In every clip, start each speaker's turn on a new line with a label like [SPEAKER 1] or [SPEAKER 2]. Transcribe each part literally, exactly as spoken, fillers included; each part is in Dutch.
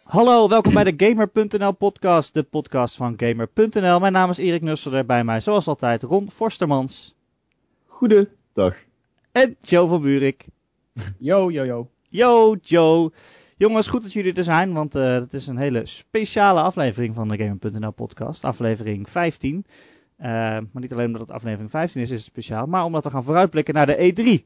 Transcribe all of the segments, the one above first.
[SPEAKER 1] Hallo, welkom bij de Gamer punt n l podcast, de podcast van Gamer punt n l. Mijn naam is Erik Nusselder, bij mij zoals altijd Ron Forstermans.
[SPEAKER 2] Goedendag.
[SPEAKER 1] En Joe van Buurik.
[SPEAKER 3] Yo, yo, yo.
[SPEAKER 1] Yo, Joe. Jongens, goed dat jullie er zijn, want uh, het is een hele speciale aflevering van de Gamer punt n l podcast, aflevering vijftien. Uh, maar niet alleen omdat het aflevering vijftien is, is het speciaal, maar omdat we gaan vooruitblikken naar de E drie.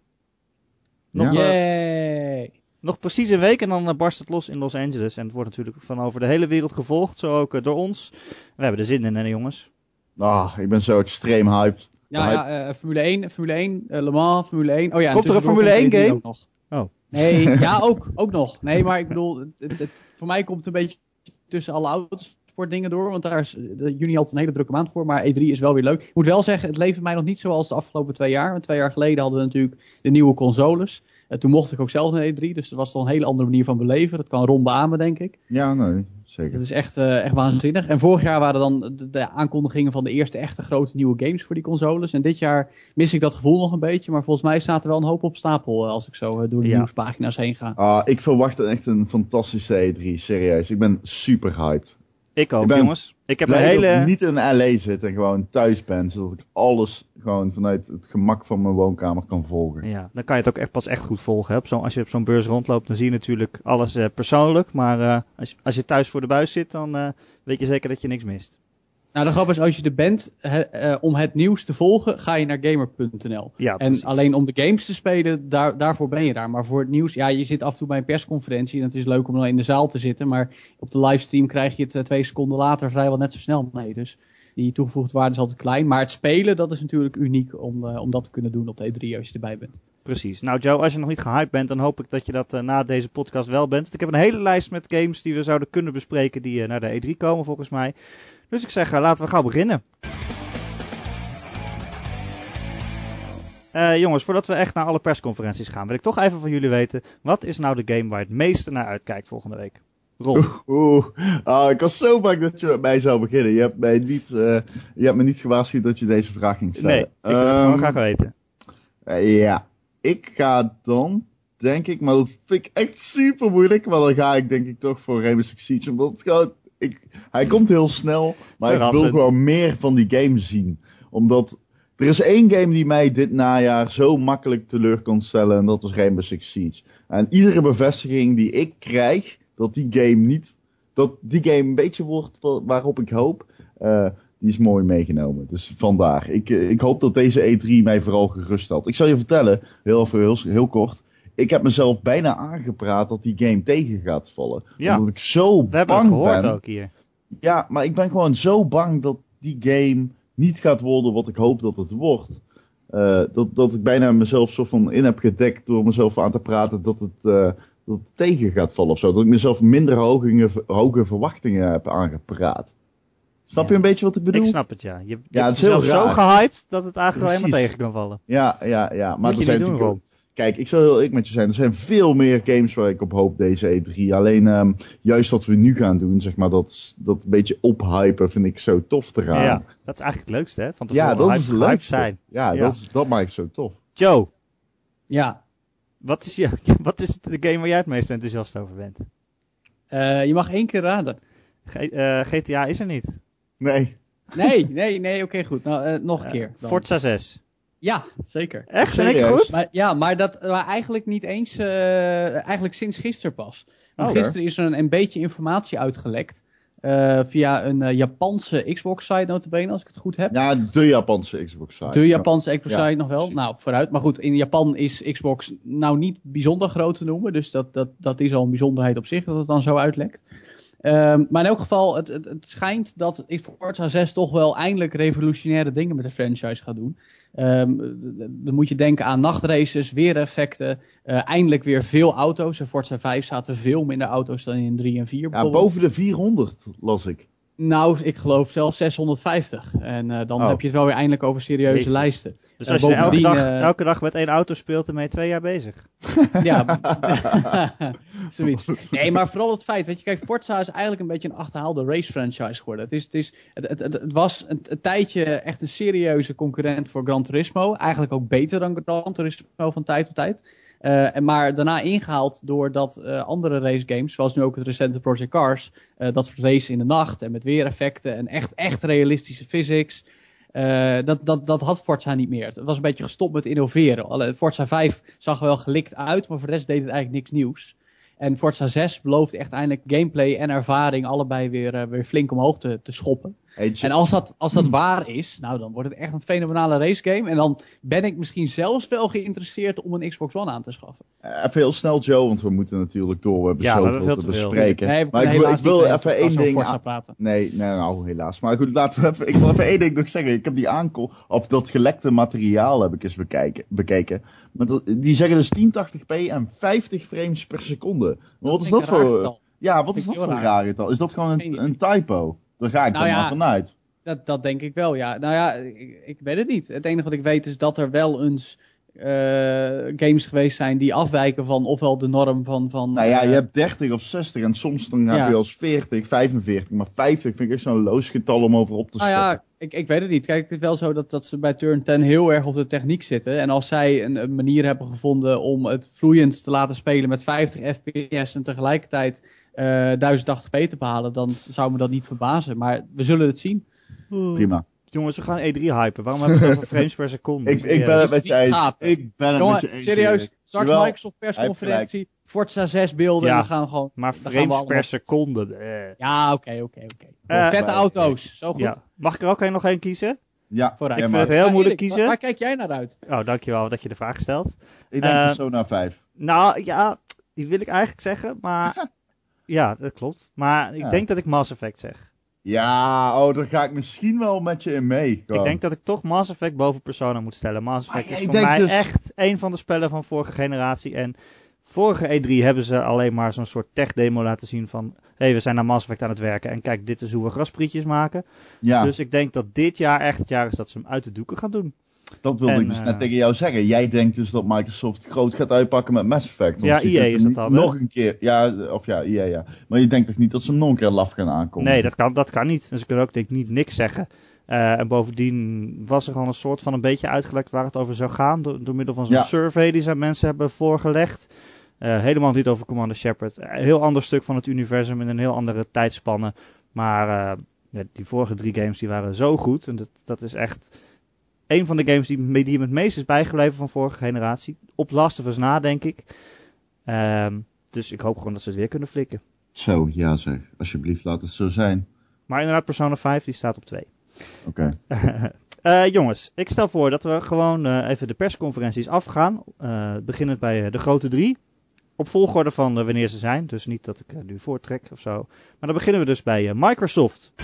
[SPEAKER 1] Nog,
[SPEAKER 3] ja.
[SPEAKER 1] uh, nog precies een week en dan uh, barst het los in Los Angeles. En het wordt natuurlijk van over de hele wereld gevolgd, zo ook uh, door ons. We hebben er zin in, hè jongens?
[SPEAKER 2] Ah, ik ben zo extreem hyped.
[SPEAKER 3] Ja, ja uh, Formule één, Formule één, uh, Le Mans, Formule één. Oh ja,
[SPEAKER 1] komt er een Formule één game?
[SPEAKER 3] Ook nog.
[SPEAKER 1] Oh.
[SPEAKER 3] Nee, ja, ook, ook nog. Nee, maar ik bedoel, het, het, het, voor mij komt het een beetje tussen alle autosportdingen door. Want daar is de juni altijd een hele drukke maand voor. Maar E drie is wel weer leuk. Ik moet wel zeggen, het levert mij nog niet zoals de afgelopen twee jaar. Want twee jaar geleden hadden we natuurlijk de nieuwe consoles. Uh, toen mocht ik ook zelf naar E drie. Dus dat was toch een hele andere manier van beleven. Dat kan Ron beamen, denk ik.
[SPEAKER 2] Ja, nee, zeker.
[SPEAKER 3] Dat is echt, uh, echt waanzinnig. En vorig jaar waren dan de, de aankondigingen van de eerste echte grote nieuwe games voor die consoles. En dit jaar mis ik dat gevoel nog een beetje. Maar volgens mij staat er wel een hoop op stapel uh, als ik zo uh, door de ja. nieuwspagina's heen ga.
[SPEAKER 2] Ah, ik verwacht echt een fantastische E drie, serieus. Ik ben super hyped.
[SPEAKER 1] Ik ook,
[SPEAKER 2] ik ben
[SPEAKER 1] jongens. Ik heb een
[SPEAKER 2] hele...
[SPEAKER 1] hele...
[SPEAKER 2] dat ik niet in L A zit en gewoon thuis ben. Zodat ik alles gewoon vanuit het gemak van mijn woonkamer kan volgen.
[SPEAKER 1] Ja, dan kan je het ook echt pas echt goed volgen. Hè? Op zo, als je op zo'n beurs rondloopt, dan zie je natuurlijk alles uh, persoonlijk. Maar uh, als, als je thuis voor de buis zit, dan uh, weet je zeker dat je niks mist.
[SPEAKER 3] Nou, de grap is, als je er bent he, uh, om het nieuws te volgen, ga je naar Gamer punt n l.
[SPEAKER 1] Ja,
[SPEAKER 3] en
[SPEAKER 1] precies.
[SPEAKER 3] alleen om de games te spelen, daar, daarvoor ben je daar. Maar voor het nieuws, ja, je zit af en toe bij een persconferentie en het is leuk om dan in de zaal te zitten. Maar op de livestream krijg je het uh, twee seconden later vrijwel net zo snel mee. Dus die toegevoegde waarde is altijd klein. Maar het spelen, dat is natuurlijk uniek om, uh, om dat te kunnen doen op de E drie als je erbij bent.
[SPEAKER 1] Precies. Nou Joe, als je nog niet gehyped bent, dan hoop ik dat je dat uh, na deze podcast wel bent. Ik heb een hele lijst met games die we zouden kunnen bespreken die uh, naar de E drie komen volgens mij. Dus ik zeg, uh, laten we gauw beginnen. Uh, jongens, voordat we echt naar alle persconferenties gaan, wil ik toch even van jullie weten, wat is nou de game waar je het meeste naar uitkijkt volgende week? Ron.
[SPEAKER 2] Oeh, oeh. Ah, ik was zo bang dat je met mij zou beginnen. Je hebt mij niet, uh, je hebt me niet gewaarschuwd dat je deze vraag ging stellen.
[SPEAKER 1] Nee, ik wil het um, gewoon graag weten.
[SPEAKER 2] Uh, ja, ik ga dan, denk ik, maar dat vind ik echt super moeilijk, maar dan ga ik denk ik toch voor Rainbow Six Siege, omdat het gewoon, ik, hij komt heel snel, maar Verrassend. Ik wil gewoon meer van die game zien. Omdat, er is één game die mij dit najaar zo makkelijk teleur kon stellen, en dat is Rainbow Six Siege. En iedere bevestiging die ik krijg, dat die game niet, dat die game een beetje wordt waarop ik hoop, uh, die is mooi meegenomen. Dus vandaar. Ik, ik hoop dat deze E drie mij vooral geruststelt. Ik zal je vertellen, heel, heel, heel kort. Ik heb mezelf bijna aangepraat dat die game tegen gaat vallen.
[SPEAKER 1] Ja,
[SPEAKER 2] omdat ik zo
[SPEAKER 1] we hebben
[SPEAKER 2] bang
[SPEAKER 1] het gehoord
[SPEAKER 2] ben.
[SPEAKER 1] ook hier.
[SPEAKER 2] Ja, maar ik ben gewoon zo bang dat die game niet gaat worden wat ik hoop dat het wordt. Uh, dat, dat ik bijna mezelf soort van in heb gedekt door mezelf aan te praten dat het, uh, dat het tegen gaat vallen of zo. Dat ik mezelf minder hoge, hoge verwachtingen heb aangepraat. Snap ja. je een beetje wat ik bedoel?
[SPEAKER 1] Ik snap het, ja. Je, je
[SPEAKER 2] ja,
[SPEAKER 1] hebt
[SPEAKER 2] het is heel
[SPEAKER 1] zo
[SPEAKER 2] raar.
[SPEAKER 1] gehyped dat het eigenlijk alleen maar tegen kan vallen.
[SPEAKER 2] Ja, ja, ja. Maar
[SPEAKER 1] Moet
[SPEAKER 2] er
[SPEAKER 1] je
[SPEAKER 2] zijn
[SPEAKER 1] niet doen,
[SPEAKER 2] natuurlijk... Kijk, ik zal heel eerlijk met je zijn. Er zijn veel meer games waar ik op hoop deze E drie. Alleen um, juist wat we nu gaan doen, zeg maar, dat, dat een beetje ophypen vind ik zo tof te gaan.
[SPEAKER 1] Ja, dat is eigenlijk het leukste, hè? Van
[SPEAKER 2] ja, dat
[SPEAKER 1] hype,
[SPEAKER 2] is leuk.
[SPEAKER 1] hype zijn.
[SPEAKER 2] Ja,
[SPEAKER 1] ja.
[SPEAKER 2] Dat, is, dat maakt het zo tof.
[SPEAKER 1] Joe.
[SPEAKER 3] Ja.
[SPEAKER 1] Wat is, je, wat is de game waar jij het meest enthousiast over bent?
[SPEAKER 3] Uh, je mag één keer raden.
[SPEAKER 1] G, uh, G T A is er niet.
[SPEAKER 2] Nee.
[SPEAKER 3] Nee, nee, nee, oké, okay, goed. Nou, uh, nog een uh, keer. Dan.
[SPEAKER 1] Forza zes.
[SPEAKER 3] Ja, zeker.
[SPEAKER 1] Echt? Ben ik goed?
[SPEAKER 3] Maar, ja, maar, dat, maar eigenlijk niet eens, uh, eigenlijk sinds gisteren pas. Oh, gisteren is er een, een beetje informatie uitgelekt. Uh, via een uh, Japanse Xbox-site notabene, als ik het goed heb.
[SPEAKER 2] Ja, de Japanse Xbox-site.
[SPEAKER 3] De Japanse Xbox-site ja, nog wel.
[SPEAKER 2] precies.
[SPEAKER 3] Nou, vooruit. Maar goed, in Japan is Xbox nou niet bijzonder groot te noemen. Dus dat, dat, dat is al een bijzonderheid op zich, dat het dan zo uitlekt. Um, maar in elk geval, het, het, het schijnt dat Forza zes toch wel eindelijk revolutionaire dingen met de franchise gaat doen. Um, dan moet je denken aan nachtraces, weereffecten, uh, eindelijk weer veel auto's. In Forza vijf zaten veel minder auto's dan in drie en vier.
[SPEAKER 2] Ja, boven de vierhonderd las ik.
[SPEAKER 3] Nou, ik geloof zelfs zeshonderdvijftig. En uh, dan oh. heb je het wel weer eindelijk over serieuze
[SPEAKER 1] Jezus.
[SPEAKER 3] lijsten.
[SPEAKER 1] Dus als uh, je elke dag, uh, elke dag met één auto speelt, dan ben je twee jaar bezig.
[SPEAKER 3] Ja, Zoiets. Nee, maar vooral het feit, weet je, kijk, Forza is eigenlijk een beetje een achterhaalde race franchise geworden. Het, is, het, is, het, het, het, het was een, een tijdje echt een serieuze concurrent voor Gran Turismo. Eigenlijk ook beter dan Gran Turismo van tijd tot tijd. Uh, maar daarna ingehaald doordat uh, andere race games, zoals nu ook het recente Project Cars, uh, dat soort race in de nacht en met weereffecten en echt, echt realistische physics. Uh, dat, dat, dat had Forza niet meer. Het was een beetje gestopt met innoveren. Alle, Forza vijf zag er wel gelikt uit, maar voor de rest deed het eigenlijk niks nieuws. En Forza zes belooft echt eindelijk gameplay en ervaring allebei weer, uh, weer flink omhoog te, te schoppen. Hey, en als dat, als dat waar is, nou dan wordt het echt een fenomenale racegame. En dan ben ik misschien zelfs wel geïnteresseerd om een Xbox One aan te schaffen.
[SPEAKER 2] Uh, even heel snel, Joe, want we moeten natuurlijk door. We hebben
[SPEAKER 1] ja,
[SPEAKER 2] zoveel
[SPEAKER 1] we veel
[SPEAKER 2] te,
[SPEAKER 1] te
[SPEAKER 2] bespreken.
[SPEAKER 3] Nee,
[SPEAKER 2] maar ik wil, ik wil even één ding... Aan...
[SPEAKER 3] praten.
[SPEAKER 2] Nee, nee, nou helaas. Maar goed, laten we even... Ik wil even één ding nog zeggen. Ik heb die aanko... Of dat gelekte materiaal heb ik eens bekijken, bekeken. Maar dat, die zeggen dus tien tachtig p en vijftig frames per seconde. Maar wat is dat voor... Ja, wat is dat voor een raar getal? Is dat gewoon een, een typo? Daar ga ik nou dan ja, maar vanuit.
[SPEAKER 3] Dat, dat denk ik wel, ja. Nou ja, ik, ik weet het niet. Het enige wat ik weet is dat er wel eens uh, games geweest zijn die afwijken van ofwel de norm van... van
[SPEAKER 2] nou ja,
[SPEAKER 3] uh,
[SPEAKER 2] je hebt dertig of zestig en soms dan heb ja. je als veertig, vijfenveertig. Maar vijftig vind ik echt zo'n loos getal om over op te
[SPEAKER 3] nou
[SPEAKER 2] stappen.
[SPEAKER 3] Ja, ik, ik weet het niet. Kijk, het is wel zo dat, dat ze bij Turn tien heel erg op de techniek zitten. En als zij een, een manier hebben gevonden om het vloeiend te laten spelen met vijftig f p s en tegelijkertijd uh, duizend tachtig p te behalen, dan zou me dat niet verbazen. Maar we zullen het zien.
[SPEAKER 2] Prima.
[SPEAKER 1] Jongens, we gaan E drie hypen. Waarom hebben we het over frames per seconde?
[SPEAKER 2] ik, ik ben het met je eens. Ik ben het met je eens.
[SPEAKER 3] Serieus, straks Jawel, Microsoft persconferentie, Forza zes beelden
[SPEAKER 1] ja,
[SPEAKER 3] en we gaan gewoon...
[SPEAKER 1] Maar frames per allemaal... seconde. Eh.
[SPEAKER 3] Ja, oké, oké, oké. Vette bij, auto's, zo goed. Ja.
[SPEAKER 1] Mag ik er ook een, nog één kiezen?
[SPEAKER 2] Ja,
[SPEAKER 1] Vooruit. Ik vind het heel ja, moeilijk kiezen. Waar,
[SPEAKER 3] waar kijk jij naar uit?
[SPEAKER 1] Oh, dankjewel dat je de vraag stelt.
[SPEAKER 2] Ik denk uh, Persona vijf.
[SPEAKER 1] Nou, ja, die wil ik eigenlijk zeggen, maar... ja, dat klopt. Maar ik ja. denk dat ik Mass Effect zeg.
[SPEAKER 2] Ja, oh, daar ga ik misschien wel met je in mee. Gewoon.
[SPEAKER 1] Ik denk dat ik toch Mass Effect boven Persona moet stellen. Mass Effect ah, is voor mij dus... echt een van de spellen van vorige generatie. En vorige E drie hebben ze alleen maar zo'n soort tech-demo laten zien van... hé, hey, we zijn aan Mass Effect aan het werken en kijk, dit is hoe we grasprietjes maken. Ja. Dus ik denk dat dit jaar echt het jaar is dat ze hem uit de doeken gaan doen.
[SPEAKER 2] Dat wilde en, ik dus uh, net tegen jou zeggen. Jij denkt dus dat Microsoft groot gaat uitpakken met Mass Effect.
[SPEAKER 1] Ja, E A is dat al.
[SPEAKER 2] Nog een keer. Ja, of ja, E A, ja. Maar je denkt toch niet dat ze hem nog een keer laf gaan aankomen?
[SPEAKER 1] Nee, dat kan, dat kan niet. Dus ik kan ook denk ik niet niks zeggen. Uh, en bovendien was er gewoon een soort van een beetje uitgelekt waar het over zou gaan. Door, door middel van zo'n ja. survey die ze aan mensen hebben voorgelegd. Uh, helemaal niet over Commander Shepard. Een heel ander stuk van het universum in een heel andere tijdspanne. Maar uh, ja, die vorige drie games die waren zo goed. En dat, dat is echt... een van de games die, die hem het meest is bijgebleven van vorige generatie. Op Last of Us na, denk ik. Um, dus ik hoop gewoon dat ze het weer kunnen flikken.
[SPEAKER 2] Zo, ja zeg. Alsjeblieft, laat het zo zijn.
[SPEAKER 1] Maar inderdaad, Persona vijf, die staat op twee.
[SPEAKER 2] Oké.
[SPEAKER 1] Okay. uh, jongens, ik stel voor dat we gewoon uh, even de persconferenties afgaan. Uh, beginnend bij uh, de grote drie. Op volgorde van uh, wanneer ze zijn. Dus niet dat ik uh, nu voortrek of zo. Maar dan beginnen we dus bij uh, Microsoft.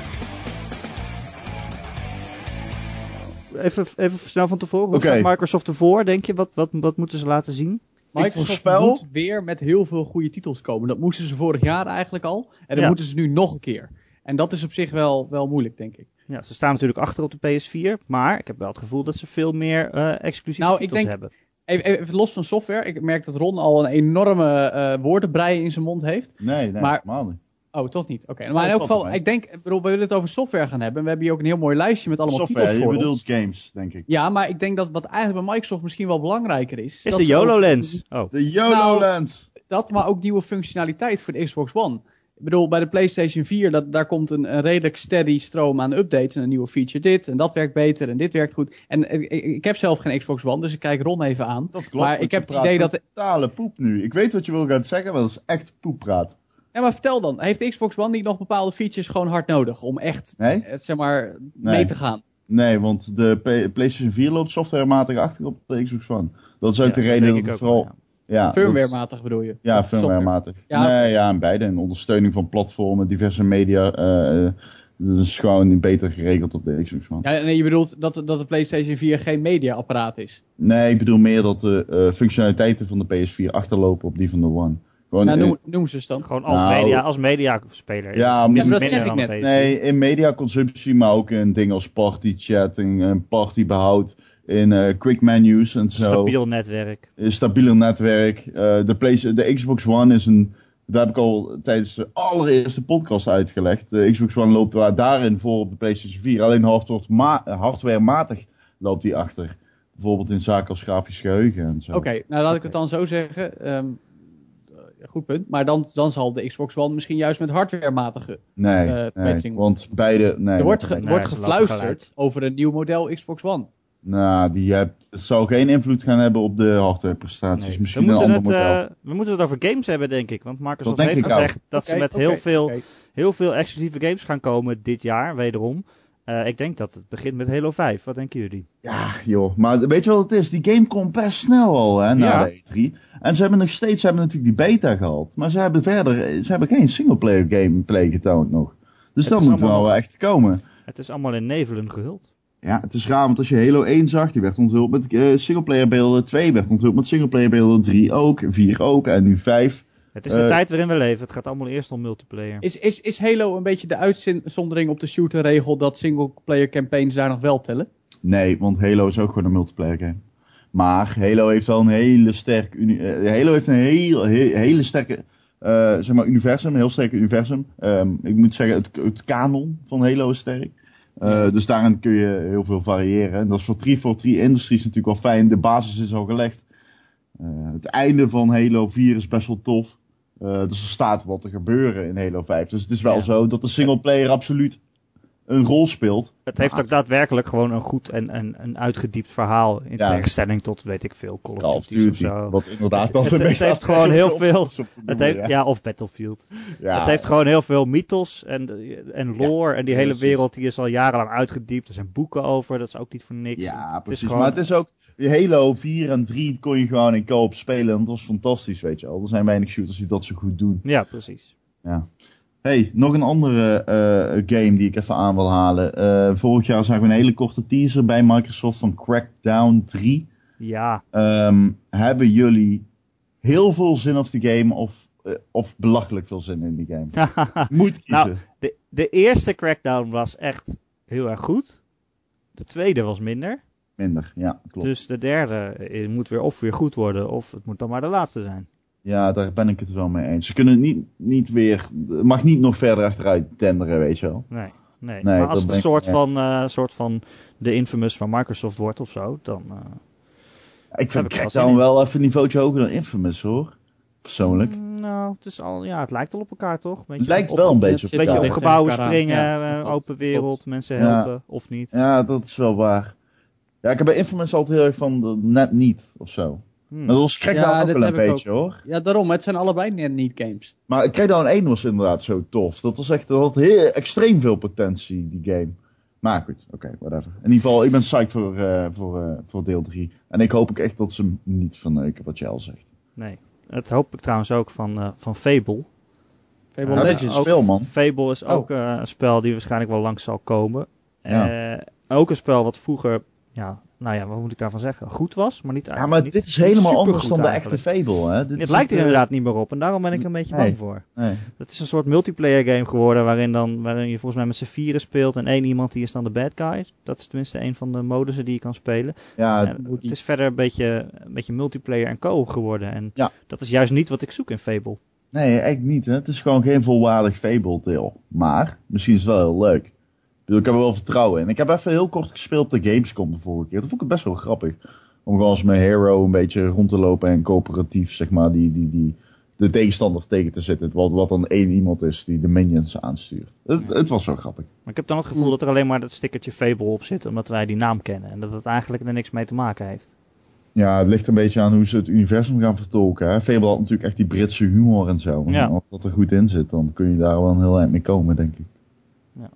[SPEAKER 1] Even, even snel van tevoren. Hoe okay. staat Microsoft ervoor, denk je? Wat, wat, wat moeten ze laten zien?
[SPEAKER 3] Microsoft voorspel... moet weer met heel veel goede titels komen. Dat moesten ze vorig jaar eigenlijk al. En dat ja. moeten ze nu nog een keer. En dat is op zich wel, wel moeilijk, denk ik.
[SPEAKER 1] Ja, ze staan natuurlijk achter op de P S vier. Maar ik heb wel het gevoel dat ze veel meer uh, exclusieve nou, titels ik denk, hebben.
[SPEAKER 3] Even, even los van software. Ik merk dat Ron al een enorme uh, woordenbrei in zijn mond heeft.
[SPEAKER 2] Nee, nee,
[SPEAKER 3] maar,
[SPEAKER 2] helemaal niet.
[SPEAKER 3] Oh, toch niet? Oké. Okay. Maar in elk geval, ik denk, we willen het over software gaan hebben. We hebben hier ook een heel mooi lijstje met allemaal
[SPEAKER 2] software,
[SPEAKER 3] titels voor
[SPEAKER 2] je
[SPEAKER 3] ons.
[SPEAKER 2] bedoelt games, denk ik.
[SPEAKER 3] Ja, maar ik denk dat wat eigenlijk bij Microsoft misschien wel belangrijker is...
[SPEAKER 1] Is de YOLO-lens.
[SPEAKER 2] Oh. De YOLO-lens.
[SPEAKER 3] Nou, dat, maar ook nieuwe functionaliteit voor de Xbox One. Ik bedoel, bij de PlayStation vier, dat, daar komt een, een redelijk steady stroom aan updates. En een nieuwe feature dit, en dat werkt beter, en dit werkt goed. En ik, ik heb zelf geen Xbox One, dus ik kijk Ron even aan.
[SPEAKER 2] Dat klopt,
[SPEAKER 3] maar ik heb het idee dat...
[SPEAKER 2] totale poep nu. Ik weet wat je wil gaan zeggen, maar dat is echt poeppraat.
[SPEAKER 3] Ja, maar vertel dan. Heeft de Xbox One niet nog bepaalde features gewoon hard nodig om echt,
[SPEAKER 2] nee?
[SPEAKER 3] eh, zeg maar,
[SPEAKER 2] nee.
[SPEAKER 3] mee te gaan?
[SPEAKER 2] Nee, want de P- PlayStation vier loopt softwarematig achter op de Xbox One. Dat is ook ja, de reden dat het vooral... Ja. Ja,
[SPEAKER 3] firmwarematig bedoel je?
[SPEAKER 2] Ja, firmwarematig. Ja, nee, ja, en beide. En ondersteuning van platformen, diverse media. Uh, dat is gewoon beter geregeld op de Xbox One.
[SPEAKER 3] Ja, nee, je bedoelt dat, dat de PlayStation vier geen media-apparaat is?
[SPEAKER 2] Nee, ik bedoel meer dat de uh, functionaliteiten van de P S vier achterlopen op die van de One.
[SPEAKER 3] Gewoon, nou, noem, noem ze eens dan.
[SPEAKER 1] Gewoon als, nou, media, als mediaspeler.
[SPEAKER 2] Ja,
[SPEAKER 3] ja, maar dat zeg ik net.
[SPEAKER 2] Nee, in mediaconsumptie, maar ook in dingen als partychatting en partybehoud. In uh, quick menus en zo.
[SPEAKER 1] Stabiel netwerk.
[SPEAKER 2] Stabieler netwerk. Uh, de, Play- de Xbox One is een Dat heb ik al tijdens de allereerste podcast uitgelegd. De Xbox One loopt waar daarin voor op de PlayStation vier. Alleen hardware ma- hardwarematig loopt die achter. Bijvoorbeeld in zaken als grafisch geheugen en zo.
[SPEAKER 3] Oké, okay, nou laat ik het dan zo zeggen. Um, goed punt. Maar dan, dan zal de Xbox One misschien juist met hardwarematige
[SPEAKER 2] nee,
[SPEAKER 3] uh,
[SPEAKER 2] nee,
[SPEAKER 3] verbetering
[SPEAKER 2] want beide... Nee,
[SPEAKER 3] er wordt, ge-
[SPEAKER 1] nee,
[SPEAKER 3] wordt
[SPEAKER 1] nee,
[SPEAKER 3] gefluisterd over een nieuw model Xbox One.
[SPEAKER 2] Nou, die heb, het zou geen invloed gaan hebben op de hardwareprestaties. Nee, Misschien
[SPEAKER 1] we
[SPEAKER 2] een ander
[SPEAKER 1] het,
[SPEAKER 2] model. Uh,
[SPEAKER 1] we moeten het over games hebben, denk ik. Want Microsoft
[SPEAKER 2] dat
[SPEAKER 1] heeft gezegd
[SPEAKER 2] ook.
[SPEAKER 1] dat
[SPEAKER 3] okay,
[SPEAKER 1] ze met
[SPEAKER 3] okay,
[SPEAKER 1] heel, veel,
[SPEAKER 3] okay.
[SPEAKER 1] heel veel exclusieve games gaan komen dit jaar, wederom. Uh, ik denk dat het begint met Halo vijf. Wat denken jullie?
[SPEAKER 2] Ja, joh. Maar weet je wat het is? Die game komt best snel al, hè, na
[SPEAKER 1] ja.
[SPEAKER 2] de E drie. En ze hebben nog steeds, ze hebben natuurlijk die beta gehad. Maar ze hebben verder, ze hebben geen singleplayer gameplay getoond nog. Dus
[SPEAKER 1] het
[SPEAKER 2] dat moet wel nog... echt komen.
[SPEAKER 1] Het is allemaal in nevelen gehuld.
[SPEAKER 2] Ja, het is raar, want als je Halo één zag, die werd onthuld met uh, singleplayer beelden. twee werd onthuld met singleplayer beelden. drie ook, vier ook en nu vijf.
[SPEAKER 1] Het is de uh, tijd waarin we leven. Het gaat allemaal eerst om multiplayer.
[SPEAKER 3] Is, is, is Halo een beetje de uitzondering op de shooter-regel dat singleplayer campaigns daar nog wel tellen?
[SPEAKER 2] Nee, want Halo is ook gewoon een multiplayer game. Maar Halo heeft wel een hele sterke... Uni- uh, Halo heeft een heel, heel, hele sterke... Uh, zeg maar universum, een heel sterk universum. Um, ik moet zeggen, het, het kanon van Halo is sterk. Uh, ja. Dus daarin kun je heel veel variëren. En dat is voor drie voor drie Industries natuurlijk wel fijn. De basis is al gelegd. Uh, het einde van Halo vier is best wel tof. Uh, dus er staat wat te gebeuren in Halo vijf. Dus het is wel ja. zo dat de singleplayer absoluut een rol speelt.
[SPEAKER 1] Het heeft maar, ook daadwerkelijk gewoon een goed en een, een uitgediept verhaal. In ja. tegenstelling tot, weet ik veel, Call of Duty of zo.
[SPEAKER 2] Wat inderdaad dan
[SPEAKER 1] het,
[SPEAKER 2] de
[SPEAKER 1] het,
[SPEAKER 2] meest
[SPEAKER 1] het heeft gewoon heel veel... Het heeft,
[SPEAKER 2] ja.
[SPEAKER 1] ja, of Battlefield. Ja. Het heeft gewoon heel veel mythos en, en lore. Ja, en die hele wereld die is al jarenlang uitgediept. Er zijn boeken over, dat is ook niet voor niks.
[SPEAKER 2] Ja,
[SPEAKER 1] het
[SPEAKER 2] precies.
[SPEAKER 1] Is gewoon...
[SPEAKER 2] Maar het is ook... Halo vier en drie kon je gewoon in co-op spelen. En dat was fantastisch, weet je wel. Er zijn weinig shooters die dat zo goed doen.
[SPEAKER 1] Ja, precies.
[SPEAKER 2] Ja. Hey, nog een andere uh, game die ik even aan wil halen. Uh, vorig jaar zagen we een hele korte teaser bij Microsoft van Crackdown drie.
[SPEAKER 1] Ja.
[SPEAKER 2] Um, hebben jullie heel veel zin op de game of, uh, of belachelijk veel zin in die game? Moet kiezen.
[SPEAKER 1] Nou, de, de eerste Crackdown was echt heel erg goed. De tweede was minder.
[SPEAKER 2] Minder, ja, klopt.
[SPEAKER 1] Dus de derde moet weer of weer goed worden, of het moet dan maar de laatste zijn.
[SPEAKER 2] Ja, daar ben ik het wel mee eens. Ze kunnen niet, niet weer, mag niet nog verder achteruit tenderen, weet je wel.
[SPEAKER 1] Nee, nee.
[SPEAKER 2] nee
[SPEAKER 1] maar als het een soort van, uh, soort van de Infamous van Microsoft wordt of zo, dan... Uh,
[SPEAKER 2] ik vind Crackdown wel even een niveautje hoger dan Infamous, hoor. Persoonlijk.
[SPEAKER 1] Mm, nou, het is al, ja, het lijkt al op elkaar, toch? Beetje
[SPEAKER 2] het lijkt
[SPEAKER 1] op,
[SPEAKER 2] wel een beetje op
[SPEAKER 1] Een beetje op gebouwen springen,
[SPEAKER 3] ja,
[SPEAKER 1] uh, open wereld, klopt. Mensen helpen, ja. Of niet.
[SPEAKER 2] Ja, dat is wel waar. Ja, ik heb bij Infamous altijd heel erg van de, net niet, of zo. Hmm. Maar dat was Crackdown ja, ook wel een beetje, ook. hoor.
[SPEAKER 3] Ja, daarom. Het zijn allebei net niet games.
[SPEAKER 2] Maar Crackdown één was inderdaad zo tof. Dat was echt, dat had heel, extreem veel potentie, die game. Maar goed, oké, okay, whatever. In ieder geval, ik ben psyched voor, uh, voor, uh, voor deel drie. En ik hoop ook echt dat ze hem niet verneuken, wat jij al zegt.
[SPEAKER 1] Nee, dat hoop ik trouwens ook van, uh, van Fable.
[SPEAKER 3] Fable uh, Legends.
[SPEAKER 2] Ook, speel, man.
[SPEAKER 1] Fable is ook oh. uh, een spel die waarschijnlijk wel lang zal komen. Ja. Uh, ook een spel wat vroeger... Ja, nou ja, wat moet ik daarvan zeggen? Goed was, maar niet
[SPEAKER 2] Ja, maar
[SPEAKER 1] niet,
[SPEAKER 2] dit is helemaal anders dan de echte Fable, hè?
[SPEAKER 1] Dit het lijkt er uh... inderdaad niet meer op en daarom ben ik er een beetje
[SPEAKER 2] nee,
[SPEAKER 1] bang voor.
[SPEAKER 2] Nee.
[SPEAKER 1] Het is een soort multiplayer game geworden waarin, dan, waarin je volgens mij met z'n vieren speelt en één iemand die is dan de bad guy. Dat is tenminste een van de modussen die je kan spelen.
[SPEAKER 2] Ja,
[SPEAKER 1] en het die... is verder een beetje, een beetje multiplayer en co geworden en
[SPEAKER 2] ja.
[SPEAKER 1] dat is juist niet wat ik zoek in Fable.
[SPEAKER 2] Nee, echt niet. Hè? Het is gewoon geen volwaardig Fable-deel. Maar, misschien is het wel heel leuk. Ik heb er wel vertrouwen in. Ik heb even heel kort gespeeld op de Gamescom de vorige keer. Dat vond ik best wel grappig. Om gewoon als mijn hero een beetje rond te lopen en coöperatief, zeg maar, die, die, die, de tegenstander tegen te zetten. Wat, wat dan één iemand is die de minions aanstuurt. Het, ja. het was wel grappig.
[SPEAKER 1] Maar ik heb dan het gevoel dat er alleen maar dat stickertje Fable op zit, omdat wij die naam kennen. En dat het eigenlijk er niks mee te maken heeft.
[SPEAKER 2] Ja, het ligt een beetje aan hoe ze het universum gaan vertolken. Hè? Fable had natuurlijk echt die Britse humor en zo.
[SPEAKER 1] Ja.
[SPEAKER 2] En als dat er goed in zit, dan kun je daar wel een heel eind mee komen, denk ik.
[SPEAKER 1] Ja.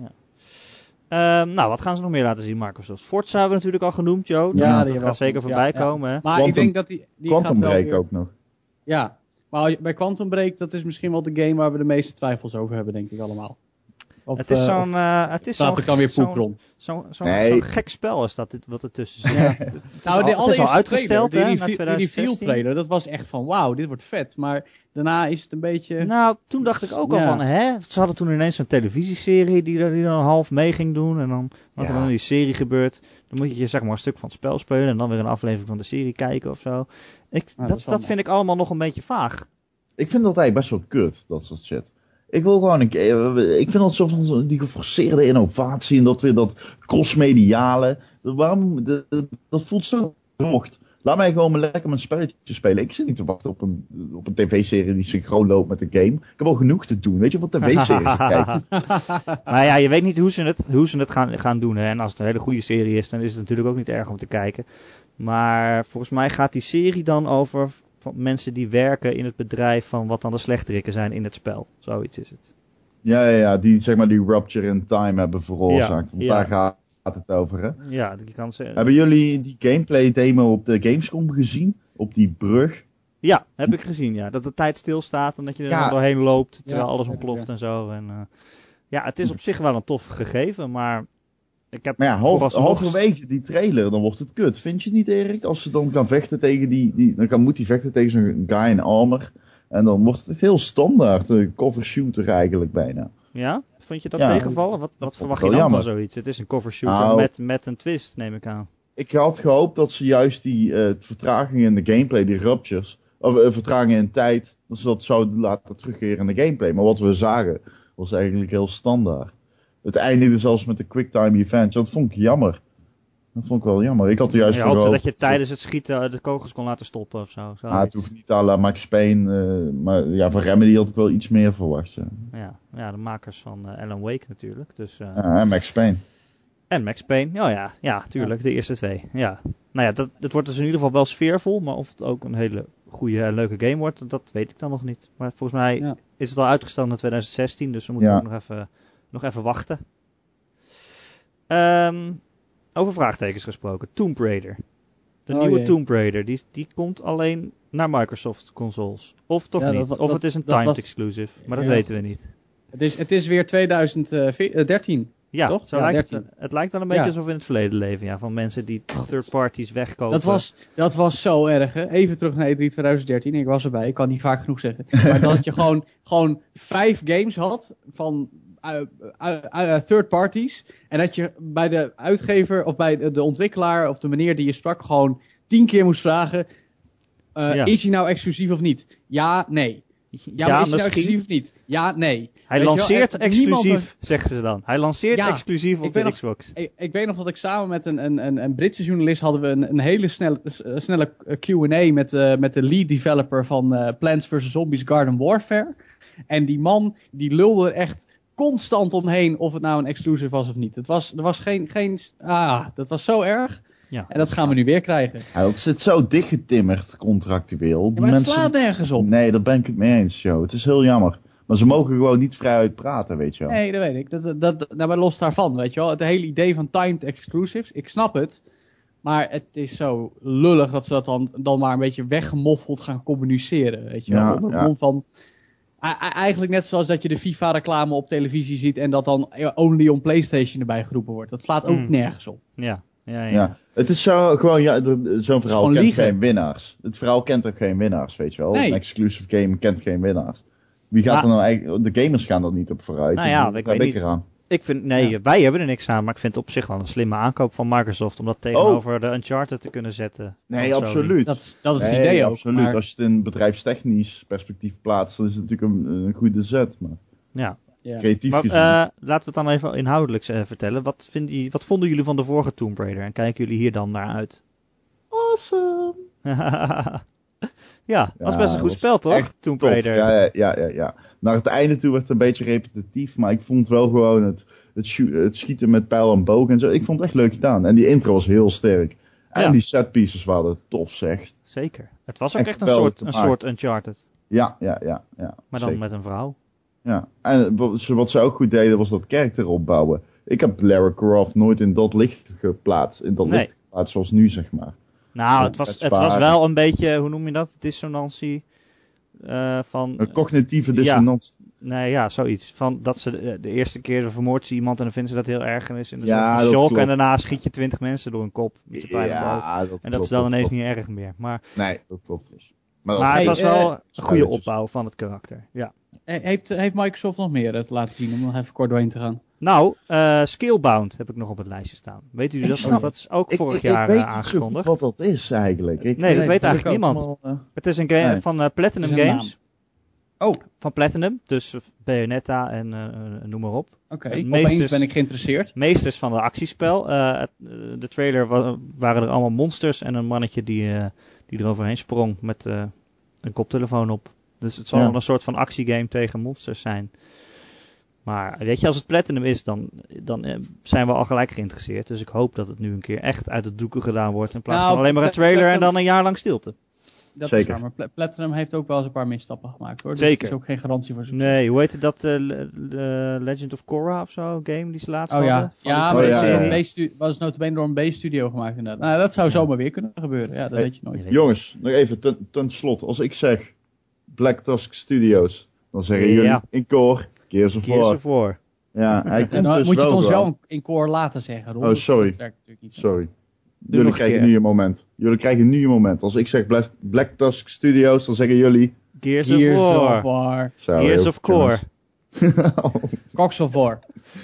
[SPEAKER 1] Uh, nou, wat gaan ze nog meer laten zien, Microsoft? Forza hebben we natuurlijk al genoemd, Joe.
[SPEAKER 3] Ja,
[SPEAKER 1] dat
[SPEAKER 3] die
[SPEAKER 1] gaat
[SPEAKER 3] wel
[SPEAKER 1] zeker
[SPEAKER 3] goed.
[SPEAKER 1] voorbij
[SPEAKER 3] ja,
[SPEAKER 1] komen.
[SPEAKER 3] Ja.
[SPEAKER 1] Hè?
[SPEAKER 3] Maar
[SPEAKER 2] Quantum,
[SPEAKER 3] ik denk dat die, die
[SPEAKER 2] Quantum
[SPEAKER 3] gaat wel
[SPEAKER 2] Break
[SPEAKER 3] weer...
[SPEAKER 2] ook nog.
[SPEAKER 3] Ja, maar bij Quantum Break, dat is misschien wel de game waar we de meeste twijfels over hebben, denk ik allemaal. Of,
[SPEAKER 1] het is
[SPEAKER 3] uh,
[SPEAKER 1] zo'n... Uh, het is
[SPEAKER 3] staat er dan weer poep rond.
[SPEAKER 1] Zo'n zo,
[SPEAKER 2] nee.
[SPEAKER 1] zo gek spel is dat, dit, wat er tussen zit.
[SPEAKER 3] Ja. nou,
[SPEAKER 1] al,
[SPEAKER 3] de
[SPEAKER 1] het is al uitgesteld,
[SPEAKER 3] trailer,
[SPEAKER 1] hè,
[SPEAKER 3] die,
[SPEAKER 1] naar
[SPEAKER 3] die reveal trailer, dat was echt van wauw, dit wordt vet. Maar daarna is het een beetje...
[SPEAKER 1] Nou, toen dacht ik ook al ja. van, hè, ze hadden toen ineens zo'n televisieserie die, die dan half mee ging doen. En dan, wat ja. er dan in die serie gebeurt, dan moet je zeg maar een stuk van het spel spelen en dan weer een aflevering van de serie kijken of zo. Ik, nou, dat dat, dat vind ik allemaal nog een beetje vaag.
[SPEAKER 2] Ik vind dat eigenlijk best wel kut, dat soort shit. Ik wil gewoon een keer, ik vind dat zo van die geforceerde innovatie en dat weer dat crossmediale. Waarom, dat, dat voelt zo vermocht. Laat mij gewoon lekker mijn spelletje spelen. Ik zit niet te wachten op een, op een tv-serie die synchroon loopt met de game. Ik heb al genoeg te doen. Weet je wat tv-series ik kijken?
[SPEAKER 1] Maar ja, je weet niet hoe ze het, hoe ze het gaan, gaan doen. Hè? En als het een hele goede serie is, dan is het natuurlijk ook niet erg om te kijken. Maar volgens mij gaat die serie dan over van mensen die werken in het bedrijf van wat dan de slechterikken zijn in het spel. Zoiets is het.
[SPEAKER 2] Ja, ja, ja, die zeg maar die rupture in time hebben veroorzaakt.
[SPEAKER 1] Ja,
[SPEAKER 2] Want
[SPEAKER 1] ja.
[SPEAKER 2] daar gaat het over, hè?
[SPEAKER 1] Ja, die kan ze...
[SPEAKER 2] Hebben jullie die gameplay demo op de Gamescom gezien? Op die brug?
[SPEAKER 1] Ja, heb ik gezien, ja. Dat de tijd stilstaat en dat je er
[SPEAKER 2] Ja.
[SPEAKER 1] dan doorheen loopt terwijl
[SPEAKER 3] Ja,
[SPEAKER 1] alles
[SPEAKER 3] dat,
[SPEAKER 1] ontploft
[SPEAKER 3] ja.
[SPEAKER 1] en zo. En, uh, ja, het is op zich wel een tof gegeven, maar ik heb
[SPEAKER 2] Maar ja, half,
[SPEAKER 1] vooralsnog-
[SPEAKER 2] halverwege die trailer, dan wordt het kut. Vind je niet, Erik? Als ze dan gaan vechten tegen die... die dan kan, moet hij vechten tegen zo'n guy in armor. En dan wordt het heel standaard. Een cover shooter eigenlijk bijna.
[SPEAKER 1] Ja? Vond je dat
[SPEAKER 2] Ja,
[SPEAKER 1] tegenvallen? Wat, wat
[SPEAKER 2] vond
[SPEAKER 1] verwacht
[SPEAKER 2] ik
[SPEAKER 1] je
[SPEAKER 2] wel
[SPEAKER 1] dan van
[SPEAKER 2] jammer.
[SPEAKER 1] zoiets? Het is een cover shooter
[SPEAKER 2] Nou.
[SPEAKER 1] met, met een twist, neem ik aan.
[SPEAKER 2] Ik had gehoopt dat ze juist die uh, vertragingen in de gameplay, die ruptures... Of uh, vertragingen in tijd, dat ze dat zouden laten terugkeren in de gameplay. Maar wat we zagen, was eigenlijk heel standaard. Het eindigde zelfs met de quicktime events. Dat vond ik jammer. Dat vond ik wel jammer. Ik had er juist
[SPEAKER 1] Je
[SPEAKER 2] voor
[SPEAKER 1] hoopte
[SPEAKER 2] gehoopt
[SPEAKER 1] dat je tijdens het schieten de kogels kon laten stoppen of zo. zo
[SPEAKER 2] Ah, het hoeft niet à la Max Payne, uh, maar ja, van Remedy had ik wel iets meer verwacht. Ja,
[SPEAKER 1] ja, ja, de makers van uh, Alan Wake natuurlijk. Dus, uh,
[SPEAKER 2] ja en Max Payne.
[SPEAKER 1] En Max Payne, oh ja, ja, tuurlijk, de eerste twee. Ja. Nou ja, dat, het wordt dus in ieder geval wel sfeervol, maar of het ook een hele goede en leuke game wordt, dat weet ik dan nog niet. Maar volgens mij
[SPEAKER 3] Ja.
[SPEAKER 1] is het al uitgesteld naar twintig zestien, dus we moeten
[SPEAKER 2] Ja.
[SPEAKER 1] ook nog even, nog even wachten. Um, over vraagtekens gesproken, Tomb Raider. De
[SPEAKER 3] Oh
[SPEAKER 1] nieuwe
[SPEAKER 3] jee.
[SPEAKER 1] Tomb Raider, die, die komt alleen naar Microsoft consoles. Of toch
[SPEAKER 3] Ja,
[SPEAKER 1] niet?
[SPEAKER 3] dat-
[SPEAKER 1] of
[SPEAKER 3] dat-
[SPEAKER 1] het is een
[SPEAKER 3] dat
[SPEAKER 1] timed
[SPEAKER 3] was-
[SPEAKER 1] exclusive, maar dat
[SPEAKER 3] Ja.
[SPEAKER 1] weten we niet.
[SPEAKER 3] Het is, het is weer twintig dertien.
[SPEAKER 1] Ja,
[SPEAKER 3] Toch?
[SPEAKER 1] zo
[SPEAKER 3] Ja,
[SPEAKER 1] lijkt het,
[SPEAKER 3] dertien.
[SPEAKER 1] het lijkt wel een beetje
[SPEAKER 3] Ja.
[SPEAKER 1] alsof we in het verleden leven, ja, van mensen die third parties wegkopen.
[SPEAKER 3] Dat was, dat was zo erg, hè. Even terug naar E drie twintig dertien. Ik was erbij, ik kan niet vaak genoeg zeggen. Maar dat je gewoon, gewoon vijf games had van uh, uh, uh, third parties. En dat je bij de uitgever of bij de, de ontwikkelaar of de meneer die je sprak gewoon tien keer moest vragen. Uh,
[SPEAKER 1] Ja.
[SPEAKER 3] Is hij nou exclusief of niet? Ja, nee. Ja,
[SPEAKER 1] Ja,
[SPEAKER 3] maar is hij nou
[SPEAKER 1] misschien.
[SPEAKER 3] exclusief of niet? Ja, nee.
[SPEAKER 1] Hij
[SPEAKER 3] Weet je wel,
[SPEAKER 1] lanceert
[SPEAKER 3] en niemand-
[SPEAKER 1] exclusief, zeggen ze dan. Hij lanceert
[SPEAKER 3] Ja,
[SPEAKER 1] exclusief op
[SPEAKER 3] ik ben
[SPEAKER 1] de
[SPEAKER 3] nog-
[SPEAKER 1] Xbox.
[SPEAKER 3] Ik, ik weet nog dat ik samen met een, een, een, een Britse journalist hadden we een, een hele snelle, uh, snelle Q en A met, uh, met de lead developer van uh, Plants versus. Zombies Garden Warfare. En die man die lulde er echt constant omheen of het nou een exclusive was of niet. Het was, er was geen, geen, ah, dat was zo erg.
[SPEAKER 1] Ja.
[SPEAKER 3] En dat gaan we nu weer krijgen.
[SPEAKER 2] Ja, dat zit zo dichtgetimmerd contractueel.
[SPEAKER 3] Ja, maar het slaat nergens op.
[SPEAKER 2] Nee, daar ben ik het mee eens, joh. Het is heel jammer. Maar ze mogen gewoon niet vrij uitpraten, weet je wel.
[SPEAKER 3] Nee, dat weet ik. Dat, dat, dat, nou, maar los daarvan, weet je wel. Het hele idee van timed exclusives, ik snap het. Maar het is zo lullig dat ze dat dan, dan maar een beetje weggemoffeld gaan communiceren, weet je wel.
[SPEAKER 2] Ja,
[SPEAKER 3] Onder de
[SPEAKER 2] ja.
[SPEAKER 3] mond van... A- a- Eigenlijk net zoals dat je de FIFA-reclame op televisie ziet en dat dan only on PlayStation erbij geroepen wordt. Dat slaat ook
[SPEAKER 1] Mm.
[SPEAKER 3] nergens op.
[SPEAKER 1] Ja, ja, ja.
[SPEAKER 2] Ja, het is zo, gewoon, ja, de- zo'n verhaal
[SPEAKER 3] gewoon
[SPEAKER 2] kent
[SPEAKER 3] liegen.
[SPEAKER 2] geen winnaars. Het verhaal kent ook geen winnaars, weet je wel.
[SPEAKER 3] Nee.
[SPEAKER 2] Een exclusive game kent geen winnaars. Wie gaat
[SPEAKER 1] Maar-
[SPEAKER 2] er nou eigenlijk, de gamers gaan er niet op vooruit.
[SPEAKER 1] Nou ja,
[SPEAKER 2] Wat
[SPEAKER 1] ik
[SPEAKER 2] heb
[SPEAKER 1] weet
[SPEAKER 2] ik
[SPEAKER 1] niet.
[SPEAKER 2] eraan?
[SPEAKER 1] Ik vind, nee,
[SPEAKER 3] Ja.
[SPEAKER 1] wij hebben er niks aan, maar ik vind het op zich wel een slimme aankoop van Microsoft om dat tegenover de Uncharted te kunnen zetten.
[SPEAKER 2] Nee,
[SPEAKER 1] Van Sony.
[SPEAKER 2] absoluut.
[SPEAKER 3] Dat is, dat is het
[SPEAKER 2] Nee,
[SPEAKER 3] idee ook.
[SPEAKER 2] absoluut.
[SPEAKER 3] Maar,
[SPEAKER 2] Als je het in bedrijfstechnisch perspectief plaatst, dan is het natuurlijk een, een goede zet. Maar
[SPEAKER 1] Ja.
[SPEAKER 3] ja.
[SPEAKER 2] creatief
[SPEAKER 1] Maar
[SPEAKER 2] gezien.
[SPEAKER 1] uh, laten we het dan even inhoudelijk uh, vertellen. Wat, vind je, wat vonden jullie van de vorige Tomb Raider en kijken jullie hier dan naar uit?
[SPEAKER 2] Awesome.
[SPEAKER 1] Ja, dat was best een goed
[SPEAKER 2] was
[SPEAKER 1] spel, toch?
[SPEAKER 2] echt
[SPEAKER 1] Tomb
[SPEAKER 2] Tof.
[SPEAKER 1] Raider.
[SPEAKER 2] Ja, ja, ja, ja, ja. Naar het einde toe werd het een beetje repetitief, maar ik vond wel gewoon het, het, schu- het schieten met pijl en boog en zo. Ik vond het echt leuk gedaan. En die intro was heel sterk. En
[SPEAKER 1] Ja.
[SPEAKER 2] die set pieces waren tof, zeg.
[SPEAKER 1] Zeker. Het was ook
[SPEAKER 2] Echt
[SPEAKER 1] echt een
[SPEAKER 2] wel
[SPEAKER 1] soort,
[SPEAKER 2] te
[SPEAKER 1] een
[SPEAKER 2] maken.
[SPEAKER 1] soort Uncharted.
[SPEAKER 2] Ja, ja, ja. ja
[SPEAKER 1] Maar dan
[SPEAKER 2] zeker.
[SPEAKER 1] met een vrouw.
[SPEAKER 2] Ja. En wat ze, wat ze ook goed deden, was dat karakter opbouwen. Ik heb Lara Croft nooit in dat licht geplaatst. In dat
[SPEAKER 1] Nee.
[SPEAKER 2] licht geplaatst zoals nu, zeg maar.
[SPEAKER 1] Nou,
[SPEAKER 2] Zo,
[SPEAKER 1] het was,
[SPEAKER 2] met
[SPEAKER 1] het was
[SPEAKER 2] sparen.
[SPEAKER 1] wel een beetje, hoe noem je dat? Dissonantie. Uh, van,
[SPEAKER 2] Een cognitieve
[SPEAKER 1] Ja.
[SPEAKER 2] dissonantie.
[SPEAKER 1] nee, ja, zoiets. Van dat ze de, de eerste keer vermoordt ze iemand en dan vinden ze dat heel erg en is in een
[SPEAKER 2] Ja,
[SPEAKER 1] soort van
[SPEAKER 2] dat
[SPEAKER 1] shock.
[SPEAKER 2] klopt.
[SPEAKER 1] En daarna schiet je twintig mensen door een kop. Met de pijl en boog.
[SPEAKER 2] Ja, dat
[SPEAKER 1] En dat
[SPEAKER 2] klopt,
[SPEAKER 1] is dan ineens
[SPEAKER 2] klopt.
[SPEAKER 1] niet erg meer. Maar,
[SPEAKER 2] Nee, dat klopt dus. Maar, dat
[SPEAKER 1] maar het
[SPEAKER 3] Hey,
[SPEAKER 1] was wel
[SPEAKER 3] eh,
[SPEAKER 1] een goede
[SPEAKER 2] spelletjes.
[SPEAKER 1] opbouw van het karakter. Ja.
[SPEAKER 3] He- Heeft, heeft Microsoft nog meer eh, te laten zien om nog even kort doorheen te gaan?
[SPEAKER 1] Nou, uh, Skillbound heb ik nog op het lijstje staan. Weet u
[SPEAKER 2] Ik
[SPEAKER 1] dat?
[SPEAKER 2] snap-
[SPEAKER 1] Dat is ook
[SPEAKER 2] ik,
[SPEAKER 1] vorig
[SPEAKER 2] ik,
[SPEAKER 1] jaar
[SPEAKER 2] ik weet
[SPEAKER 1] uh,
[SPEAKER 2] niet zo goed
[SPEAKER 1] aangekondigd.
[SPEAKER 2] wat dat is eigenlijk. Ik,
[SPEAKER 1] Nee, dat weet
[SPEAKER 3] dat
[SPEAKER 1] eigenlijk
[SPEAKER 3] ik ook.
[SPEAKER 1] niemand.
[SPEAKER 2] allemaal, uh,
[SPEAKER 1] Het is een game
[SPEAKER 2] Nee.
[SPEAKER 1] van uh, Platinum
[SPEAKER 3] Het is een
[SPEAKER 1] Games.
[SPEAKER 3] Oh.
[SPEAKER 1] Van Platinum, dus Bayonetta en uh, noem maar op.
[SPEAKER 3] Oké, okay. Opeens ben ik geïnteresseerd.
[SPEAKER 1] Meesters van de actiespel. Uh, de trailer wa- waren er allemaal monsters en een mannetje die, uh, die eroverheen sprong met uh, een koptelefoon op. Dus het zal ja. wel een soort van actiegame tegen monsters zijn. Maar weet je, als het Platinum is, dan, dan uh, zijn we al gelijk geïnteresseerd. Dus ik hoop dat het nu een keer echt uit de doeken gedaan wordt. In plaats nou, van alleen maar een trailer Platinum, en dan een jaar lang stilte.
[SPEAKER 3] Dat Zeker. is waar, maar Platinum heeft ook wel eens een paar misstappen gemaakt hoor. Dus
[SPEAKER 1] Zeker.
[SPEAKER 3] Dat is ook geen garantie voor succes.
[SPEAKER 1] Nee, hoe heette dat? Uh, uh, Legend of Korra of zo? Game die ze laatst
[SPEAKER 3] oh,
[SPEAKER 1] hadden?
[SPEAKER 3] Ja, ja maar oh, ja, ja, ja. Stu- was notabene door een B-studio gemaakt inderdaad. Nou, dat zou ja. zomaar weer kunnen gebeuren. Ja, dat hey, weet je nooit.
[SPEAKER 2] Jongens, nog even ten, ten slotte. Als ik zeg Black Tusk Studios, dan zeggen ja. jullie in koor Gears of War.
[SPEAKER 1] Gears of War.
[SPEAKER 2] Ja, hij komt
[SPEAKER 3] dan
[SPEAKER 2] dus
[SPEAKER 3] moet je het ons
[SPEAKER 2] wel
[SPEAKER 3] wel in koor laten zeggen. Roel.
[SPEAKER 2] Oh, sorry.
[SPEAKER 3] Dat werkt natuurlijk niet.
[SPEAKER 2] Sorry. Jullie krijgen nu een moment. Jullie krijgen nu een moment. Als ik zeg Black, Black Tusk Studios, dan zeggen jullie
[SPEAKER 1] Gears,
[SPEAKER 3] Gears
[SPEAKER 1] of War.
[SPEAKER 3] Of War.
[SPEAKER 1] Zo, Gears of Core.
[SPEAKER 3] Cox of War.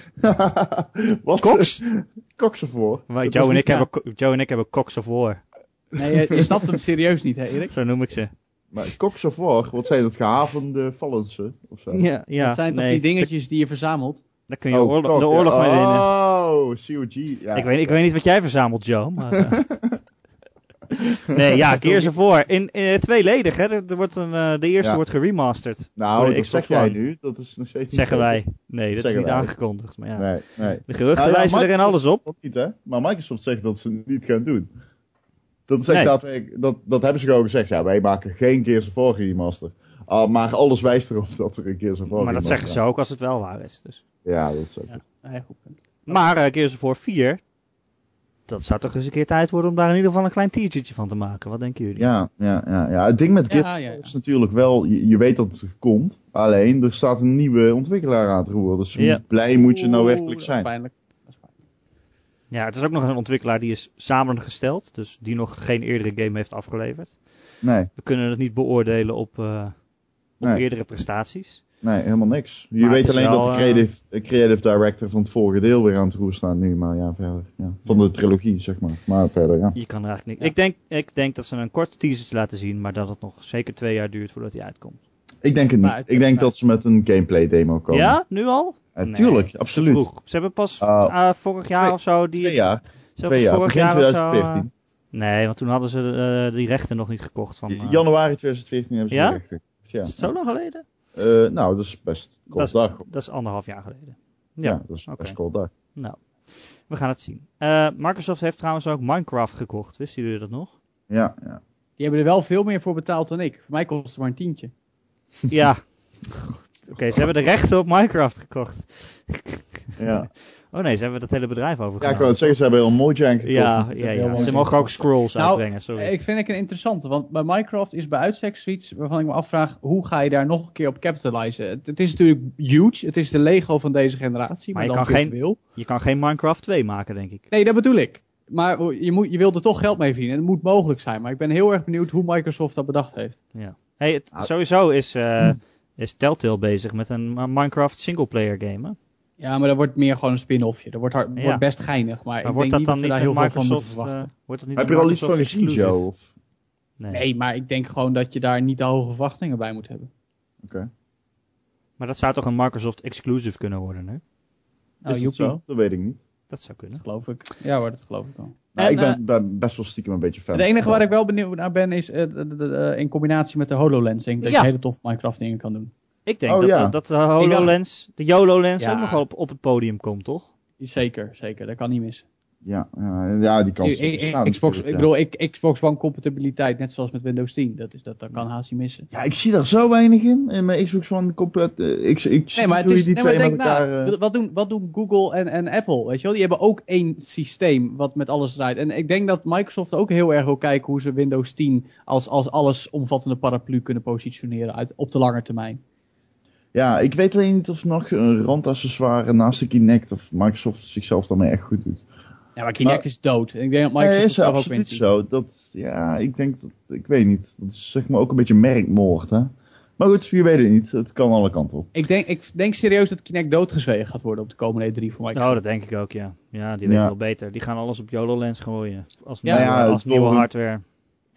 [SPEAKER 2] Wat?
[SPEAKER 1] Cox?
[SPEAKER 2] Cox of War.
[SPEAKER 1] Maar Joe, en ik ja. hebben, Joe en ik hebben Cox of War.
[SPEAKER 3] Nee, je, je snapt hem serieus niet, hè Erik?
[SPEAKER 1] Zo noem ik ze.
[SPEAKER 2] Maar Cox of War, wat zijn dat? Gehavende vallensen? Of zo?
[SPEAKER 1] Ja, ja.
[SPEAKER 3] Dat zijn toch
[SPEAKER 1] nee.
[SPEAKER 3] die dingetjes die je verzamelt?
[SPEAKER 1] Daar kun je
[SPEAKER 2] oh,
[SPEAKER 1] oorlog,
[SPEAKER 2] Kok,
[SPEAKER 1] de oorlog
[SPEAKER 2] ja.
[SPEAKER 1] mee winnen.
[SPEAKER 2] Oh, C O G. Ja.
[SPEAKER 1] Ik, weet, ik weet niet wat jij verzamelt, Joe. Maar, uh... nee, ja, Gears of War. In, in, tweeledig, hè. Er wordt een, uh, de eerste ja. wordt geremasterd.
[SPEAKER 2] Nou, dat zeg jij nu. Dat is nog steeds niet
[SPEAKER 1] Zeggen
[SPEAKER 2] zo.
[SPEAKER 1] wij. Nee, dat, dat is niet
[SPEAKER 2] wij.
[SPEAKER 1] aangekondigd. Maar ja.
[SPEAKER 2] Nee, nee.
[SPEAKER 1] De geruchten
[SPEAKER 2] nou, ja,
[SPEAKER 1] wijzen erin alles op.
[SPEAKER 2] Niet, hè? Maar Microsoft zegt dat ze het niet gaan doen. Dat, is echt
[SPEAKER 1] nee.
[SPEAKER 2] dat, dat, dat hebben ze gewoon gezegd. Ja, wij maken geen Gears of War remaster. Uh, maar alles wijst erop dat er een Gears of War
[SPEAKER 1] Maar dat zeggen ze ook als het wel waar is. Dus.
[SPEAKER 2] Ja, dat is ook
[SPEAKER 3] ja, heel goed punt.
[SPEAKER 1] Maar uh, Gears of War vier, dat zou toch eens een keer tijd worden om daar in ieder geval een klein teasertje van te maken. Wat denken jullie?
[SPEAKER 2] Ja, ja, ja, ja. Het ding met Gears ja, ja, ja. is natuurlijk wel, je, je weet dat het komt. Alleen, er staat een nieuwe ontwikkelaar aan het roer. Dus hoe ja. blij moet je nou werkelijk zijn?
[SPEAKER 3] Dat is pijnlijk. Dat is pijnlijk.
[SPEAKER 1] Ja, het is ook nog een ontwikkelaar die is samengesteld. Dus die nog geen eerdere game heeft afgeleverd.
[SPEAKER 2] Nee.
[SPEAKER 1] We kunnen het niet beoordelen op, uh, op nee. eerdere prestaties.
[SPEAKER 2] Nee, helemaal niks. Je maar weet alleen wel, dat de creative, uh, creative director van het vorige deel weer aan het roer staat nu. Maar ja, verder. Ja. Van de trilogie, zeg maar. Maar verder, ja.
[SPEAKER 1] Je kan er eigenlijk niet. Ja. Ik, denk, ik denk dat ze een kort teasertje laten zien. Maar dat het nog zeker twee jaar duurt voordat hij uitkomt.
[SPEAKER 2] Ik denk het niet.
[SPEAKER 3] Het
[SPEAKER 2] ik denk maar... dat ze met een gameplay demo komen.
[SPEAKER 1] Ja? Nu al?
[SPEAKER 2] Ja, nee, tuurlijk, absoluut.
[SPEAKER 1] Vroeg. Ze hebben pas uh, uh, vorig jaar
[SPEAKER 2] twee,
[SPEAKER 1] of zo... Die,
[SPEAKER 2] twee jaar.
[SPEAKER 1] Ze
[SPEAKER 2] twee jaar.
[SPEAKER 1] Vorig jaar
[SPEAKER 2] twintig veertien.
[SPEAKER 1] Of zo, uh, nee, want toen hadden ze uh, die rechten nog niet gekocht. Van, uh...
[SPEAKER 2] Januari twintig veertien hebben ze
[SPEAKER 1] ja?
[SPEAKER 2] de rechten. Ja?
[SPEAKER 1] Is het zo lang geleden?
[SPEAKER 2] Uh, nou, dat is best kort dag.
[SPEAKER 1] Dat is anderhalf jaar geleden.
[SPEAKER 2] Ja, ja dat is okay. best kort dag.
[SPEAKER 1] Nou, we gaan het zien. Uh, Microsoft heeft trouwens ook Minecraft gekocht. Wisten jullie dat nog?
[SPEAKER 2] Ja, ja.
[SPEAKER 3] Die hebben er wel veel meer voor betaald dan ik. Voor mij kost het maar een tientje.
[SPEAKER 1] Ja. Oké, okay, ze hebben de rechten op Minecraft gekocht.
[SPEAKER 2] Ja.
[SPEAKER 1] Oh nee, ze hebben dat hele bedrijf overgenomen.
[SPEAKER 2] Ja, ik wou het zeggen, ze hebben heel Mojang gekocht.
[SPEAKER 1] Ja, ja, ja. Ze mogen ook scrolls
[SPEAKER 3] nou,
[SPEAKER 1] uitbrengen, sorry.
[SPEAKER 3] Ik vind het een interessante, want bij Minecraft is bij uitstek zoiets waarvan ik me afvraag, hoe ga je daar nog een keer op capitalizen? Het, het is natuurlijk huge, het is de Lego van deze generatie, maar, maar je dan kan virtueel.
[SPEAKER 1] Geen, je kan geen Minecraft twee maken, denk ik.
[SPEAKER 3] Nee, dat bedoel ik. Maar je, moet, je wil er toch geld mee verdienen. Het moet mogelijk zijn, maar ik ben heel erg benieuwd hoe Microsoft dat bedacht heeft.
[SPEAKER 1] Ja. Hey, het, sowieso is, uh, hm. is Telltale bezig met een Minecraft singleplayer game, hè?
[SPEAKER 3] Ja, maar dat wordt meer gewoon een spin-offje. Dat wordt, hard, ja. wordt best geinig, maar, maar ik denk niet dat we daar heel veel van moeten verwachten. Uh,
[SPEAKER 1] wordt dat niet
[SPEAKER 2] Heb je er al iets van gezien, Joe? Of?
[SPEAKER 3] Nee. nee, maar ik denk gewoon dat je daar niet te hoge verwachtingen bij moet hebben.
[SPEAKER 2] Oké. Okay.
[SPEAKER 1] Maar dat zou toch een Microsoft exclusive kunnen worden, hè?
[SPEAKER 3] Nou,
[SPEAKER 2] is dat zo? Dat weet ik niet.
[SPEAKER 1] Dat zou kunnen.
[SPEAKER 3] Dat geloof ik. Ja hoor, dat geloof ik wel.
[SPEAKER 2] Nou,
[SPEAKER 3] en,
[SPEAKER 2] ik ben,
[SPEAKER 3] uh,
[SPEAKER 2] ben best wel stiekem een beetje fan.
[SPEAKER 3] Het enige waar ik wel benieuwd naar ben is uh, de, de, de, in combinatie met de HoloLens. Denk dat ja. je hele tof Minecraft dingen kan doen.
[SPEAKER 1] Ik denk
[SPEAKER 2] oh,
[SPEAKER 1] dat,
[SPEAKER 2] ja.
[SPEAKER 1] dat, dat de HoloLens, de YOLO-lens
[SPEAKER 3] ja.
[SPEAKER 1] ook nog op, op het podium komt, toch?
[SPEAKER 3] Zeker, zeker. Dat kan niet missen.
[SPEAKER 2] Ja, ja, ja die kans
[SPEAKER 3] I, I, I, Xbox, ik bedoel, ik, Xbox One compatibiliteit, net zoals met Windows tien. Dat, is, dat, dat kan haast niet missen.
[SPEAKER 2] Ja, ik zie daar zo weinig in. In mijn Xbox One compat... Uh, ik, ik
[SPEAKER 3] nee, maar het is,
[SPEAKER 2] die
[SPEAKER 3] nee,
[SPEAKER 2] twee
[SPEAKER 3] maar
[SPEAKER 2] met
[SPEAKER 3] denk
[SPEAKER 2] elkaar...
[SPEAKER 3] na, uh... wat, doen, wat doen Google en, en Apple, weet je wel? Die hebben ook één systeem wat met alles draait. En ik denk dat Microsoft ook heel erg wil kijken hoe ze Windows tien als, als allesomvattende paraplu kunnen positioneren uit, op de lange termijn.
[SPEAKER 2] Ja, ik weet alleen niet of nog een randaccessoire naast de Kinect of Microsoft zichzelf daarmee echt goed doet.
[SPEAKER 3] Ja, maar Kinect maar, is dood. Ik denk dat Microsoft
[SPEAKER 2] nee, is
[SPEAKER 3] zelf
[SPEAKER 2] absoluut
[SPEAKER 3] ook wint.
[SPEAKER 2] Zo. Dat, ja, ik denk dat, ik weet niet. Dat is zeg maar ook een beetje merkmoord, hè. Maar goed, je weet het niet. Het kan alle kanten op.
[SPEAKER 3] Ik denk, ik denk serieus dat Kinect doodgezwegen gaat worden op de komende E drie voor Microsoft.
[SPEAKER 1] Oh, dat denk ik ook, ja. Ja, die weten ja. wel beter. Die gaan alles op YOLO-lens gooien. Als,
[SPEAKER 3] ja,
[SPEAKER 1] nieuwe,
[SPEAKER 2] ja,
[SPEAKER 1] als nieuwe hardware.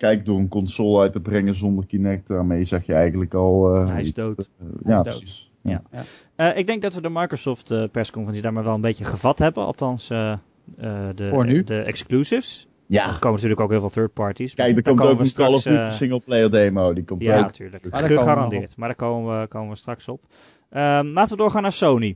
[SPEAKER 2] kijk, door een console uit te brengen zonder Kinect, daarmee zeg je eigenlijk al... Uh,
[SPEAKER 1] hij is dood.
[SPEAKER 2] Uh,
[SPEAKER 3] hij
[SPEAKER 2] ja,
[SPEAKER 3] is dood.
[SPEAKER 2] precies.
[SPEAKER 1] Ja. Ja. Uh, ik denk dat we de Microsoft uh, persconferentie daar maar wel een beetje gevat hebben. Althans, uh, uh, de,
[SPEAKER 3] Voor nu.
[SPEAKER 1] de exclusives.
[SPEAKER 2] Ja.
[SPEAKER 1] Er komen natuurlijk ook heel veel third parties.
[SPEAKER 2] Kijk, er komt ook een Call of Duty uh, singleplayer demo. Die komt
[SPEAKER 1] ja,
[SPEAKER 2] ook.
[SPEAKER 1] natuurlijk. Gegarandeerd. Maar daar komen we, komen we straks op. Uh, laten we doorgaan naar Sony.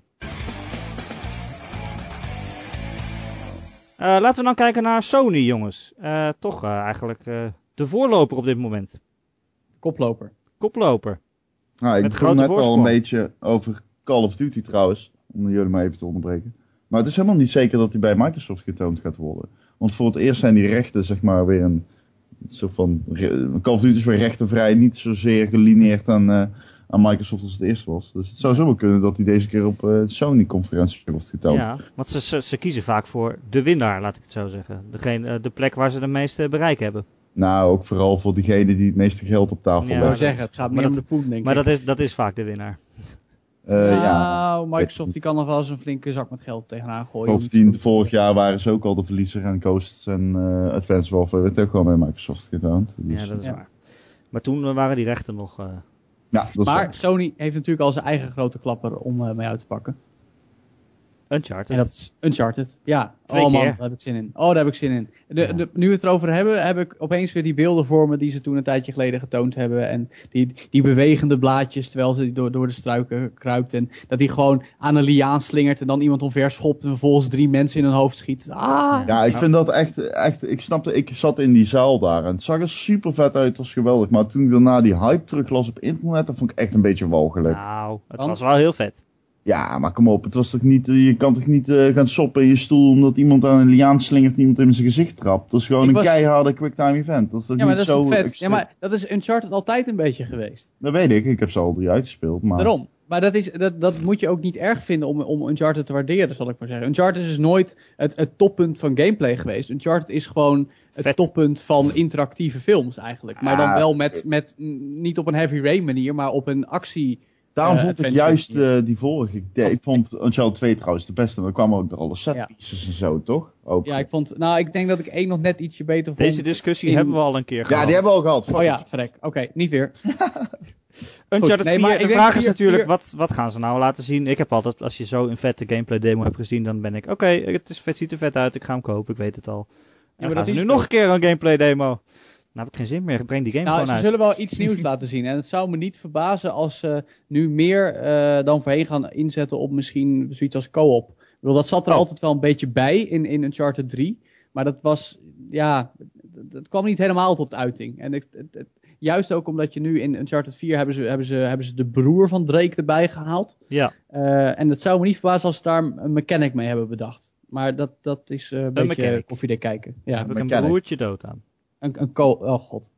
[SPEAKER 1] Uh, laten we dan kijken naar Sony, jongens. Uh, toch uh, eigenlijk uh, de voorloper op dit moment.
[SPEAKER 3] Koploper.
[SPEAKER 1] Koploper.
[SPEAKER 2] Nou, ik begon net al een beetje over Call of Duty trouwens. Om jullie maar even te onderbreken. Maar het is helemaal niet zeker dat die bij Microsoft getoond gaat worden. Want voor het eerst zijn die rechten zeg maar weer een soort van... Call of Duty is weer rechtenvrij. Niet zozeer gelineerd aan, uh, aan Microsoft als het eerst was. Dus het zou zo wel kunnen dat die deze keer op uh, Sony-conferentie wordt getoond.
[SPEAKER 1] Ja, want ze, ze, ze kiezen vaak voor de winnaar, laat ik het zo zeggen. Degene, uh, de plek waar ze de meeste bereik hebben.
[SPEAKER 2] Nou, ook vooral voor diegene die het meeste geld op tafel
[SPEAKER 3] leggen.
[SPEAKER 2] Ja,
[SPEAKER 3] ik zeggen, het gaat meer om de poen, denk
[SPEAKER 1] maar
[SPEAKER 3] ik.
[SPEAKER 1] Maar dat is, dat is vaak de winnaar.
[SPEAKER 2] Uh,
[SPEAKER 3] nou,
[SPEAKER 2] ja,
[SPEAKER 3] Microsoft die kan nog wel eens een flinke zak met geld tegenaan gooien.
[SPEAKER 2] Bovendien, vorig jaar waren ze ook al de verliezer en Ghosts en uh, Advanced Warfare werd ook gewoon bij Microsoft getoond. Dus.
[SPEAKER 1] Ja, dat is
[SPEAKER 3] ja.
[SPEAKER 1] waar. Maar toen uh, waren die rechten nog... Uh...
[SPEAKER 2] Ja, dat is
[SPEAKER 3] maar
[SPEAKER 2] waar.
[SPEAKER 3] Sony heeft natuurlijk al zijn eigen grote klapper om uh, mee uit te pakken.
[SPEAKER 1] Uncharted.
[SPEAKER 3] En dat is Uncharted. Ja,
[SPEAKER 1] Twee
[SPEAKER 3] oh man,
[SPEAKER 1] keer.
[SPEAKER 3] daar heb ik zin in. Oh, daar heb ik zin in. De,
[SPEAKER 1] Ja.
[SPEAKER 3] de, nu we het erover hebben, heb ik opeens weer die beelden voor me die ze toen een tijdje geleden getoond hebben. En die, die bewegende blaadjes terwijl ze door, door de struiken kruipt. En dat hij gewoon aan een liaan slingert en dan iemand omver schopt en vervolgens drie mensen in hun hoofd schiet. Ah!
[SPEAKER 2] Ja, ik vind dat echt, echt, ik snapte, ik zat in die zaal daar en het zag er super vet uit, het was geweldig. Maar toen ik daarna die hype teruglas op internet, dat vond ik echt een beetje walgelijk.
[SPEAKER 1] Nou, het
[SPEAKER 3] Want?
[SPEAKER 1] was wel heel vet.
[SPEAKER 2] Ja, maar kom op, het was toch niet, je kan toch niet uh, gaan soppen in je stoel omdat iemand aan een liaan slingert en iemand in zijn gezicht trapt. Dat is gewoon
[SPEAKER 3] Ik
[SPEAKER 2] een
[SPEAKER 3] was...
[SPEAKER 2] keiharde quicktime event. Dat is toch
[SPEAKER 3] ja, maar
[SPEAKER 2] niet
[SPEAKER 3] dat is
[SPEAKER 2] zo
[SPEAKER 3] vet.
[SPEAKER 2] extreem.
[SPEAKER 3] Ja, maar dat is Uncharted altijd een beetje geweest.
[SPEAKER 2] Dat weet ik, ik heb ze al drie uitgespeeld. Maar...
[SPEAKER 3] Daarom. Maar dat, is, dat, dat moet je ook niet erg vinden om, om Uncharted te waarderen, zal ik maar zeggen. Uncharted is nooit het, het toppunt van gameplay geweest. Uncharted is gewoon het
[SPEAKER 1] Vet.
[SPEAKER 3] toppunt van interactieve films eigenlijk. Maar dan
[SPEAKER 2] Ah,
[SPEAKER 3] wel met, met, niet op een Heavy Rain manier, maar op een actie...
[SPEAKER 2] Daarom
[SPEAKER 3] Uh,
[SPEAKER 2] vond ik
[SPEAKER 3] adventure.
[SPEAKER 2] juist uh, die vorige. Ik, ik vond Uncharted twee trouwens de beste. Dan kwamen ook er alle set pieces ja. en zo, toch? Ook.
[SPEAKER 3] Ja, ik vond... Nou, ik denk dat ik één nog net ietsje beter vond.
[SPEAKER 1] Deze discussie
[SPEAKER 3] in...
[SPEAKER 1] hebben we al een keer gehad.
[SPEAKER 2] Ja, die hebben we al gehad.
[SPEAKER 3] Oh ja, verrek. Oké, okay, niet weer.
[SPEAKER 1] Uncharted
[SPEAKER 3] nee,
[SPEAKER 1] vier,
[SPEAKER 3] maar
[SPEAKER 1] de
[SPEAKER 3] ik
[SPEAKER 1] vraag
[SPEAKER 3] denk
[SPEAKER 1] is
[SPEAKER 3] vier,
[SPEAKER 1] natuurlijk,
[SPEAKER 3] vier...
[SPEAKER 1] Wat, wat gaan ze nou laten zien? Ik heb altijd, als je zo een vette gameplay demo hebt gezien, dan ben ik, oké, okay, het is vet, ziet er vet uit, ik ga hem kopen, ik weet het al. En ja, dan gaan ze nu nog een keer een gameplay demo. Nou heb ik geen zin meer, breng die game
[SPEAKER 3] nou,
[SPEAKER 1] gewoon uit.
[SPEAKER 3] Ze zullen wel iets nieuws laten zien. En het zou me niet verbazen als ze nu meer uh, dan voorheen gaan inzetten op misschien zoiets als co-op. Ik bedoel, dat zat er oh. altijd wel een beetje bij in, in Uncharted drie. Maar dat was, ja, dat kwam niet helemaal tot uiting. En het, het, het, juist ook omdat je nu in Uncharted vier hebben ze, hebben ze, hebben ze de broer van Drake erbij gehaald.
[SPEAKER 1] Ja.
[SPEAKER 3] Uh, en het zou me niet verbazen als ze daar een mechanic mee hebben bedacht. Maar dat, dat is uh, een, een beetje mechanic. Koffiedik kijken. Ja,
[SPEAKER 1] heb ik een broertje dood aan.
[SPEAKER 3] Een, een co- oh god.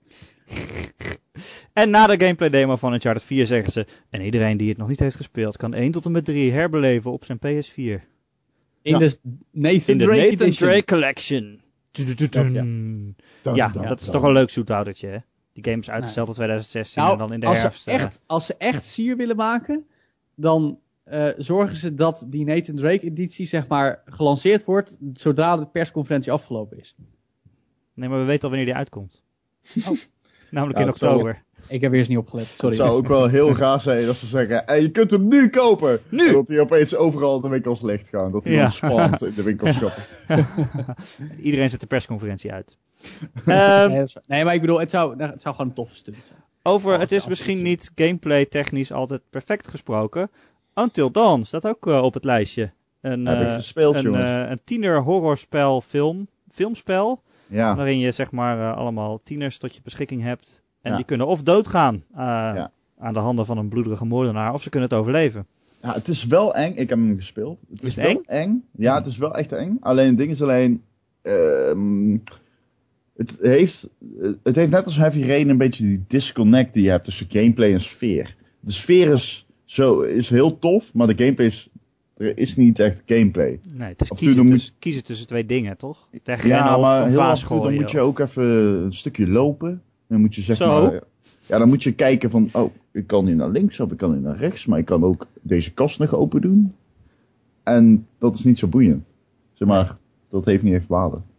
[SPEAKER 1] En na de gameplay demo van Uncharted vier zeggen ze... En iedereen die het nog niet heeft gespeeld... kan één tot en met drie herbeleven op zijn P S vier.
[SPEAKER 3] In
[SPEAKER 1] ja.
[SPEAKER 3] de Nathan
[SPEAKER 1] In de
[SPEAKER 3] Drake
[SPEAKER 1] Nathan
[SPEAKER 3] Edition.
[SPEAKER 1] Drake Collection. Dat, ja, ja, ja dat, dat is toch een leuk zoethoudertje, hè? Die game is uitgesteld tot twintig zestien
[SPEAKER 3] nou,
[SPEAKER 1] en dan in de
[SPEAKER 3] als
[SPEAKER 1] herfst...
[SPEAKER 3] Ze echt, uh... als ze echt sier willen maken... dan uh, zorgen ze dat die Nathan Drake editie zeg maar gelanceerd wordt... zodra de persconferentie afgelopen is.
[SPEAKER 1] Nee, maar we weten al wanneer die uitkomt.
[SPEAKER 3] Oh.
[SPEAKER 1] Namelijk
[SPEAKER 2] ja,
[SPEAKER 1] in oktober.
[SPEAKER 3] Zou, ik heb weer eens niet opgelet, sorry.
[SPEAKER 2] Het zou ook wel heel gaaf zijn dat ze zeggen... Hey, je kunt hem nu kopen!
[SPEAKER 1] Nu!
[SPEAKER 2] En dat hij opeens overal de winkels licht gaan. Dat hij ja. ontspant in de winkels shoppen.
[SPEAKER 1] Iedereen zet de persconferentie uit.
[SPEAKER 3] um, nee, nee, maar ik bedoel, het zou, het zou gewoon een toffe stunt zijn.
[SPEAKER 1] Over, oh, het is misschien niet gameplay technisch altijd perfect gesproken. Until Dawn staat ook uh, op het lijstje. Een,
[SPEAKER 2] Heb
[SPEAKER 1] uh,
[SPEAKER 2] ik gespeeld,
[SPEAKER 1] een, uh, een tiener horrorspel film, filmspel.
[SPEAKER 2] Ja.
[SPEAKER 1] Waarin je zeg maar uh, allemaal tieners tot je beschikking hebt. En
[SPEAKER 2] ja.
[SPEAKER 1] die kunnen of doodgaan uh,
[SPEAKER 2] ja.
[SPEAKER 1] aan de handen van een bloederige moordenaar. Of ze kunnen het overleven.
[SPEAKER 2] Ja, het is wel eng. Ik heb hem gespeeld. Het is,
[SPEAKER 1] is het
[SPEAKER 2] wel
[SPEAKER 1] eng?
[SPEAKER 2] eng? Ja, het is wel echt eng. Alleen het ding is alleen... Uh, het, heeft, het heeft net als Heavy Rain een beetje die disconnect die je hebt tussen gameplay en sfeer. De sfeer is, zo, is heel tof, maar de gameplay is... Er is niet echt gameplay.
[SPEAKER 1] Nee, het is kiezen,
[SPEAKER 2] moet...
[SPEAKER 1] tussen, kiezen tussen twee dingen, toch? Tegen
[SPEAKER 2] ja, maar heel af en toe dan
[SPEAKER 1] gooien,
[SPEAKER 2] moet je ook even een stukje lopen. Dan moet je zeg
[SPEAKER 1] Zo?
[SPEAKER 2] maar... Ja, dan moet je kijken van... Oh, ik kan hier naar links of ik kan hier naar rechts. Maar ik kan ook deze kast nog open doen. En dat is niet zo boeiend. Zeg maar, dat heeft niet echt waarde.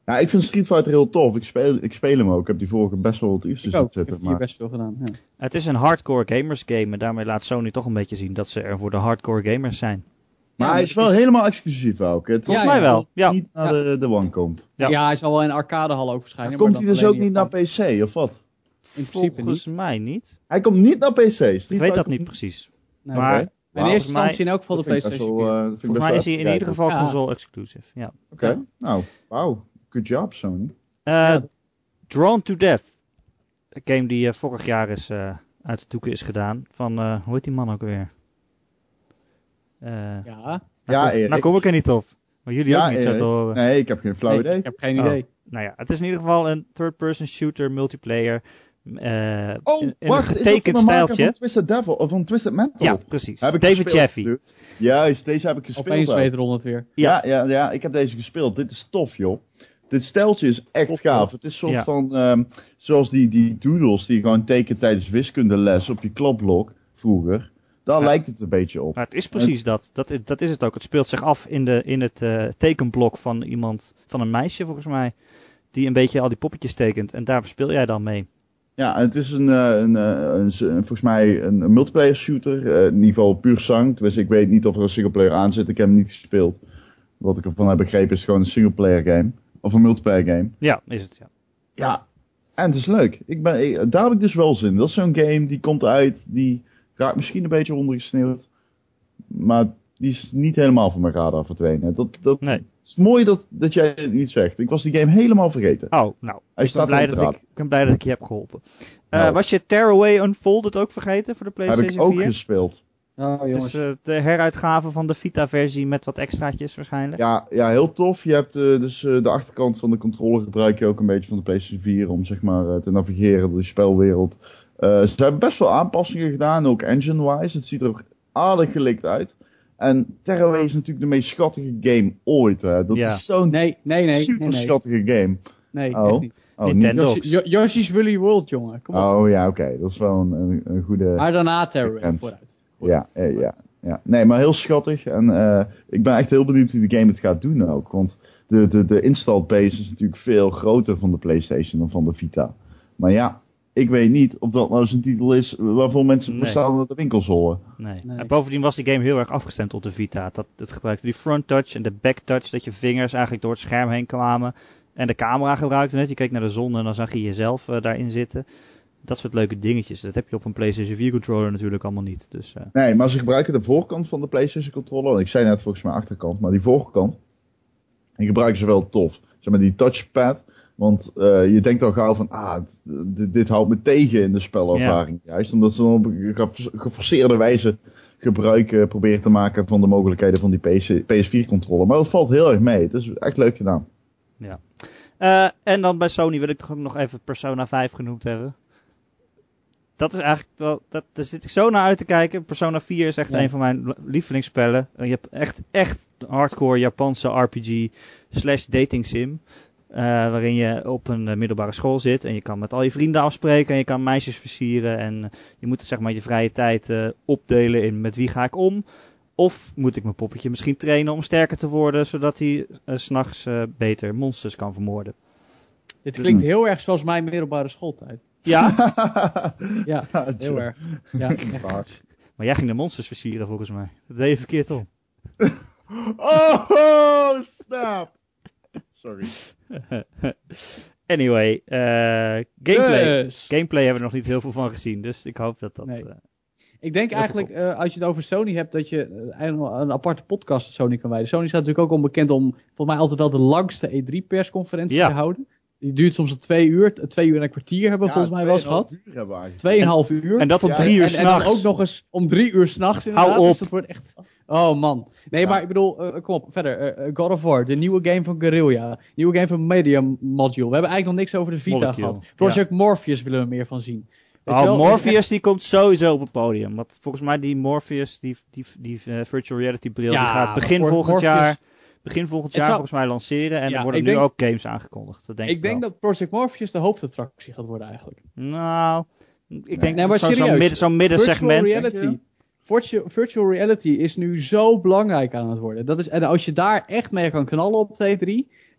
[SPEAKER 2] Ja, ik vind Street Fighter heel tof. Ik speel, ik speel hem ook. Ik heb die vorige best wel wat uurtjes
[SPEAKER 3] Ik ook.
[SPEAKER 2] zitten.
[SPEAKER 3] Ik heb hier
[SPEAKER 2] Maar...
[SPEAKER 3] best veel gedaan. Ja.
[SPEAKER 1] Het is een hardcore gamers game en daarmee laat Sony toch een beetje zien dat ze er voor de hardcore gamers zijn.
[SPEAKER 2] Maar
[SPEAKER 3] Ja,
[SPEAKER 2] hij is wel is... helemaal exclusief ook. Het
[SPEAKER 1] Volgens
[SPEAKER 3] ja,
[SPEAKER 1] mij
[SPEAKER 3] ja.
[SPEAKER 1] wel. Ja.
[SPEAKER 2] Niet naar
[SPEAKER 3] Ja.
[SPEAKER 2] de, de One komt.
[SPEAKER 1] Ja.
[SPEAKER 3] Ja. hij zal wel in arcadehal ook verschijnen.
[SPEAKER 2] Komt
[SPEAKER 3] maar
[SPEAKER 2] hij
[SPEAKER 3] dan
[SPEAKER 2] dus ook
[SPEAKER 3] alleen
[SPEAKER 2] niet naar
[SPEAKER 3] Japan.
[SPEAKER 2] P C of wat?
[SPEAKER 3] In principe
[SPEAKER 1] Volgens
[SPEAKER 3] niet.
[SPEAKER 1] mij niet.
[SPEAKER 2] Hij komt niet naar P C. Street
[SPEAKER 1] Ik weet dat niet precies.
[SPEAKER 3] Nee,
[SPEAKER 1] Maar
[SPEAKER 3] okay.
[SPEAKER 2] Wauw,
[SPEAKER 3] in eerste
[SPEAKER 1] volgens mij-
[SPEAKER 3] instantie in elk geval de
[SPEAKER 2] Dat vind ik best
[SPEAKER 3] PlayStation
[SPEAKER 2] wel,
[SPEAKER 3] vier.
[SPEAKER 2] uh, vind ik
[SPEAKER 1] Volgens
[SPEAKER 2] best
[SPEAKER 1] mij
[SPEAKER 2] wel
[SPEAKER 1] is hij in
[SPEAKER 2] even
[SPEAKER 1] ieder geval
[SPEAKER 3] Ja.
[SPEAKER 1] console exclusive. Ja.
[SPEAKER 2] Oké,
[SPEAKER 3] Ja.
[SPEAKER 2] nou, wauw. Good job, Sony.
[SPEAKER 1] Uh,
[SPEAKER 3] Ja.
[SPEAKER 1] Drawn to Death. Een game die uh, vorig jaar is, uh, uit de doeken is gedaan. Van, uh, hoe heet die man ook weer? Uh,
[SPEAKER 3] Ja.
[SPEAKER 1] nou,
[SPEAKER 2] Ja,
[SPEAKER 1] kom,
[SPEAKER 2] Erik.
[SPEAKER 1] nou kom ik er niet op. Maar jullie ook niet zo
[SPEAKER 2] Erik.
[SPEAKER 1] te horen.
[SPEAKER 2] Nee, ik heb geen flauw
[SPEAKER 3] Nee,
[SPEAKER 2] idee.
[SPEAKER 3] ik heb geen
[SPEAKER 1] Oh.
[SPEAKER 3] idee.
[SPEAKER 1] Nou ja, het is in ieder geval een third-person shooter multiplayer. Uh,
[SPEAKER 2] Oh,
[SPEAKER 1] in, in
[SPEAKER 2] wacht,
[SPEAKER 1] een
[SPEAKER 2] is dat van
[SPEAKER 1] getekend
[SPEAKER 2] de maker
[SPEAKER 1] stijltje.
[SPEAKER 2] van Twisted Devil, of van Twisted Metal?
[SPEAKER 1] Ja, precies.
[SPEAKER 2] Heb ik
[SPEAKER 1] David
[SPEAKER 2] gespeeld,
[SPEAKER 1] Jaffe.
[SPEAKER 2] natuurlijk. Juist, deze heb ik gespeeld.
[SPEAKER 3] Opeens
[SPEAKER 2] ook.
[SPEAKER 3] wederom het weer.
[SPEAKER 2] Ja, ja, ja, ik heb deze gespeeld. Dit is tof, joh. Dit steltje is echt
[SPEAKER 1] Tof,
[SPEAKER 2] gaaf.
[SPEAKER 1] tof.
[SPEAKER 2] Het is soort
[SPEAKER 1] Ja.
[SPEAKER 2] van, um, zoals die, die doodles die je gewoon teken tijdens wiskundeles op je klapblok vroeger. Daar
[SPEAKER 1] Ja.
[SPEAKER 2] lijkt het een beetje op.
[SPEAKER 1] Maar het is precies dat. Dat is, dat is het ook. Het speelt zich af in, de, in het uh, tekenblok van iemand, van een meisje volgens mij. Die een beetje al die poppetjes tekent. En daar speel jij dan mee.
[SPEAKER 2] Ja, het is een, uh, een, uh, een, een volgens mij een, een multiplayer shooter. Uh, niveau puur zang. Dus ik weet niet of er een singleplayer aan zit. Ik heb hem niet gespeeld. Wat ik ervan heb begrepen is het gewoon een singleplayer game. Of een multiplayer game.
[SPEAKER 1] Ja, is het ja.
[SPEAKER 2] Ja, en het is leuk. Ik ben, ik, daar heb ik dus wel zin in. Dat is zo'n game die komt uit, die raakt misschien een beetje ondergesneeuwd. Maar die is niet helemaal van mijn radar verdwenen. Dat, dat,
[SPEAKER 1] Nee.
[SPEAKER 2] Het is mooi dat, dat jij het niet zegt. Ik was die game helemaal vergeten.
[SPEAKER 1] Oh, nou.
[SPEAKER 2] Hij
[SPEAKER 1] Ik ben,
[SPEAKER 2] staat
[SPEAKER 1] blij
[SPEAKER 2] er
[SPEAKER 1] dat
[SPEAKER 2] inderdaad.
[SPEAKER 1] ik, ik ben blij dat ik je heb geholpen. Uh,
[SPEAKER 2] Nou.
[SPEAKER 1] Was je Tearaway Unfolded ook vergeten voor de
[SPEAKER 2] Heb
[SPEAKER 1] PlayStation
[SPEAKER 2] ik ook
[SPEAKER 1] vier?
[SPEAKER 2] gespeeld.
[SPEAKER 3] Oh,
[SPEAKER 1] Het
[SPEAKER 3] jongens.
[SPEAKER 1] is uh, de heruitgave van de Vita-versie met wat extraatjes waarschijnlijk.
[SPEAKER 2] Ja, ja, heel tof. Je hebt uh, dus uh, de achterkant van de controller gebruik je ook een beetje van de PlayStation vier om zeg maar uh, te navigeren door de spelwereld. Uh, ze hebben best veel aanpassingen gedaan, ook engine-wise. Het ziet er ook aardig gelikt uit. En Tearaway is natuurlijk de meest schattige game ooit. Hè. Dat
[SPEAKER 1] Ja.
[SPEAKER 2] is zo'n
[SPEAKER 3] Nee, nee, nee.
[SPEAKER 2] super
[SPEAKER 3] nee, nee.
[SPEAKER 2] schattige game.
[SPEAKER 3] Nee,
[SPEAKER 2] Oh.
[SPEAKER 3] echt niet.
[SPEAKER 2] Oh,
[SPEAKER 1] Nintendo.
[SPEAKER 2] niet-
[SPEAKER 3] Yoshi- Yo- Yoshi's Woolly World, jongen. Kom op.
[SPEAKER 2] Oh ja, oké. Okay. Dat is wel een, een, een goede...
[SPEAKER 3] Maar daarna Terror
[SPEAKER 2] Bekend.
[SPEAKER 3] vooruit.
[SPEAKER 2] Ja, ja, ja, ja. Nee, maar heel schattig. En uh, ik ben echt heel benieuwd hoe de game het gaat doen ook. Want de, de, de install base is natuurlijk veel groter van de PlayStation dan van de Vita. Maar ja, ik weet niet of dat nou zo'n titel is waarvoor mensen
[SPEAKER 1] Nee.
[SPEAKER 2] massaal naar de winkels hollen.
[SPEAKER 1] Nee.
[SPEAKER 3] Nee.
[SPEAKER 1] En bovendien was die game heel erg afgestemd op de Vita. Dat, het gebruikte die front touch en de back touch. Dat je vingers eigenlijk door het scherm heen kwamen. En de camera gebruikte het. Je keek naar de zon en dan zag je jezelf uh, daarin zitten. Dat soort leuke dingetjes. Dat heb je op een PlayStation vier controller natuurlijk allemaal niet. Dus, uh...
[SPEAKER 2] Nee, maar ze gebruiken de voorkant van de PlayStation controller. Ik zei net volgens mij achterkant, maar die voorkant. Die gebruiken ze wel tof. Zeg maar die touchpad. Want uh, je denkt al gauw van, ah, d- d- dit houdt me tegen in de spelervaring. Ja. Juist omdat ze dan op een ge- geforceerde wijze gebruik uh, proberen te maken van de mogelijkheden van die P S, P S vier controller. Maar dat valt heel erg mee. Het is echt leuk gedaan.
[SPEAKER 1] Ja. Uh, en dan bij Sony wil ik toch ook nog even Persona vijf genoemd hebben. Dat is eigenlijk wel, dat, daar zit ik zo naar uit te kijken. Persona vier is echt ja. een van mijn lievelingsspellen. Je hebt echt, echt hardcore Japanse R P G slash dating sim. Uh, waarin je op een uh, middelbare school zit en je kan met al je vrienden afspreken en je kan meisjes versieren. En uh, je moet zeg maar je vrije tijd uh, opdelen in met wie ga ik om. Of moet ik mijn poppetje misschien trainen om sterker te worden, zodat hij uh, 's nachts uh, beter monsters kan vermoorden.
[SPEAKER 3] Dit klinkt heel erg zoals mijn middelbare schooltijd.
[SPEAKER 1] Ja?
[SPEAKER 3] Ja, heel erg. Ja, echt.
[SPEAKER 1] Maar jij ging de monsters versieren volgens mij. Dat deed je verkeerd om.
[SPEAKER 2] Oh, snap! Sorry.
[SPEAKER 1] Anyway, uh, gameplay.
[SPEAKER 3] Dus.
[SPEAKER 1] Gameplay hebben we er nog niet heel veel van gezien, dus ik hoop dat dat...
[SPEAKER 3] Nee.
[SPEAKER 1] Uh,
[SPEAKER 3] Ik denk eigenlijk, uh, als je het over Sony hebt, dat je uh, eigenlijk een aparte podcast Sony kan wijden. Sony staat natuurlijk ook onbekend om, volgens mij altijd wel de langste E drie persconferentie
[SPEAKER 1] ja.
[SPEAKER 3] te houden. Die duurt soms al twee uur, twee uur en een kwartier hebben we
[SPEAKER 2] Ja,
[SPEAKER 3] volgens mij wel eens gehad.
[SPEAKER 2] Twee
[SPEAKER 3] Tweeënhalf uur.
[SPEAKER 1] En dat om
[SPEAKER 2] Ja,
[SPEAKER 1] drie uur
[SPEAKER 3] en, en dan
[SPEAKER 1] s'nachts.
[SPEAKER 3] ook nog eens om drie uur s'nachts inderdaad.
[SPEAKER 1] Hou op.
[SPEAKER 3] Dus dat wordt echt... Oh man. Nee,
[SPEAKER 2] Ja.
[SPEAKER 3] maar ik bedoel, uh, kom op, verder. Uh, God of War, de nieuwe game van Guerrilla. Nieuwe game van Media Module. We hebben eigenlijk nog niks over de Vita
[SPEAKER 1] Molecule,
[SPEAKER 3] gehad. Project ja. Morpheus willen we meer van zien. Weet
[SPEAKER 1] Oh,
[SPEAKER 3] je wel?
[SPEAKER 1] Morpheus
[SPEAKER 3] Echt...
[SPEAKER 1] die komt sowieso op het podium. Want volgens mij die Morpheus, die, die, die uh, virtual reality bril,
[SPEAKER 3] Ja,
[SPEAKER 1] die gaat begin
[SPEAKER 3] Mor-
[SPEAKER 1] volgend
[SPEAKER 3] Morpheus...
[SPEAKER 1] jaar... Begin volgend jaar
[SPEAKER 3] zou...
[SPEAKER 1] volgens mij lanceren en
[SPEAKER 3] ja,
[SPEAKER 1] er worden
[SPEAKER 3] ik
[SPEAKER 1] nu
[SPEAKER 3] denk...
[SPEAKER 1] ook games aangekondigd. Dat denk ik
[SPEAKER 3] ik denk
[SPEAKER 1] wel.
[SPEAKER 3] dat Project Morpheus de hoofdattractie gaat worden eigenlijk.
[SPEAKER 1] Nou, ik
[SPEAKER 2] Nee.
[SPEAKER 1] denk
[SPEAKER 3] Nee, maar
[SPEAKER 1] zo'n zo
[SPEAKER 3] serieus.
[SPEAKER 1] midden, zo'n middensegment.
[SPEAKER 3] Virtual reality, virtual, virtual reality is nu zo belangrijk aan het worden. Dat is, en als je daar echt mee kan knallen op T drie...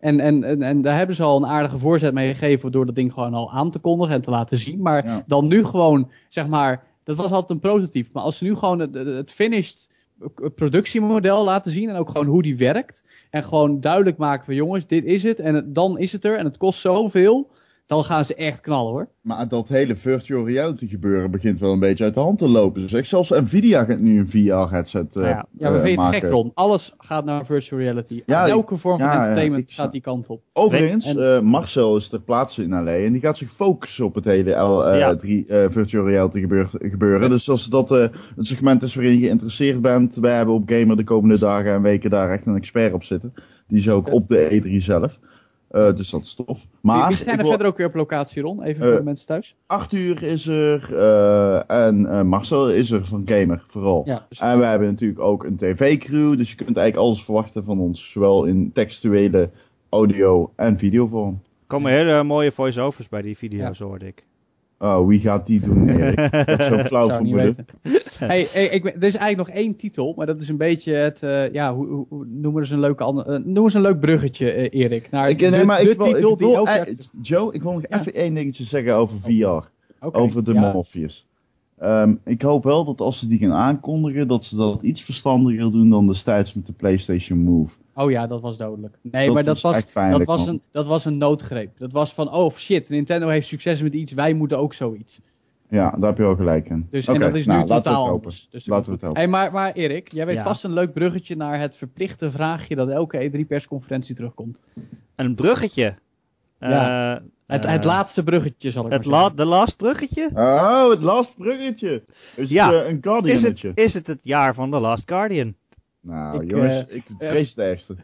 [SPEAKER 3] En, en, en, en daar hebben ze al een aardige voorzet mee gegeven door dat ding gewoon al aan te kondigen en te laten zien. Maar ja. dan nu gewoon, zeg maar, dat was altijd een prototype. Maar als ze nu gewoon het, het finished productiemodel laten zien en ook gewoon hoe die werkt. En gewoon duidelijk maken van jongens, dit is het en het, dan is het er en het kost zoveel. Dan gaan ze echt knallen hoor.
[SPEAKER 2] Maar dat hele virtual reality gebeuren begint wel een beetje uit de hand te lopen. Dus zelfs Nvidia gaat nu een V R headset uh,
[SPEAKER 3] Ja, ja maar vind je het gek Ron? Alles gaat naar virtual reality. Ja, Elke vorm van ja, entertainment ja, gaat die kant op.
[SPEAKER 2] Overigens, en, uh, Marcel is ter plaatse in L A en die gaat zich focussen op het hele uh, ja. drie, uh, virtual reality gebeur, gebeuren. Ja. Dus als dat uh, een segment is waarin je geïnteresseerd bent, wij hebben op Gamer de komende dagen en weken daar echt een expert op zitten. Die is ook ja. op de E drie zelf. Uh, dus dat is tof. Maar
[SPEAKER 3] wie, wie zijn er wil... verder ook weer op locatie, Ron? Even uh, voor de mensen thuis.
[SPEAKER 2] Arthur is er uh, en uh, Marcel is er van Gamer vooral. Ja, dus en we hebben natuurlijk ook een tv-crew, dus je kunt eigenlijk alles verwachten van ons. Zowel in textuele, audio en videovorm.
[SPEAKER 1] Er komen hele mooie voice-overs bij die video's, ja. hoorde ik.
[SPEAKER 2] Oh, wie gaat die doen, Erik? Dat is zo flauw van me.
[SPEAKER 3] Hey, hey, ik, er is eigenlijk nog één titel, maar dat is een beetje het, uh, ja, hoe, hoe, hoe noemen we eens een leuke andere, uh, noem eens een leuk bruggetje, uh, Erik. Naar
[SPEAKER 2] ik, de, nee, maar
[SPEAKER 3] de
[SPEAKER 2] ik wil,
[SPEAKER 3] titel
[SPEAKER 2] ik
[SPEAKER 3] die
[SPEAKER 2] wil,
[SPEAKER 3] ook
[SPEAKER 2] uh,
[SPEAKER 3] echt...
[SPEAKER 2] Joe, ik wil nog ja. even één dingetje zeggen over V R. Okay. Over de
[SPEAKER 3] ja.
[SPEAKER 2] Morpheus. Um, ik hoop wel dat als ze die gaan aankondigen, dat ze dat iets verstandiger doen dan destijds met de PlayStation Move.
[SPEAKER 3] Oh ja, dat was dodelijk. Nee,
[SPEAKER 2] dat
[SPEAKER 3] maar dat was,
[SPEAKER 2] pijnlijk,
[SPEAKER 3] dat, was een, dat was een noodgreep. Dat was van, oh shit, Nintendo heeft succes met iets, wij moeten ook zoiets.
[SPEAKER 2] Ja, daar heb je wel gelijk in.
[SPEAKER 3] Dus,
[SPEAKER 2] okay,
[SPEAKER 3] en dat is nu
[SPEAKER 2] nou,
[SPEAKER 3] totaal anders.
[SPEAKER 2] Dus laten we het hopen.
[SPEAKER 3] Hey, maar, maar Erik, jij weet
[SPEAKER 1] ja.
[SPEAKER 3] vast een leuk bruggetje naar het verplichte vraagje dat elke E drie persconferentie terugkomt.
[SPEAKER 1] Een bruggetje?
[SPEAKER 3] Ja. Uh, het, het uh, laatste bruggetje zal ik het maar zeggen.
[SPEAKER 1] La- de last bruggetje?
[SPEAKER 2] Oh, het last bruggetje. Is
[SPEAKER 1] ja.
[SPEAKER 2] het uh, een Guardianetje?
[SPEAKER 1] Is het, is het het jaar van The Last Guardian?
[SPEAKER 2] Nou ik, jongens, uh, ik vrees het ergste.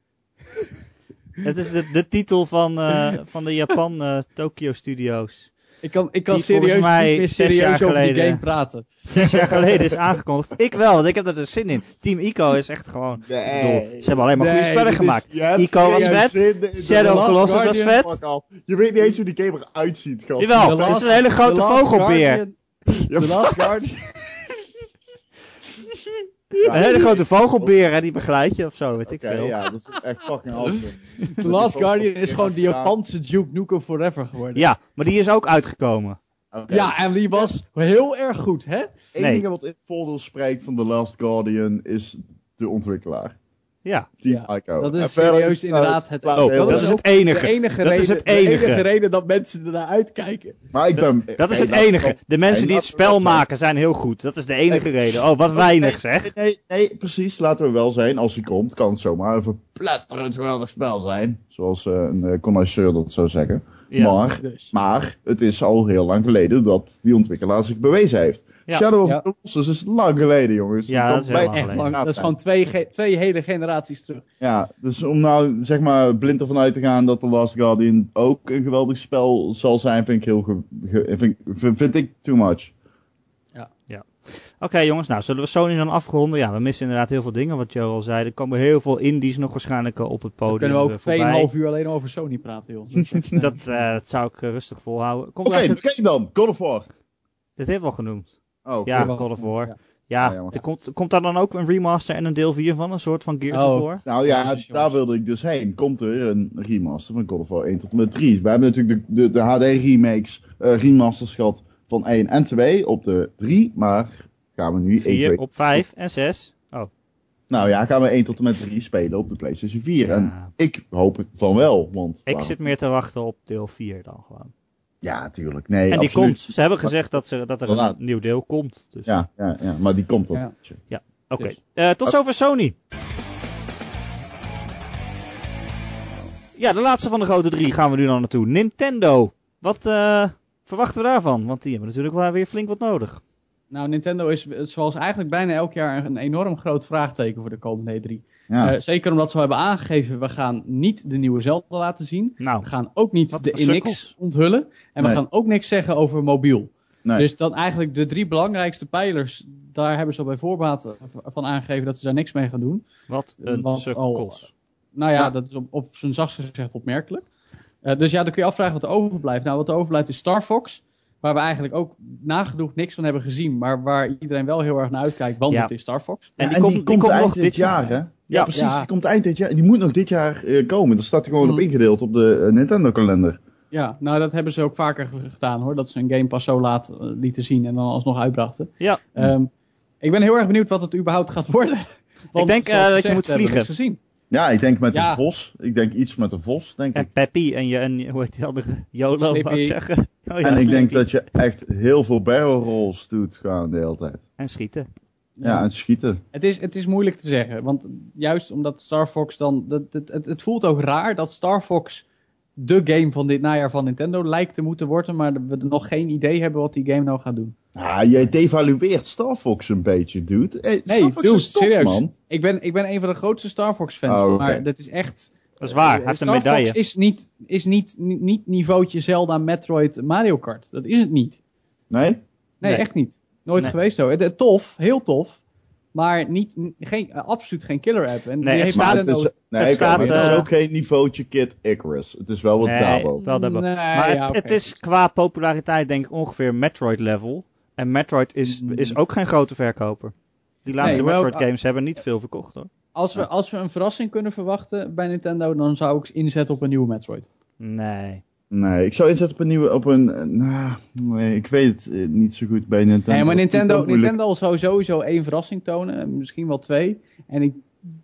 [SPEAKER 1] Het is de, de titel van, uh, van de Japan uh, Tokyo Studios.
[SPEAKER 3] Ik kan, ik kan serieus mij niet meer serieus over geleden, die game praten.
[SPEAKER 1] Zes jaar geleden is aangekondigd. Ik wel, want ik heb er dus zin in. Team Ico is echt gewoon...
[SPEAKER 2] Nee.
[SPEAKER 1] Bedoel, ze hebben alleen maar
[SPEAKER 3] nee,
[SPEAKER 1] goede spellen gemaakt.
[SPEAKER 2] Is,
[SPEAKER 1] Ico was vet. Shadow of Colossus was vet.
[SPEAKER 2] Je weet niet eens hoe die game eruit ziet. Gast.
[SPEAKER 1] Jawel, het is een hele grote vogelbeer.
[SPEAKER 3] De Last Guardian...
[SPEAKER 1] Ja, een hele grote vogelbeer, hè, die begeleid je of zo, weet okay, ik veel.
[SPEAKER 2] Ja, dat is echt fucking awesome.
[SPEAKER 3] The Last Guardian is gewoon de Japanse Duke Nukem Forever geworden.
[SPEAKER 1] Ja, maar die is ook uitgekomen.
[SPEAKER 3] Okay. Ja, en die was heel erg goed, hè?
[SPEAKER 2] Het enige nee. wat in voordeel spreekt van The Last Guardian is de ontwikkelaar.
[SPEAKER 1] Ja.
[SPEAKER 3] ja dat is serieus is inderdaad het,
[SPEAKER 1] oh, dat dat is het enige.
[SPEAKER 3] De enige,
[SPEAKER 1] dat
[SPEAKER 3] reden,
[SPEAKER 1] is het enige.
[SPEAKER 3] de enige reden dat mensen ernaar uitkijken.
[SPEAKER 2] Maar ik ben,
[SPEAKER 1] dat, dat is het enige. De mensen die het spel maken zijn heel goed. Dat is de enige nee. reden. Oh, wat weinig zeg.
[SPEAKER 2] Nee, nee, nee, precies. Laten we wel zijn. Als hij komt, kan het zomaar een verpletterend geweldig spel zijn. Zoals uh, een uh, connoisseur dat zou zeggen. Ja, maar, dus. maar het is al heel lang geleden dat die ontwikkelaar zich bewezen heeft. Ja. Shadow of the Colossus is lang geleden, jongens.
[SPEAKER 1] Ja, dat, dat is heel lang
[SPEAKER 3] echt lang. Dat is gewoon twee, ge- twee hele generaties terug.
[SPEAKER 2] Ja, dus om nou zeg maar blind ervan uit te gaan dat The Last Guardian ook een geweldig spel zal zijn, vind ik heel ge- ge- vind, vind, vind ik too much.
[SPEAKER 1] Ja, ja. Oké okay, jongens, nou zullen we Sony dan afronden? Ja, we missen inderdaad heel veel dingen, wat Joe al zei. Er komen heel veel indies nog waarschijnlijk op het podium.
[SPEAKER 3] Dan kunnen we ook twee komma vijf uur alleen over Sony praten, joh. Dat,
[SPEAKER 1] echt, uh... dat, uh, dat zou ik uh, rustig volhouden.
[SPEAKER 2] Oké, okay, het... kijk dan, God of War.
[SPEAKER 1] Dit heeft wel genoemd.
[SPEAKER 2] Oh,
[SPEAKER 1] ja, God of War. Ja, ja, ja er komt, komt daar dan ook een remaster en een deel vier van, een soort van Gears
[SPEAKER 3] oh.
[SPEAKER 1] of War?
[SPEAKER 2] Nou ja, ja daar wilde ik dus heen. Komt er een remaster van God of War één tot en met drie. We hebben natuurlijk de, de, de H D remakes, uh, remasters gehad van één en twee op de drie, maar gaan we nu
[SPEAKER 1] vier
[SPEAKER 2] één, twee,
[SPEAKER 1] op vijf en zes. Oh.
[SPEAKER 2] Nou ja, gaan we één tot en met drie spelen op de PlayStation vier. Ja. En ik hoop het van wel, want...
[SPEAKER 1] Ik zit meer te wachten op deel vier dan gewoon.
[SPEAKER 2] Ja, tuurlijk. Nee,
[SPEAKER 1] en die
[SPEAKER 2] absoluut.
[SPEAKER 1] komt. Ze hebben gezegd dat, ze, dat er een ja. nieuw deel komt. Dus.
[SPEAKER 2] Ja, ja, ja, maar die komt ook.
[SPEAKER 1] Ja, ja. oké. Okay. Uh, tot zover Sony. Ja, de laatste van de grote drie gaan we nu dan naartoe. Nintendo. Wat uh, verwachten we daarvan? Want die hebben natuurlijk wel weer flink wat nodig.
[SPEAKER 3] Nou, Nintendo is zoals eigenlijk bijna elk jaar een enorm groot vraagteken voor de komende E drie. Ja. Uh, zeker omdat ze hebben aangegeven, we gaan niet de nieuwe Zelda laten zien. Nou, we gaan ook niet de N X onthullen. En nee. we gaan ook niks zeggen over mobiel. Nee. Dus dan eigenlijk de drie belangrijkste pijlers, daar hebben ze al bij voorbaat van aangegeven dat ze daar niks mee gaan doen.
[SPEAKER 1] Wat een sukkels.
[SPEAKER 3] Nou ja, ja, dat is op, op zijn zachtst gezegd opmerkelijk. Uh, dus ja, dan kun je afvragen wat er overblijft. Nou, wat er overblijft is Star Fox. waar we eigenlijk ook nagenoeg niks van hebben gezien, maar waar iedereen wel heel erg naar uitkijkt, want
[SPEAKER 1] Ja.
[SPEAKER 3] het is Star Fox.
[SPEAKER 2] En,
[SPEAKER 1] die
[SPEAKER 2] en
[SPEAKER 1] komt-
[SPEAKER 2] die,
[SPEAKER 1] die
[SPEAKER 2] komt
[SPEAKER 1] komt
[SPEAKER 2] eind
[SPEAKER 1] nog
[SPEAKER 2] dit
[SPEAKER 1] dit jaar,
[SPEAKER 2] jaar, hè? Ja,
[SPEAKER 1] Ja.
[SPEAKER 2] precies.
[SPEAKER 3] Ja.
[SPEAKER 2] Die komt eind dit jaar. Die moet nog dit jaar uh, komen. Daar staat hij gewoon
[SPEAKER 3] Mm.
[SPEAKER 2] op ingedeeld op de uh, Nintendo-kalender.
[SPEAKER 3] Ja, nou dat hebben ze ook vaker g- gedaan hoor, dat ze een game pas zo laat uh, lieten zien en dan alsnog uitbrachten.
[SPEAKER 1] Ja,
[SPEAKER 3] Um, ik ben heel erg benieuwd wat het überhaupt gaat worden. Want,
[SPEAKER 1] denk,
[SPEAKER 3] zoals
[SPEAKER 1] uh, dat je
[SPEAKER 3] gezegd,
[SPEAKER 1] moet
[SPEAKER 3] hebben we
[SPEAKER 1] vliegen.
[SPEAKER 3] niks gezien.
[SPEAKER 2] Ja, ik denk met
[SPEAKER 3] Ja.
[SPEAKER 2] een vos. Ik denk iets met een vos, denk ik.
[SPEAKER 1] en Peppy en je, en hoe heet die andere? YOLO, wou ik
[SPEAKER 3] Slippy.
[SPEAKER 1] zeggen. Oh, ja,
[SPEAKER 2] en ik denk
[SPEAKER 1] Slippy.
[SPEAKER 2] dat je echt heel veel barrel rolls doet gaan de hele tijd.
[SPEAKER 1] En schieten.
[SPEAKER 2] Ja,
[SPEAKER 3] Ja.
[SPEAKER 2] en schieten.
[SPEAKER 3] Het is, het is moeilijk te zeggen, want juist omdat Star Fox dan... Dat, het, het, het voelt ook raar dat Star Fox de game van dit najaar van Nintendo lijkt te moeten worden, maar we nog geen idee hebben wat die game nou gaat doen.
[SPEAKER 2] Ah, jij devalueert Star Fox een beetje, dude. Hey,
[SPEAKER 3] Nee,
[SPEAKER 2] Star Fox
[SPEAKER 3] dude,
[SPEAKER 2] is tof,
[SPEAKER 3] serieus.
[SPEAKER 2] man.
[SPEAKER 3] Ik ben, ik ben een van de grootste Star Fox fans,
[SPEAKER 2] Oh, oké.
[SPEAKER 3] maar dat is echt...
[SPEAKER 1] Dat is waar, hij heeft een
[SPEAKER 3] Star
[SPEAKER 1] medaille.
[SPEAKER 3] Fox is niet, is niet, niet, niet niveautje Zelda, Metroid, Mario Kart. Dat is het niet.
[SPEAKER 2] Nee?
[SPEAKER 3] Nee,
[SPEAKER 1] Nee.
[SPEAKER 3] echt niet. Nooit
[SPEAKER 1] Nee.
[SPEAKER 3] geweest zo. Het, het, tof, heel tof. Maar niet, n- geen, uh, absoluut geen killer app. En
[SPEAKER 1] Nee,
[SPEAKER 3] die
[SPEAKER 1] het
[SPEAKER 3] heeft
[SPEAKER 1] staat-
[SPEAKER 2] Maar het
[SPEAKER 3] Nintendo-
[SPEAKER 2] is, nee,
[SPEAKER 1] het
[SPEAKER 2] oké,
[SPEAKER 1] staat,
[SPEAKER 2] maar het is
[SPEAKER 1] eh,
[SPEAKER 2] ook geen niveautje Kid Icarus. Het is wel wat
[SPEAKER 1] Nee,
[SPEAKER 2] daarboven.
[SPEAKER 1] wel daarboven.
[SPEAKER 3] Nee,
[SPEAKER 1] maar het,
[SPEAKER 3] ja, oké.
[SPEAKER 1] het is qua populariteit denk ik ongeveer Metroid level. En Metroid is, is ook geen grote verkoper. Die laatste
[SPEAKER 3] Nee, wel-
[SPEAKER 1] Metroid games hebben niet veel verkocht hoor.
[SPEAKER 3] Als we, als we een verrassing kunnen verwachten bij Nintendo, dan zou ik inzetten op een nieuwe Metroid.
[SPEAKER 1] Nee.
[SPEAKER 2] Nee, ik zou inzetten op een nieuwe, op een, eh, nou, nee, ik weet het eh, niet zo goed bij Nintendo.
[SPEAKER 3] Nee, maar
[SPEAKER 2] Het is
[SPEAKER 3] Nintendo,
[SPEAKER 2] heel moeilijk.
[SPEAKER 3] Nintendo zou sowieso één verrassing tonen. en Misschien wel twee. En ik,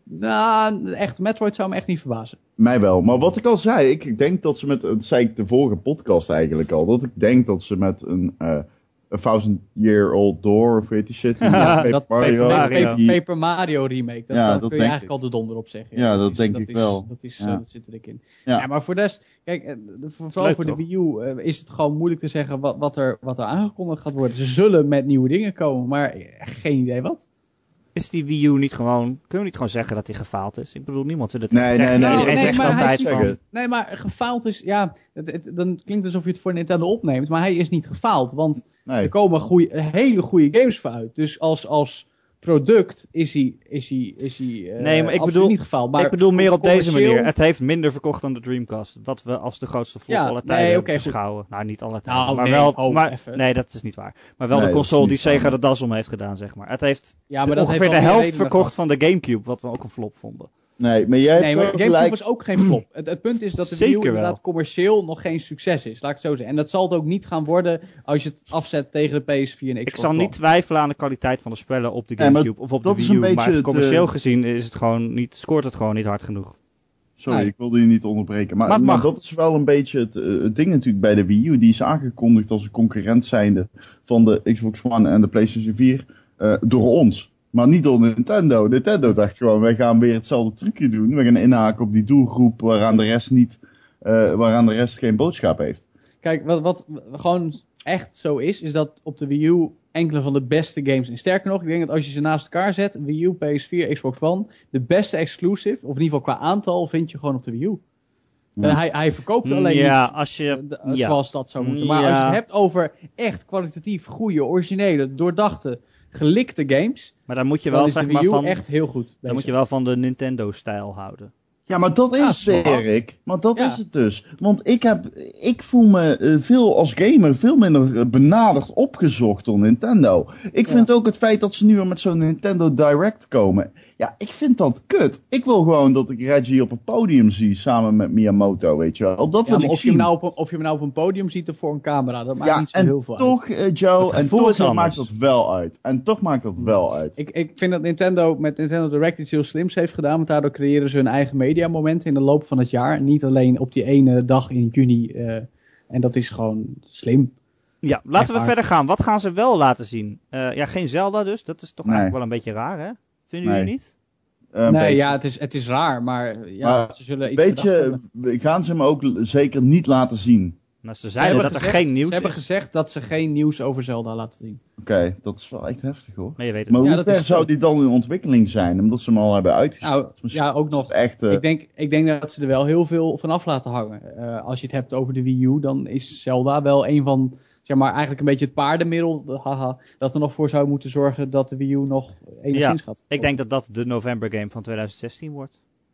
[SPEAKER 3] nou, echt, Metroid zou me echt niet verbazen.
[SPEAKER 2] Mij wel, maar wat ik al zei, ik denk dat ze met, dat zei ik de vorige podcast eigenlijk al, dat ik denk dat ze met een, eh A Thousand Year Old Door, of weet die shit, die
[SPEAKER 1] Ja,
[SPEAKER 2] Paper
[SPEAKER 3] dat
[SPEAKER 2] Mario,
[SPEAKER 3] Paper,
[SPEAKER 1] Mario.
[SPEAKER 3] Paper,
[SPEAKER 2] die-
[SPEAKER 3] Paper Mario remake. Dat,
[SPEAKER 2] Ja,
[SPEAKER 3] daar
[SPEAKER 2] dat
[SPEAKER 3] kun je
[SPEAKER 2] denk
[SPEAKER 3] eigenlijk al de donder op zeggen.
[SPEAKER 2] Ja, dat
[SPEAKER 3] is-
[SPEAKER 2] denk ik
[SPEAKER 3] is,
[SPEAKER 2] wel.
[SPEAKER 3] Dat, is,
[SPEAKER 2] Ja.
[SPEAKER 3] eh, dat zit er dik in.
[SPEAKER 2] Ja.
[SPEAKER 3] Ja. maar voor de rest, kijk, eh, de- vooral
[SPEAKER 1] Leuk,
[SPEAKER 3] voor de
[SPEAKER 1] toch?
[SPEAKER 3] Wii U eh, is het gewoon moeilijk te zeggen wat, wat, er, wat er aangekondigd gaat worden. Ze zullen met nieuwe dingen komen, maar eh, geen idee wat.
[SPEAKER 1] Is die Wii U niet gewoon... Kunnen we niet gewoon zeggen dat hij gefaald is? Ik bedoel, niemand wil het
[SPEAKER 2] Nee,
[SPEAKER 1] zeggen.
[SPEAKER 2] nee, nee.
[SPEAKER 1] Iedereen
[SPEAKER 2] nee,
[SPEAKER 1] zegt
[SPEAKER 3] maar hij
[SPEAKER 1] altijd
[SPEAKER 3] is
[SPEAKER 1] van...
[SPEAKER 3] niet- Nee, maar gefaald is, ja, het, het- dan klinkt alsof je het voor Nintendo opneemt, maar hij is niet gefaald, want
[SPEAKER 2] Nee.
[SPEAKER 3] er komen goeie, hele goede games voor uit. Dus als, als product is hij, is hij, is hij eh,
[SPEAKER 1] Nee, maar ik
[SPEAKER 3] absoluut
[SPEAKER 1] bedoel-
[SPEAKER 3] niet gefaald. Maar
[SPEAKER 1] ik bedoel meer op deze
[SPEAKER 3] commercieel-
[SPEAKER 1] manier. Het heeft minder verkocht dan de Dreamcast. Wat we als de grootste flop
[SPEAKER 3] Ja,
[SPEAKER 1] aller
[SPEAKER 3] nee,
[SPEAKER 1] tijden
[SPEAKER 3] oké, goed.
[SPEAKER 1] beschouwen. Nou, niet alle tijden.
[SPEAKER 3] Nou,
[SPEAKER 1] maar
[SPEAKER 3] nee,
[SPEAKER 1] wel,
[SPEAKER 3] ho,
[SPEAKER 1] maar,
[SPEAKER 3] even.
[SPEAKER 1] nee, dat is niet waar. Maar wel
[SPEAKER 2] Nee,
[SPEAKER 1] de
[SPEAKER 2] dat is
[SPEAKER 1] console die
[SPEAKER 2] niet waar.
[SPEAKER 1] Sega de das om heeft gedaan, zeg maar. Het heeft
[SPEAKER 3] Ja,
[SPEAKER 1] de-
[SPEAKER 3] maar dat
[SPEAKER 1] ongeveer
[SPEAKER 3] heeft
[SPEAKER 1] de
[SPEAKER 3] wel meer
[SPEAKER 1] helft
[SPEAKER 3] redenen
[SPEAKER 1] verkocht
[SPEAKER 3] gehad.
[SPEAKER 1] van de Gamecube. Wat we ook een flop vonden.
[SPEAKER 2] Nee, maar jij hebt
[SPEAKER 3] Nee, maar
[SPEAKER 2] wel
[SPEAKER 3] GameCube
[SPEAKER 2] gelijk.
[SPEAKER 3] was ook geen flop. Het, het punt is dat de Wii U
[SPEAKER 1] Zeker wel.
[SPEAKER 3] inderdaad commercieel nog geen succes is. Laat ik het zo zeggen. En dat zal het ook niet gaan worden als je het afzet tegen de P S vier en Xbox
[SPEAKER 1] Ik zal
[SPEAKER 3] One.
[SPEAKER 1] niet twijfelen aan de kwaliteit van de spellen op de
[SPEAKER 2] Nee, maar
[SPEAKER 1] Gamecube of op de
[SPEAKER 2] dat is
[SPEAKER 1] Wii
[SPEAKER 2] een
[SPEAKER 1] U. Maar
[SPEAKER 2] beetje
[SPEAKER 1] het
[SPEAKER 2] het,
[SPEAKER 1] commercieel
[SPEAKER 2] eh,
[SPEAKER 1] gezien is het gewoon niet, scoort het gewoon niet hard genoeg.
[SPEAKER 2] Sorry,
[SPEAKER 3] Nee.
[SPEAKER 2] ik wilde je niet onderbreken. Maar,
[SPEAKER 1] Maar het
[SPEAKER 2] maar
[SPEAKER 1] mag.
[SPEAKER 2] dat is wel een beetje het, eh, het ding natuurlijk bij de Wii U. Die is aangekondigd als een concurrent zijnde van de Xbox One en de PlayStation vier eh, door ons. Maar niet door Nintendo. Nintendo dacht gewoon, wij gaan weer hetzelfde trucje doen. We gaan inhaken op die doelgroep waaraan de rest niet, eh, waaraan de rest geen boodschap heeft.
[SPEAKER 3] Kijk, wat, wat gewoon echt zo is, is dat op de Wii U enkele van de beste games... En sterker nog, ik denk dat als je ze naast elkaar zet, Wii U, P S vier, Xbox One... de beste exclusive, of in ieder geval qua aantal, vind je gewoon op de Wii U.
[SPEAKER 2] Ja.
[SPEAKER 3] En hij, hij verkoopt alleen
[SPEAKER 1] ja,
[SPEAKER 3] niet
[SPEAKER 1] als je...
[SPEAKER 3] de-
[SPEAKER 1] ja.
[SPEAKER 3] zoals dat zou moeten. Maar
[SPEAKER 1] Ja.
[SPEAKER 3] als je het hebt over echt kwalitatief goede, originele, doordachte, gelikte games...
[SPEAKER 1] Maar dan moet je
[SPEAKER 3] dan
[SPEAKER 1] wel,
[SPEAKER 3] is de
[SPEAKER 1] zeg
[SPEAKER 3] Wii
[SPEAKER 1] maar,
[SPEAKER 3] U
[SPEAKER 1] van,
[SPEAKER 3] echt heel goed
[SPEAKER 1] dan
[SPEAKER 3] bezig.
[SPEAKER 1] moet je wel van de Nintendo-stijl houden.
[SPEAKER 2] Ja, maar dat
[SPEAKER 3] Ja,
[SPEAKER 2] is
[SPEAKER 3] zo.
[SPEAKER 2] het, Erik. Maar dat
[SPEAKER 3] Ja.
[SPEAKER 2] is het dus. Want ik, heb, ik voel me eh, veel als gamer veel minder eh, benaderd opgezocht door Nintendo. Ik
[SPEAKER 3] Ja.
[SPEAKER 2] vind ook het feit dat ze nu weer met zo'n Nintendo Direct komen. Ja, ik vind dat kut. Ik wil gewoon dat ik Reggie op een podium zie samen met Miyamoto, weet je wel. Dat
[SPEAKER 3] Ja,
[SPEAKER 2] wil
[SPEAKER 3] maar
[SPEAKER 2] ik
[SPEAKER 3] of, je
[SPEAKER 2] zien.
[SPEAKER 3] hem nou op een, of je hem nou op een podium ziet of voor een camera, dat maakt
[SPEAKER 2] ja,
[SPEAKER 3] niet zo
[SPEAKER 2] en
[SPEAKER 3] heel veel uit.
[SPEAKER 2] toch, eh, Joe,
[SPEAKER 1] Het
[SPEAKER 2] en
[SPEAKER 1] gevoel
[SPEAKER 2] toch
[SPEAKER 1] is anders.
[SPEAKER 2] maakt dat wel uit. En toch maakt dat wel uit.
[SPEAKER 3] Ik, ik vind dat Nintendo met Nintendo Direct iets heel slims heeft gedaan, want daardoor creëren ze hun eigen mediamomenten in de loop van het jaar. Niet alleen op die ene dag in juni. eh, en dat is gewoon slim.
[SPEAKER 1] Ja, laten we
[SPEAKER 3] waar.
[SPEAKER 1] verder gaan. Wat gaan ze wel laten zien? Eh, ja, geen Zelda dus. Dat is toch
[SPEAKER 2] Nee.
[SPEAKER 1] eigenlijk wel een beetje raar, hè? Vinden
[SPEAKER 2] Nee.
[SPEAKER 1] jullie niet?
[SPEAKER 2] Eh, een
[SPEAKER 3] nee,
[SPEAKER 2] beetje.
[SPEAKER 3] ja, het is, het is raar, maar eh, ja,
[SPEAKER 2] Maar
[SPEAKER 3] ze zullen iets
[SPEAKER 2] Weet
[SPEAKER 3] bedacht
[SPEAKER 2] je,
[SPEAKER 3] hebben.
[SPEAKER 2] gaan ze hem ook l- zeker niet laten zien.
[SPEAKER 1] Nou, ze
[SPEAKER 3] Ze
[SPEAKER 1] zeiden dat
[SPEAKER 3] hebben
[SPEAKER 1] er
[SPEAKER 3] gezegd-
[SPEAKER 1] geen nieuws
[SPEAKER 3] Ze hebben
[SPEAKER 1] is.
[SPEAKER 3] gezegd dat ze geen nieuws over Zelda laten zien.
[SPEAKER 2] Oké, dat is wel echt heftig hoor.
[SPEAKER 1] Maar je weet het
[SPEAKER 2] Maar
[SPEAKER 1] niet.
[SPEAKER 3] Ja,
[SPEAKER 2] hoe
[SPEAKER 3] dat
[SPEAKER 2] ver
[SPEAKER 3] is
[SPEAKER 2] zou
[SPEAKER 3] zo.
[SPEAKER 2] die dan in ontwikkeling zijn? Omdat ze hem al hebben uitgesteld.
[SPEAKER 3] Nou,
[SPEAKER 2] Misschien
[SPEAKER 3] ja, ook
[SPEAKER 2] is het
[SPEAKER 3] nog.
[SPEAKER 2] Echt, eh,
[SPEAKER 3] Ik, denk, ik denk dat ze er wel heel veel van af laten hangen. Eh, als je het hebt over de Wii U, dan is Zelda wel een van, zeg maar, eigenlijk een beetje het paardenmiddel, haha, dat er nog voor zou moeten zorgen dat de Wii U nog enigszins gaat.
[SPEAKER 1] Ik denk dat dat de November game van twintig zestien wordt.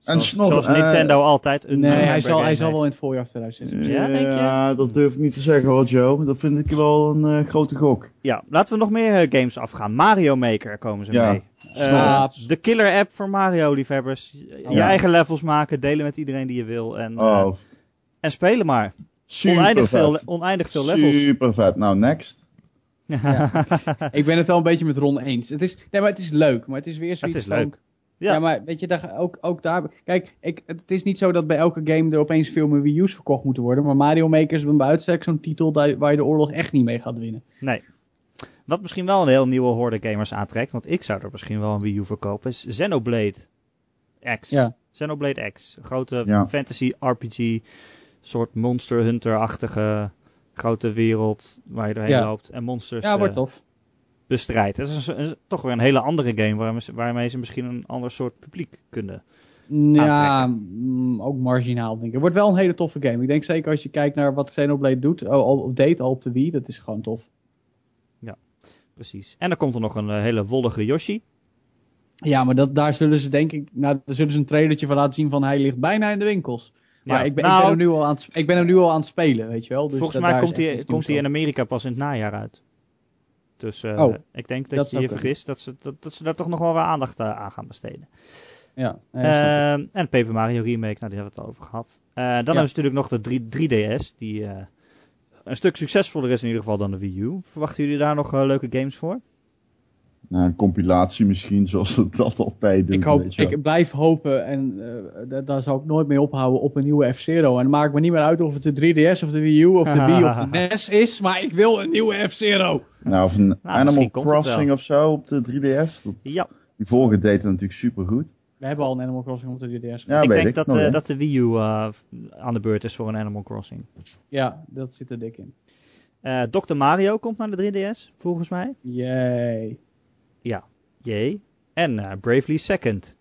[SPEAKER 2] En
[SPEAKER 1] zoals,
[SPEAKER 2] nog,
[SPEAKER 1] zoals
[SPEAKER 2] uh,
[SPEAKER 1] Nintendo altijd. Een
[SPEAKER 3] nee, hij zal, hij zal wel in het voorjaar tweeduizend zestien.
[SPEAKER 1] Ja, denk je?
[SPEAKER 2] Ja, dat durf ik niet te zeggen hoor, Joe. Dat vind ik wel een uh, grote gok.
[SPEAKER 1] Ja, laten we nog meer uh, games afgaan. Mario Maker komen ze
[SPEAKER 2] ja.
[SPEAKER 1] mee. Uh, de killer app voor Mario-liefhebbers. Oh, je ja. eigen levels maken, delen met iedereen die je wil. En, uh, oh. en spelen maar.
[SPEAKER 2] Super
[SPEAKER 1] oneindig
[SPEAKER 2] vet.
[SPEAKER 1] veel, oneindig veel levels.
[SPEAKER 2] Super vet. Nou, next.
[SPEAKER 3] Ja. Ik ben het wel een beetje met Ron eens. Het is, nee, maar het is leuk, maar het is weer zoiets
[SPEAKER 1] het is
[SPEAKER 3] van...
[SPEAKER 1] leuk. Ja.
[SPEAKER 3] ja, maar weet je, daar, ook, ook daar... Kijk, ik, het is niet zo dat bij elke game er opeens veel meer Wii U's verkocht moeten worden. Maar Mario Maker is bij uitstek zo'n titel daar, waar je de oorlog echt niet mee gaat winnen.
[SPEAKER 1] Nee. Wat misschien wel een heel nieuwe horde gamers aantrekt, want ik zou er misschien wel een Wii U voor kopen, is Xenoblade X.
[SPEAKER 3] Ja.
[SPEAKER 1] Xenoblade X. Een grote
[SPEAKER 2] ja.
[SPEAKER 1] fantasy R P G, soort Monster Hunter-achtige grote wereld waar je doorheen ja. loopt en monsters
[SPEAKER 3] ja, wordt tof.
[SPEAKER 1] Uh, bestrijdt. Het is een, een, toch weer een hele andere game waarmee, waarmee ze misschien een ander soort publiek kunnen
[SPEAKER 3] ja,
[SPEAKER 1] aantrekken.
[SPEAKER 3] Ook marginaal denk ik. Het wordt wel een hele toffe game. Ik denk zeker als je kijkt naar wat Xenoblade doet, al deed al op de Wii, dat is gewoon tof.
[SPEAKER 1] Ja, precies. En dan komt er nog een uh, hele wollige Yoshi.
[SPEAKER 3] Ja, maar dat, daar zullen ze denk ik, nou, daar zullen ze een trailertje van laten zien van hij ligt bijna in de winkels. Maar ja, ik, ben, nou, ik, ben hem nu al aan het, ik ben hem nu al aan het spelen, weet je wel. Dus
[SPEAKER 1] volgens
[SPEAKER 3] dat,
[SPEAKER 1] mij komt hij komt in Amerika pas in het najaar uit. Dus uh, oh, ik denk dat, dat je je vergist dat ze, dat, dat ze daar toch nog wel weer aandacht uh, aan gaan besteden.
[SPEAKER 3] Ja,
[SPEAKER 1] uh, en Paper Mario Remake, nou die hebben we het al over gehad. Uh, dan ja. hebben we natuurlijk nog de drie D S, die uh, een stuk succesvoller is in ieder geval dan de Wii U. Verwachten jullie daar nog uh, leuke games voor?
[SPEAKER 2] Nou, een compilatie misschien, zoals ze dat altijd doen.
[SPEAKER 3] Ik, hoop, ik blijf hopen, en uh, daar zal ik nooit mee ophouden, op een nieuwe F-Zero. En het maakt me niet meer uit of het de drie D S of de Wii U of de Wii of de N E S is, maar ik wil een nieuwe F-Zero.
[SPEAKER 2] Nou, of een nou, Animal Crossing of zo op de drie D S. Dat,
[SPEAKER 1] ja.
[SPEAKER 2] Die vorige deed het natuurlijk super goed.
[SPEAKER 3] We hebben al een Animal Crossing op de drie D S.
[SPEAKER 1] Ja, ik
[SPEAKER 2] weet
[SPEAKER 1] denk
[SPEAKER 2] ik.
[SPEAKER 1] dat,
[SPEAKER 2] nou,
[SPEAKER 1] uh,
[SPEAKER 2] ja.
[SPEAKER 1] dat de Wii U uh, aan de beurt is voor een Animal Crossing.
[SPEAKER 3] Ja, dat zit er dik in.
[SPEAKER 1] Uh, dokter Mario komt naar de drie D S, volgens mij.
[SPEAKER 3] Yay.
[SPEAKER 1] Ja, jee. En uh, Bravely Second.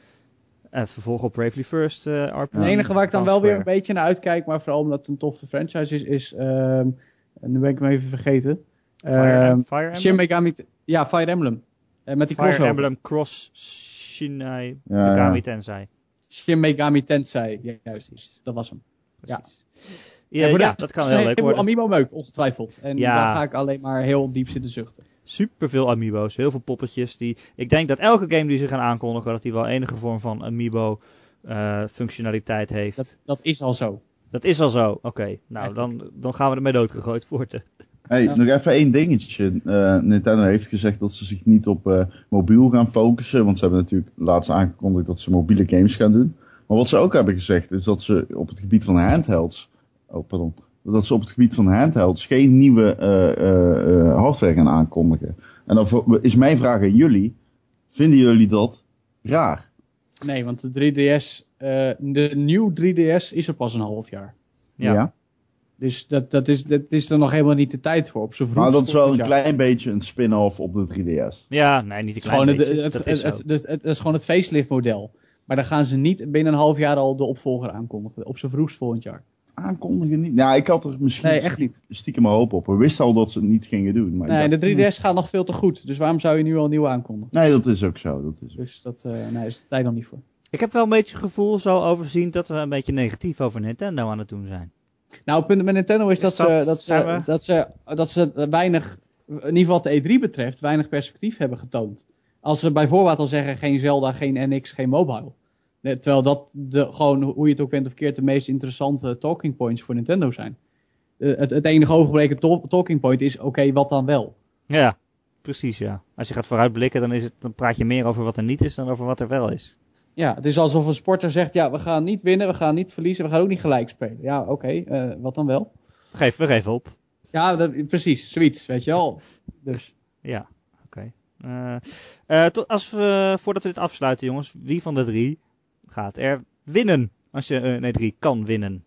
[SPEAKER 1] Uh, vervolg op Bravely First. Uh, R P G.
[SPEAKER 3] Het enige waar ik dan wel weer een beetje naar uitkijk, maar vooral omdat het een toffe franchise is, is... Um, nu ben ik hem even vergeten.
[SPEAKER 1] Fire,
[SPEAKER 3] um,
[SPEAKER 1] Fire Emblem?
[SPEAKER 3] Shin Megami... Ja, Fire Emblem. Uh, met die
[SPEAKER 1] Fire
[SPEAKER 3] crossover.
[SPEAKER 1] Emblem Cross Shinai ja, Megami ja. Tensei.
[SPEAKER 3] Shin Megami Tensei. Ja, juist. Dat was hem.
[SPEAKER 1] Precies.
[SPEAKER 3] Ja,
[SPEAKER 1] ja, ja,
[SPEAKER 3] ja
[SPEAKER 1] dat, dat kan heel leuk worden.
[SPEAKER 3] Amiibo meuk, ongetwijfeld. En
[SPEAKER 1] ja.
[SPEAKER 3] daar ga ik alleen maar heel diep zitten zuchten.
[SPEAKER 1] Super veel amiibo's, heel veel poppetjes. Die, ik denk dat elke game die ze gaan aankondigen, dat die wel enige vorm van amiibo uh, functionaliteit heeft.
[SPEAKER 3] Dat, dat is al zo.
[SPEAKER 1] Dat is al zo, oké. Okay. Nou, dan, dan gaan we ermee doodgegooid worden.
[SPEAKER 2] Hey, ja. Nog even één dingetje. Uh, Nintendo heeft gezegd dat ze zich niet op uh, mobiel gaan focussen. Want ze hebben natuurlijk laatst aangekondigd dat ze mobiele games gaan doen. Maar wat ze ook hebben gezegd is dat ze op het gebied van handhelds... Oh, pardon. Dat ze op het gebied van handhelds geen nieuwe uh, uh, uh, hardware gaan aankondigen. En dan is mijn vraag aan jullie. Vinden jullie dat raar?
[SPEAKER 3] Nee, want de drie D S... Uh, de nieuwe drie D S is er pas een half jaar.
[SPEAKER 2] Ja. ja.
[SPEAKER 3] Dus dat, dat, is, dat is er nog helemaal niet de tijd voor. Op z'n vroeg.
[SPEAKER 2] Maar dat is wel een jaar. klein beetje een spin-off op de drie D S.
[SPEAKER 1] Ja, nee, niet een klein
[SPEAKER 3] het,
[SPEAKER 1] beetje.
[SPEAKER 3] Het,
[SPEAKER 1] dat,
[SPEAKER 3] het,
[SPEAKER 1] is
[SPEAKER 3] het, het, het is gewoon het facelift model. Maar dan gaan ze niet binnen een half jaar al de opvolger aankondigen. Op z'n vroegst volgend jaar.
[SPEAKER 2] Aankondigen niet? Nou, ik had er misschien
[SPEAKER 3] nee, echt niet.
[SPEAKER 2] stiekem mijn hoop op. We wisten al dat ze het niet gingen doen. Maar
[SPEAKER 3] nee,
[SPEAKER 2] dacht,
[SPEAKER 3] de drie D S gaat nog veel te goed. Dus waarom zou je nu al een nieuwe aankondigen?
[SPEAKER 2] Nee, dat is ook zo. Dat is
[SPEAKER 3] dus dat uh, nee, is de tijd nog niet voor.
[SPEAKER 1] Ik heb wel een beetje het gevoel zo overzien dat we een beetje negatief over Nintendo aan het doen zijn.
[SPEAKER 3] Nou, het punt met Nintendo is, is dat, dat, ze, dat, ze, we... dat, ze, dat ze weinig, in ieder geval wat de E drie betreft, weinig perspectief hebben getoond. Als ze bij voorbaat al zeggen geen Zelda, geen N X, geen mobile. Terwijl dat de, gewoon, hoe je het ook bent of keert, de meest interessante talking points voor Nintendo zijn. Uh, het, het enige overgebleken to- talking point is, oké, okay, wat dan wel?
[SPEAKER 1] Ja, precies ja. Als je gaat vooruitblikken, dan, is het, dan praat je meer over wat er niet is dan over wat er wel is.
[SPEAKER 3] Ja, het is alsof een sporter zegt, ja, we gaan niet winnen, we gaan niet verliezen, we gaan ook niet gelijk spelen. Ja, oké, okay, uh, wat dan wel?
[SPEAKER 1] Geef, we geven op.
[SPEAKER 3] Ja, dat, precies, zoiets, weet je wel. Dus.
[SPEAKER 1] Ja, oké. Okay. Uh, uh, tot, als we, voordat we dit afsluiten, jongens, wie van de drie gaat er winnen? Als je een uh, E drie kan winnen.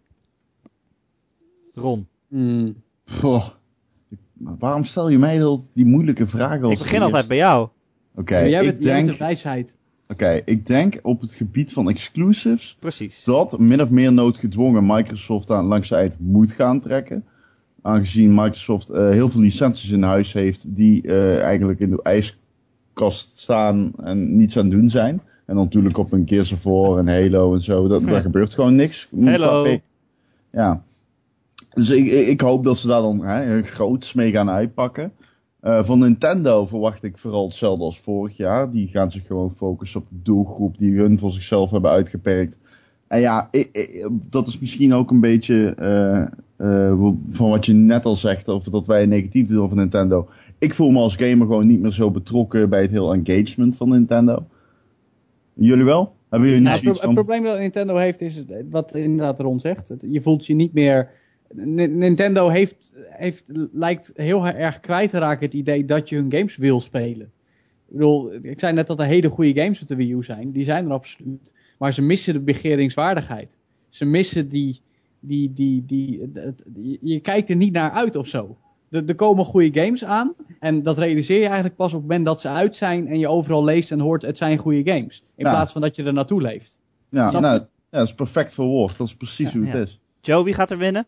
[SPEAKER 1] Ron.
[SPEAKER 3] Mm.
[SPEAKER 2] Oh, maar waarom stel je mij dat die moeilijke vragen als
[SPEAKER 1] Ik begin altijd eerst? bij jou.
[SPEAKER 2] Oké, okay,
[SPEAKER 3] jij
[SPEAKER 2] ik
[SPEAKER 3] bent,
[SPEAKER 2] denk...
[SPEAKER 3] jij bent de wijsheid.
[SPEAKER 2] Oké, okay, ik denk op het gebied van exclusives...
[SPEAKER 1] Precies.
[SPEAKER 2] Dat min of meer noodgedwongen Microsoft aan langs de eind moet gaan trekken. Aangezien Microsoft uh, heel veel licenties in huis heeft die uh, eigenlijk in de ijskast staan en niets aan het doen zijn. En dan natuurlijk op een Gears of War en Halo en zo. Dat, daar gebeurt gewoon niks.
[SPEAKER 1] Halo.
[SPEAKER 2] Ja. Dus ik, ik hoop dat ze daar dan hè, groots mee gaan uitpakken. Uh, van Nintendo verwacht ik vooral hetzelfde als vorig jaar. Die gaan zich gewoon focussen op de doelgroep die hun voor zichzelf hebben uitgeperkt. En ja, ik, ik, dat is misschien ook een beetje uh, uh, van wat je net al zegt, over dat wij negatief doen over Nintendo. Ik voel me als gamer gewoon niet meer zo betrokken bij het heel engagement van Nintendo. Jullie wel? Hebben jullie
[SPEAKER 3] nou,
[SPEAKER 2] niet zoiets
[SPEAKER 3] het,
[SPEAKER 2] van...
[SPEAKER 3] het probleem dat Nintendo heeft is, wat inderdaad Ron zegt, het, je voelt je niet meer... N- Nintendo heeft, heeft, lijkt heel erg kwijt te raken het idee dat je hun games wil spelen. Ik bedoel, ik zei net dat er hele goede games op de Wii U zijn. Die zijn er absoluut. Maar ze missen de begeringswaardigheid. Ze missen die... die, die, die, die, die je kijkt er niet naar uit of zo. Er, er komen goede games aan. En dat realiseer je eigenlijk pas op het moment dat ze uit zijn. En je overal leest en hoort het zijn goede games. In
[SPEAKER 2] Ja.
[SPEAKER 3] plaats van dat je er naartoe leeft.
[SPEAKER 2] Ja,
[SPEAKER 3] Snap
[SPEAKER 2] nou,
[SPEAKER 3] je?
[SPEAKER 2] ja, dat is perfect verwoord. Dat is precies
[SPEAKER 3] Ja,
[SPEAKER 2] hoe het
[SPEAKER 1] ja.
[SPEAKER 2] is.
[SPEAKER 1] Joe, wie gaat er winnen?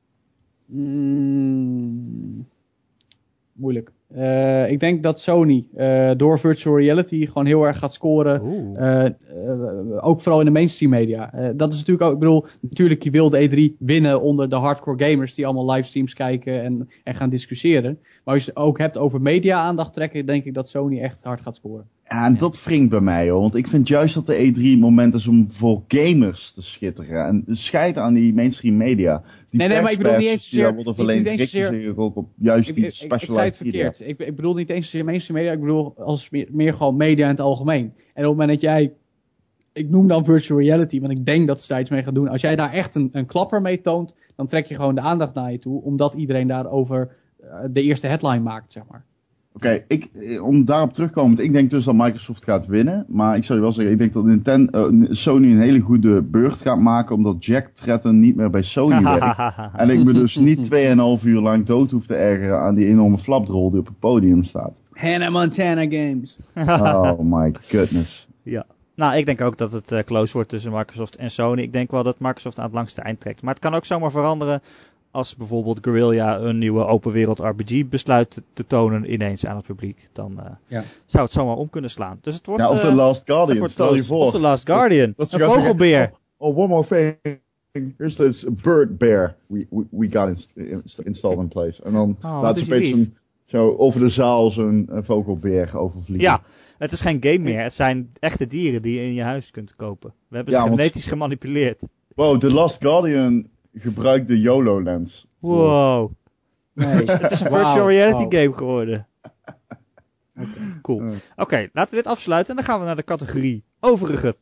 [SPEAKER 3] Mm, moeilijk. Uh, ik denk dat Sony uh, door virtual reality gewoon heel erg gaat scoren. Uh, uh, ook vooral in de mainstream media. Uh, dat is natuurlijk ook, ik bedoel, natuurlijk je wil de E drie winnen onder de hardcore gamers die allemaal livestreams kijken en, en gaan discussiëren. Maar als je het ook hebt over media aandacht trekken, denk ik dat Sony echt hard gaat scoren.
[SPEAKER 2] Ja, en dat wringt bij mij hoor. Want ik vind juist dat de E drie het moment is om voor gamers te schitteren. En scheid aan die mainstream media. Die
[SPEAKER 3] nee, nee, maar ik bedoel niet eens
[SPEAKER 2] die daar
[SPEAKER 3] zozeer...
[SPEAKER 2] worden verleend, richten zich ook op juist
[SPEAKER 3] ik,
[SPEAKER 2] die
[SPEAKER 3] ik, ik,
[SPEAKER 2] specialized
[SPEAKER 3] ik zei het
[SPEAKER 2] media.
[SPEAKER 3] verkeerd. Ik, ik bedoel niet eens zozeer mainstream media. Ik bedoel als meer, meer gewoon media in het algemeen. En op het moment dat jij... Ik noem dan virtual reality, want ik denk dat ze daar iets mee gaan doen. Als jij daar echt een, een klapper mee toont, dan trek je gewoon de aandacht naar je toe. Omdat iedereen daarover uh, de eerste headline maakt, zeg maar.
[SPEAKER 2] Oké, okay, ik om daarop terug te komen, ik denk dus dat Microsoft gaat winnen. Maar ik zou je wel zeggen, ik denk dat Nintendo, uh, Sony een hele goede beurt gaat maken, omdat Jack Tretton niet meer bij Sony werkt. En ik me dus niet tweeënhalf uur lang dood hoef te ergeren aan die enorme flapdrol die op het podium staat.
[SPEAKER 3] Hannah Montana Games.
[SPEAKER 2] Oh my goodness.
[SPEAKER 1] Ja. Nou, ik denk ook dat het uh, close wordt tussen Microsoft en Sony. Ik denk wel dat Microsoft aan het langste eind trekt. Maar het kan ook zomaar veranderen als bijvoorbeeld Guerrilla een nieuwe open wereld R P G besluit te, te tonen ineens aan het publiek. Dan uh, ja. zou het zomaar om kunnen slaan. Dus het wordt,
[SPEAKER 2] ja, of The Last Guardian,
[SPEAKER 1] wordt
[SPEAKER 2] stel je voor.
[SPEAKER 1] Of The Last Guardian, dat, dat een vogelbeer.
[SPEAKER 2] Zeggen, oh, oh, one more thing. Here's this bird bear we, we, we got inst- inst- installed in place. En dan
[SPEAKER 1] oh,
[SPEAKER 2] laat ze opeens zo'n, zo over de zaal zo'n vogelbeer overvliegen.
[SPEAKER 1] Ja, het is geen game meer. Het zijn echte dieren die je in je huis kunt kopen. We hebben ze
[SPEAKER 2] ja,
[SPEAKER 1] genetisch
[SPEAKER 2] want...
[SPEAKER 1] gemanipuleerd.
[SPEAKER 2] Wow, The Last Guardian gebruikt de YOLO-lens.
[SPEAKER 1] Wow. Nee. Het is een virtual wow. reality wow. game geworden. Okay, cool. Oké, okay, laten we dit afsluiten en dan gaan we naar de categorie overige.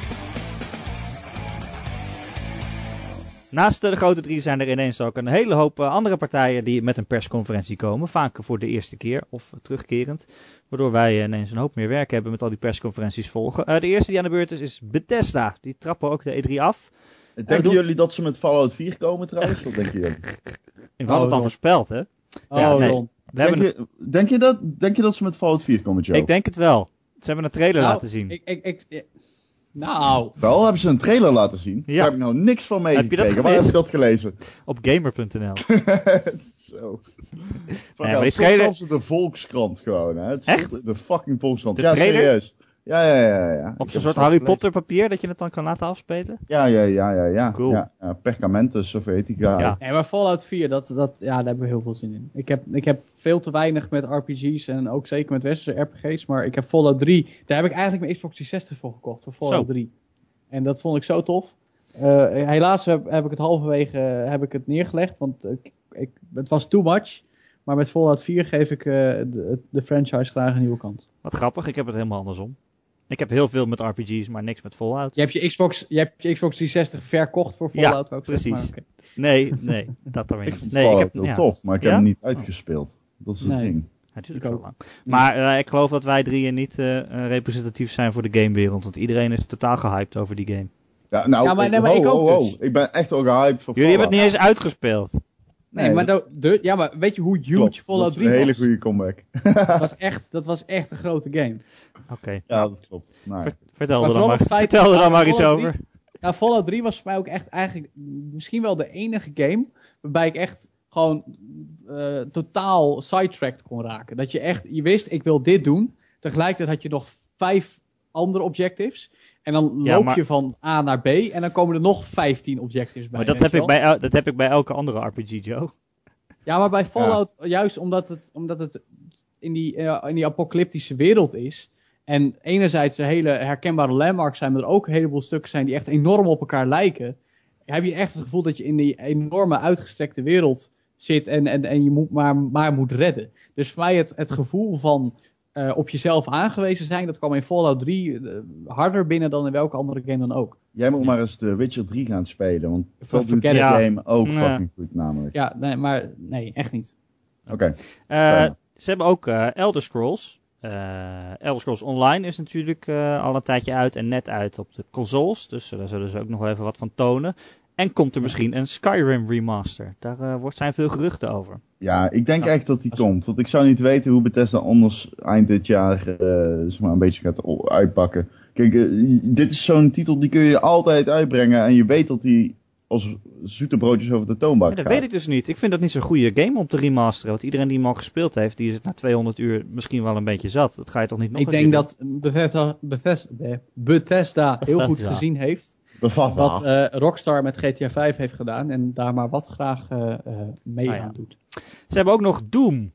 [SPEAKER 1] Naast de grote drie zijn er ineens ook een hele hoop andere partijen die met een persconferentie komen. Vaak voor de eerste keer of terugkerend. Waardoor wij ineens een hoop meer werk hebben met al die persconferenties volgen. Uh, de eerste die aan de beurt is, is Bethesda. Die trappen ook de E drie af.
[SPEAKER 2] Denken bedoel... jullie dat ze met Fallout vier komen trouwens? Wat denken jullie?
[SPEAKER 1] We hadden het al voorspeld, hè?
[SPEAKER 3] Oh, ja, nee.
[SPEAKER 2] We denk, je, een... denk, je dat, denk je dat ze met Fallout vier komen, Joe?
[SPEAKER 1] Ik denk het wel. Ze hebben een trailer
[SPEAKER 3] nou,
[SPEAKER 1] laten zien.
[SPEAKER 3] Ik, ik, ik, ik, nou.
[SPEAKER 2] Wel, hebben ze een trailer laten zien? Ja. Daar heb ik nou niks van meegekregen. Waar heb je dat gelezen?
[SPEAKER 1] Op gamer punt n l.
[SPEAKER 2] Zo.
[SPEAKER 1] Ja, ja, maar die trailer...
[SPEAKER 2] zelfs de Volkskrant gewoon, hè? Het
[SPEAKER 1] echt?
[SPEAKER 2] De fucking Volkskrant.
[SPEAKER 1] De
[SPEAKER 2] ja,
[SPEAKER 1] trailer?
[SPEAKER 2] serieus. Ja, ja, ja, ja.
[SPEAKER 1] Op zo'n soort Harry Potter papier dat je het dan kan laten afspelen?
[SPEAKER 2] Ja, ja, ja, ja, ja.
[SPEAKER 1] Cool.
[SPEAKER 2] Ja, ja, Perkamentus of weet ik ja.
[SPEAKER 3] Ja, ja maar Fallout vier, dat, dat, ja, daar hebben we heel veel zin in. Ik heb, ik heb veel te weinig met R P G's en ook zeker met westerse R P G's, maar ik heb Fallout drie, daar heb ik eigenlijk mijn Xbox driehonderdzestig voor gekocht, voor Fallout zo. drie. En dat vond ik zo tof. Uh, helaas heb, heb ik het halverwege uh, heb ik het neergelegd, want ik, ik, het was too much. Maar met Fallout vier geef ik uh, de, de franchise graag een nieuwe kans.
[SPEAKER 1] Wat grappig, ik heb het helemaal andersom. Ik heb heel veel met R P G's, maar niks met Fallout.
[SPEAKER 3] Je hebt je Xbox, je hebt je Xbox driehondzestig verkocht voor Fallout
[SPEAKER 1] ja,
[SPEAKER 3] ook.
[SPEAKER 1] Precies.
[SPEAKER 3] Zeg maar, okay.
[SPEAKER 1] Nee, nee, dat dan weer niet.
[SPEAKER 2] Ik vond
[SPEAKER 1] nee,
[SPEAKER 2] Fallout
[SPEAKER 1] ik heb,
[SPEAKER 2] heel
[SPEAKER 1] ja.
[SPEAKER 2] tof, maar ik
[SPEAKER 1] ja?
[SPEAKER 2] heb hem niet uitgespeeld. Dat is het
[SPEAKER 3] nee.
[SPEAKER 2] ding.
[SPEAKER 1] Natuurlijk zo lang. Maar uh, ik geloof dat wij drieën niet uh, representatief zijn voor de gamewereld. Want iedereen is totaal gehyped over die game.
[SPEAKER 2] Ja, nou,
[SPEAKER 3] ja, maar, nee, maar
[SPEAKER 2] ho,
[SPEAKER 3] ik ook
[SPEAKER 2] ho, ho.
[SPEAKER 3] dus.
[SPEAKER 2] Ik ben echt al gehyped voor
[SPEAKER 1] Jullie
[SPEAKER 2] Fallout.
[SPEAKER 1] hebben het niet eens uitgespeeld.
[SPEAKER 3] Nee, nee maar, dat... de, ja, maar weet je hoe huge
[SPEAKER 2] Klopt,
[SPEAKER 3] Fallout drie was?
[SPEAKER 2] Dat is een hele goede comeback.
[SPEAKER 3] dat, was echt, dat was echt een grote game.
[SPEAKER 1] Oké. Okay.
[SPEAKER 2] Ja, dat klopt. Nou,
[SPEAKER 1] Ver, vertel maar er dan maar,
[SPEAKER 3] feit,
[SPEAKER 1] vertel er dan maar iets
[SPEAKER 3] drie,
[SPEAKER 1] over.
[SPEAKER 3] Nou, Fallout drie was voor mij ook echt eigenlijk misschien wel de enige game waarbij ik echt gewoon uh, totaal sidetracked kon raken. Dat je echt, je wist, ik wil dit doen. Tegelijkertijd had je nog vijf andere objectives. En dan
[SPEAKER 1] Ja,
[SPEAKER 3] loop
[SPEAKER 1] maar-
[SPEAKER 3] je van A naar B en dan komen er nog vijftien objectives bij.
[SPEAKER 1] Maar dat
[SPEAKER 3] weet
[SPEAKER 1] heb,
[SPEAKER 3] je
[SPEAKER 1] ik
[SPEAKER 3] wel.
[SPEAKER 1] bij, el- dat heb ik bij elke andere R P G, Joe.
[SPEAKER 3] Ja, maar bij Fallout, juist omdat het, omdat het in, die, uh, in die apocalyptische wereld is. En enerzijds er hele herkenbare landmarks zijn, maar er ook een heleboel stukken zijn die echt enorm op elkaar lijken. Heb je echt het gevoel dat je in die enorme uitgestrekte wereld zit en, en, en je moet maar, maar moet redden. Dus voor mij het, het gevoel van uh, op jezelf aangewezen zijn, dat kwam in Fallout drie uh, harder binnen dan in welke andere game dan ook.
[SPEAKER 2] Jij moet maar eens de Witcher drie gaan spelen, want dat doet
[SPEAKER 3] Forget
[SPEAKER 2] die
[SPEAKER 1] it.
[SPEAKER 2] game ook
[SPEAKER 1] Ja.
[SPEAKER 2] fucking goed namelijk.
[SPEAKER 3] Ja, nee, maar nee, echt niet.
[SPEAKER 2] Oké.
[SPEAKER 1] Uh, ze hebben ook uh, Elder Scrolls. Uh, Elder Scrolls Online is natuurlijk uh, al een tijdje uit en net uit op de consoles. Dus uh, daar zullen ze ook nog wel even wat van tonen. En komt er misschien een Skyrim remaster. Daar uh, wordt, zijn veel geruchten over.
[SPEAKER 2] Ja, ik denk
[SPEAKER 3] Ja.
[SPEAKER 2] echt dat die komt. Want ik zou niet weten hoe Bethesda anders eind dit jaar uh, zeg maar een beetje gaat o- uitpakken. Kijk, uh, dit is zo'n titel die kun je altijd uitbrengen. En je weet dat die als zoete broodjes over de toonbank
[SPEAKER 1] Ja, dat
[SPEAKER 2] gaat.
[SPEAKER 1] weet ik dus niet. Ik vind dat niet zo'n goede game om te remasteren. Want iedereen die hem al gespeeld heeft, die is het na tweehonderd uur misschien wel een beetje zat. Dat ga je toch niet nog
[SPEAKER 3] Ik
[SPEAKER 1] een
[SPEAKER 3] denk
[SPEAKER 1] keer
[SPEAKER 3] dat Bethesda, Bethesda, Bethesda heel goed
[SPEAKER 1] Bethesda.
[SPEAKER 3] gezien heeft
[SPEAKER 2] Bevat
[SPEAKER 3] wat
[SPEAKER 2] wel.
[SPEAKER 3] uh, Rockstar met G T A vijf heeft gedaan en daar maar wat graag uh, uh, mee
[SPEAKER 1] Ah, ja.
[SPEAKER 3] aan doet.
[SPEAKER 1] Ze hebben ook nog Doom.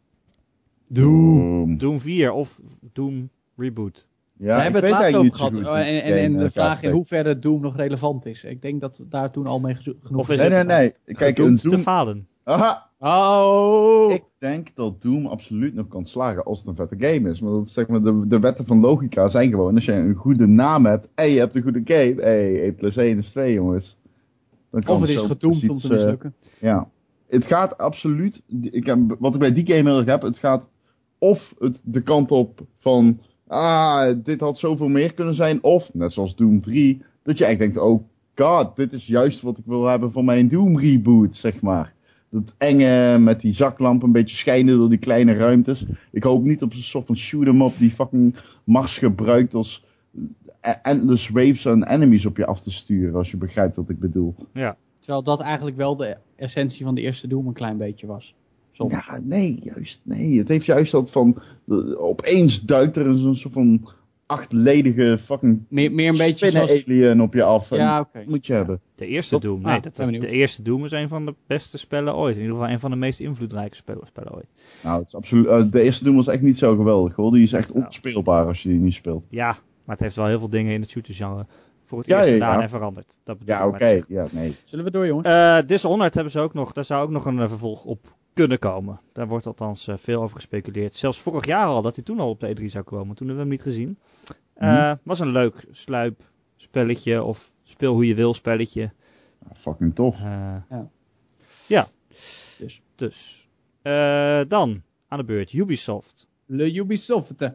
[SPEAKER 2] Doom.
[SPEAKER 1] Doom vier of Doom Reboot.
[SPEAKER 2] Ja,
[SPEAKER 3] We hebben
[SPEAKER 2] ik
[SPEAKER 3] het
[SPEAKER 2] weet
[SPEAKER 3] laatst over
[SPEAKER 2] eigenlijk
[SPEAKER 3] gehad
[SPEAKER 2] niet zo
[SPEAKER 3] uh,
[SPEAKER 2] goed
[SPEAKER 3] en, en, en
[SPEAKER 2] game,
[SPEAKER 3] de
[SPEAKER 2] uh,
[SPEAKER 3] vraag in
[SPEAKER 2] Gaastek.
[SPEAKER 3] hoeverre Doom nog relevant is. Ik denk dat we daar toen al mee gezo- genoeg
[SPEAKER 1] Of is
[SPEAKER 2] Nee,
[SPEAKER 3] gezeten
[SPEAKER 2] nee,
[SPEAKER 3] zijn.
[SPEAKER 2] nee. Kijk, een
[SPEAKER 1] Gedoemd te
[SPEAKER 2] Doom...
[SPEAKER 1] falen.
[SPEAKER 2] Aha!
[SPEAKER 3] Oh!
[SPEAKER 2] Ik denk dat Doom absoluut nog kan slagen als het een vette game is. Maar dat, zeg maar, de, de wetten van logica zijn gewoon, als je een goede naam hebt en je hebt een goede game, hey, één plus één is twee, jongens. Dan kan
[SPEAKER 3] Of het is
[SPEAKER 2] zo
[SPEAKER 3] gedoemd
[SPEAKER 2] precies,
[SPEAKER 3] om te
[SPEAKER 2] eh,
[SPEAKER 3] mislukken.
[SPEAKER 2] Ja. Het gaat absoluut, ik heb, wat ik bij die game heel erg heb, het gaat of het de kant op van, ah, dit had zoveel meer kunnen zijn, of, net zoals Doom drie, dat je echt denkt, oh god, dit is juist wat ik wil hebben voor mijn Doom reboot, zeg maar. Dat enge met die zaklamp een beetje schijnen door die kleine ruimtes. Ik hoop niet op een soort van shoot-em-up die fucking Mars gebruikt als endless waves aan enemies op je af te sturen, als je begrijpt wat ik bedoel.
[SPEAKER 1] Ja.
[SPEAKER 3] Terwijl dat eigenlijk wel de essentie van de eerste Doom een klein beetje was. Soms.
[SPEAKER 2] Ja, nee, juist, nee. Het heeft juist dat van, uh, opeens duikt er een soort van achtledige fucking
[SPEAKER 3] Meer, meer een beetje zoals...
[SPEAKER 2] spinnen-alien op je af.
[SPEAKER 3] Ja,
[SPEAKER 2] En
[SPEAKER 3] oké.
[SPEAKER 2] dat moet je hebben.
[SPEAKER 1] De eerste
[SPEAKER 2] Dat-
[SPEAKER 1] Doom,
[SPEAKER 3] ah,
[SPEAKER 1] nee, dat
[SPEAKER 3] ben
[SPEAKER 1] is,
[SPEAKER 3] benieuwd.
[SPEAKER 1] de eerste Doom is een van de beste spellen ooit. In ieder geval een van de meest invloedrijke spellen, spellen ooit.
[SPEAKER 2] Nou, het is absoluut, uh, de eerste Doom was echt niet zo geweldig, hoor. Die is echt
[SPEAKER 1] Nou.
[SPEAKER 2] onspeelbaar als je die niet speelt.
[SPEAKER 1] Ja, maar het heeft wel heel veel dingen in het shooter-genre voor het
[SPEAKER 2] Ja,
[SPEAKER 1] eerst
[SPEAKER 2] ja,
[SPEAKER 1] gedaan
[SPEAKER 2] ja.
[SPEAKER 1] en veranderd. Dat bedoel
[SPEAKER 2] Ja,
[SPEAKER 1] ik
[SPEAKER 2] oké.
[SPEAKER 1] maar te zeggen.
[SPEAKER 2] Ja, nee.
[SPEAKER 3] Zullen we door, jongens?
[SPEAKER 1] Eh, Dishonored hebben ze ook nog, daar zou ook nog een eh, vervolg op kunnen komen. Daar wordt althans eh, veel over gespeculeerd. Zelfs vorig jaar al, dat hij toen al op de E drie zou komen. Toen hebben we hem niet gezien. Eh,
[SPEAKER 2] Mhm.
[SPEAKER 1] Was een leuk sluipspelletje of speel hoe je wil spelletje.
[SPEAKER 2] Ja, fucking tof.
[SPEAKER 1] Eh,
[SPEAKER 3] Ja.
[SPEAKER 1] ja.
[SPEAKER 3] Dus.
[SPEAKER 1] Dus. Eh, dan, aan de beurt, Ubisoft.
[SPEAKER 3] Le Ubisoft.
[SPEAKER 1] Met,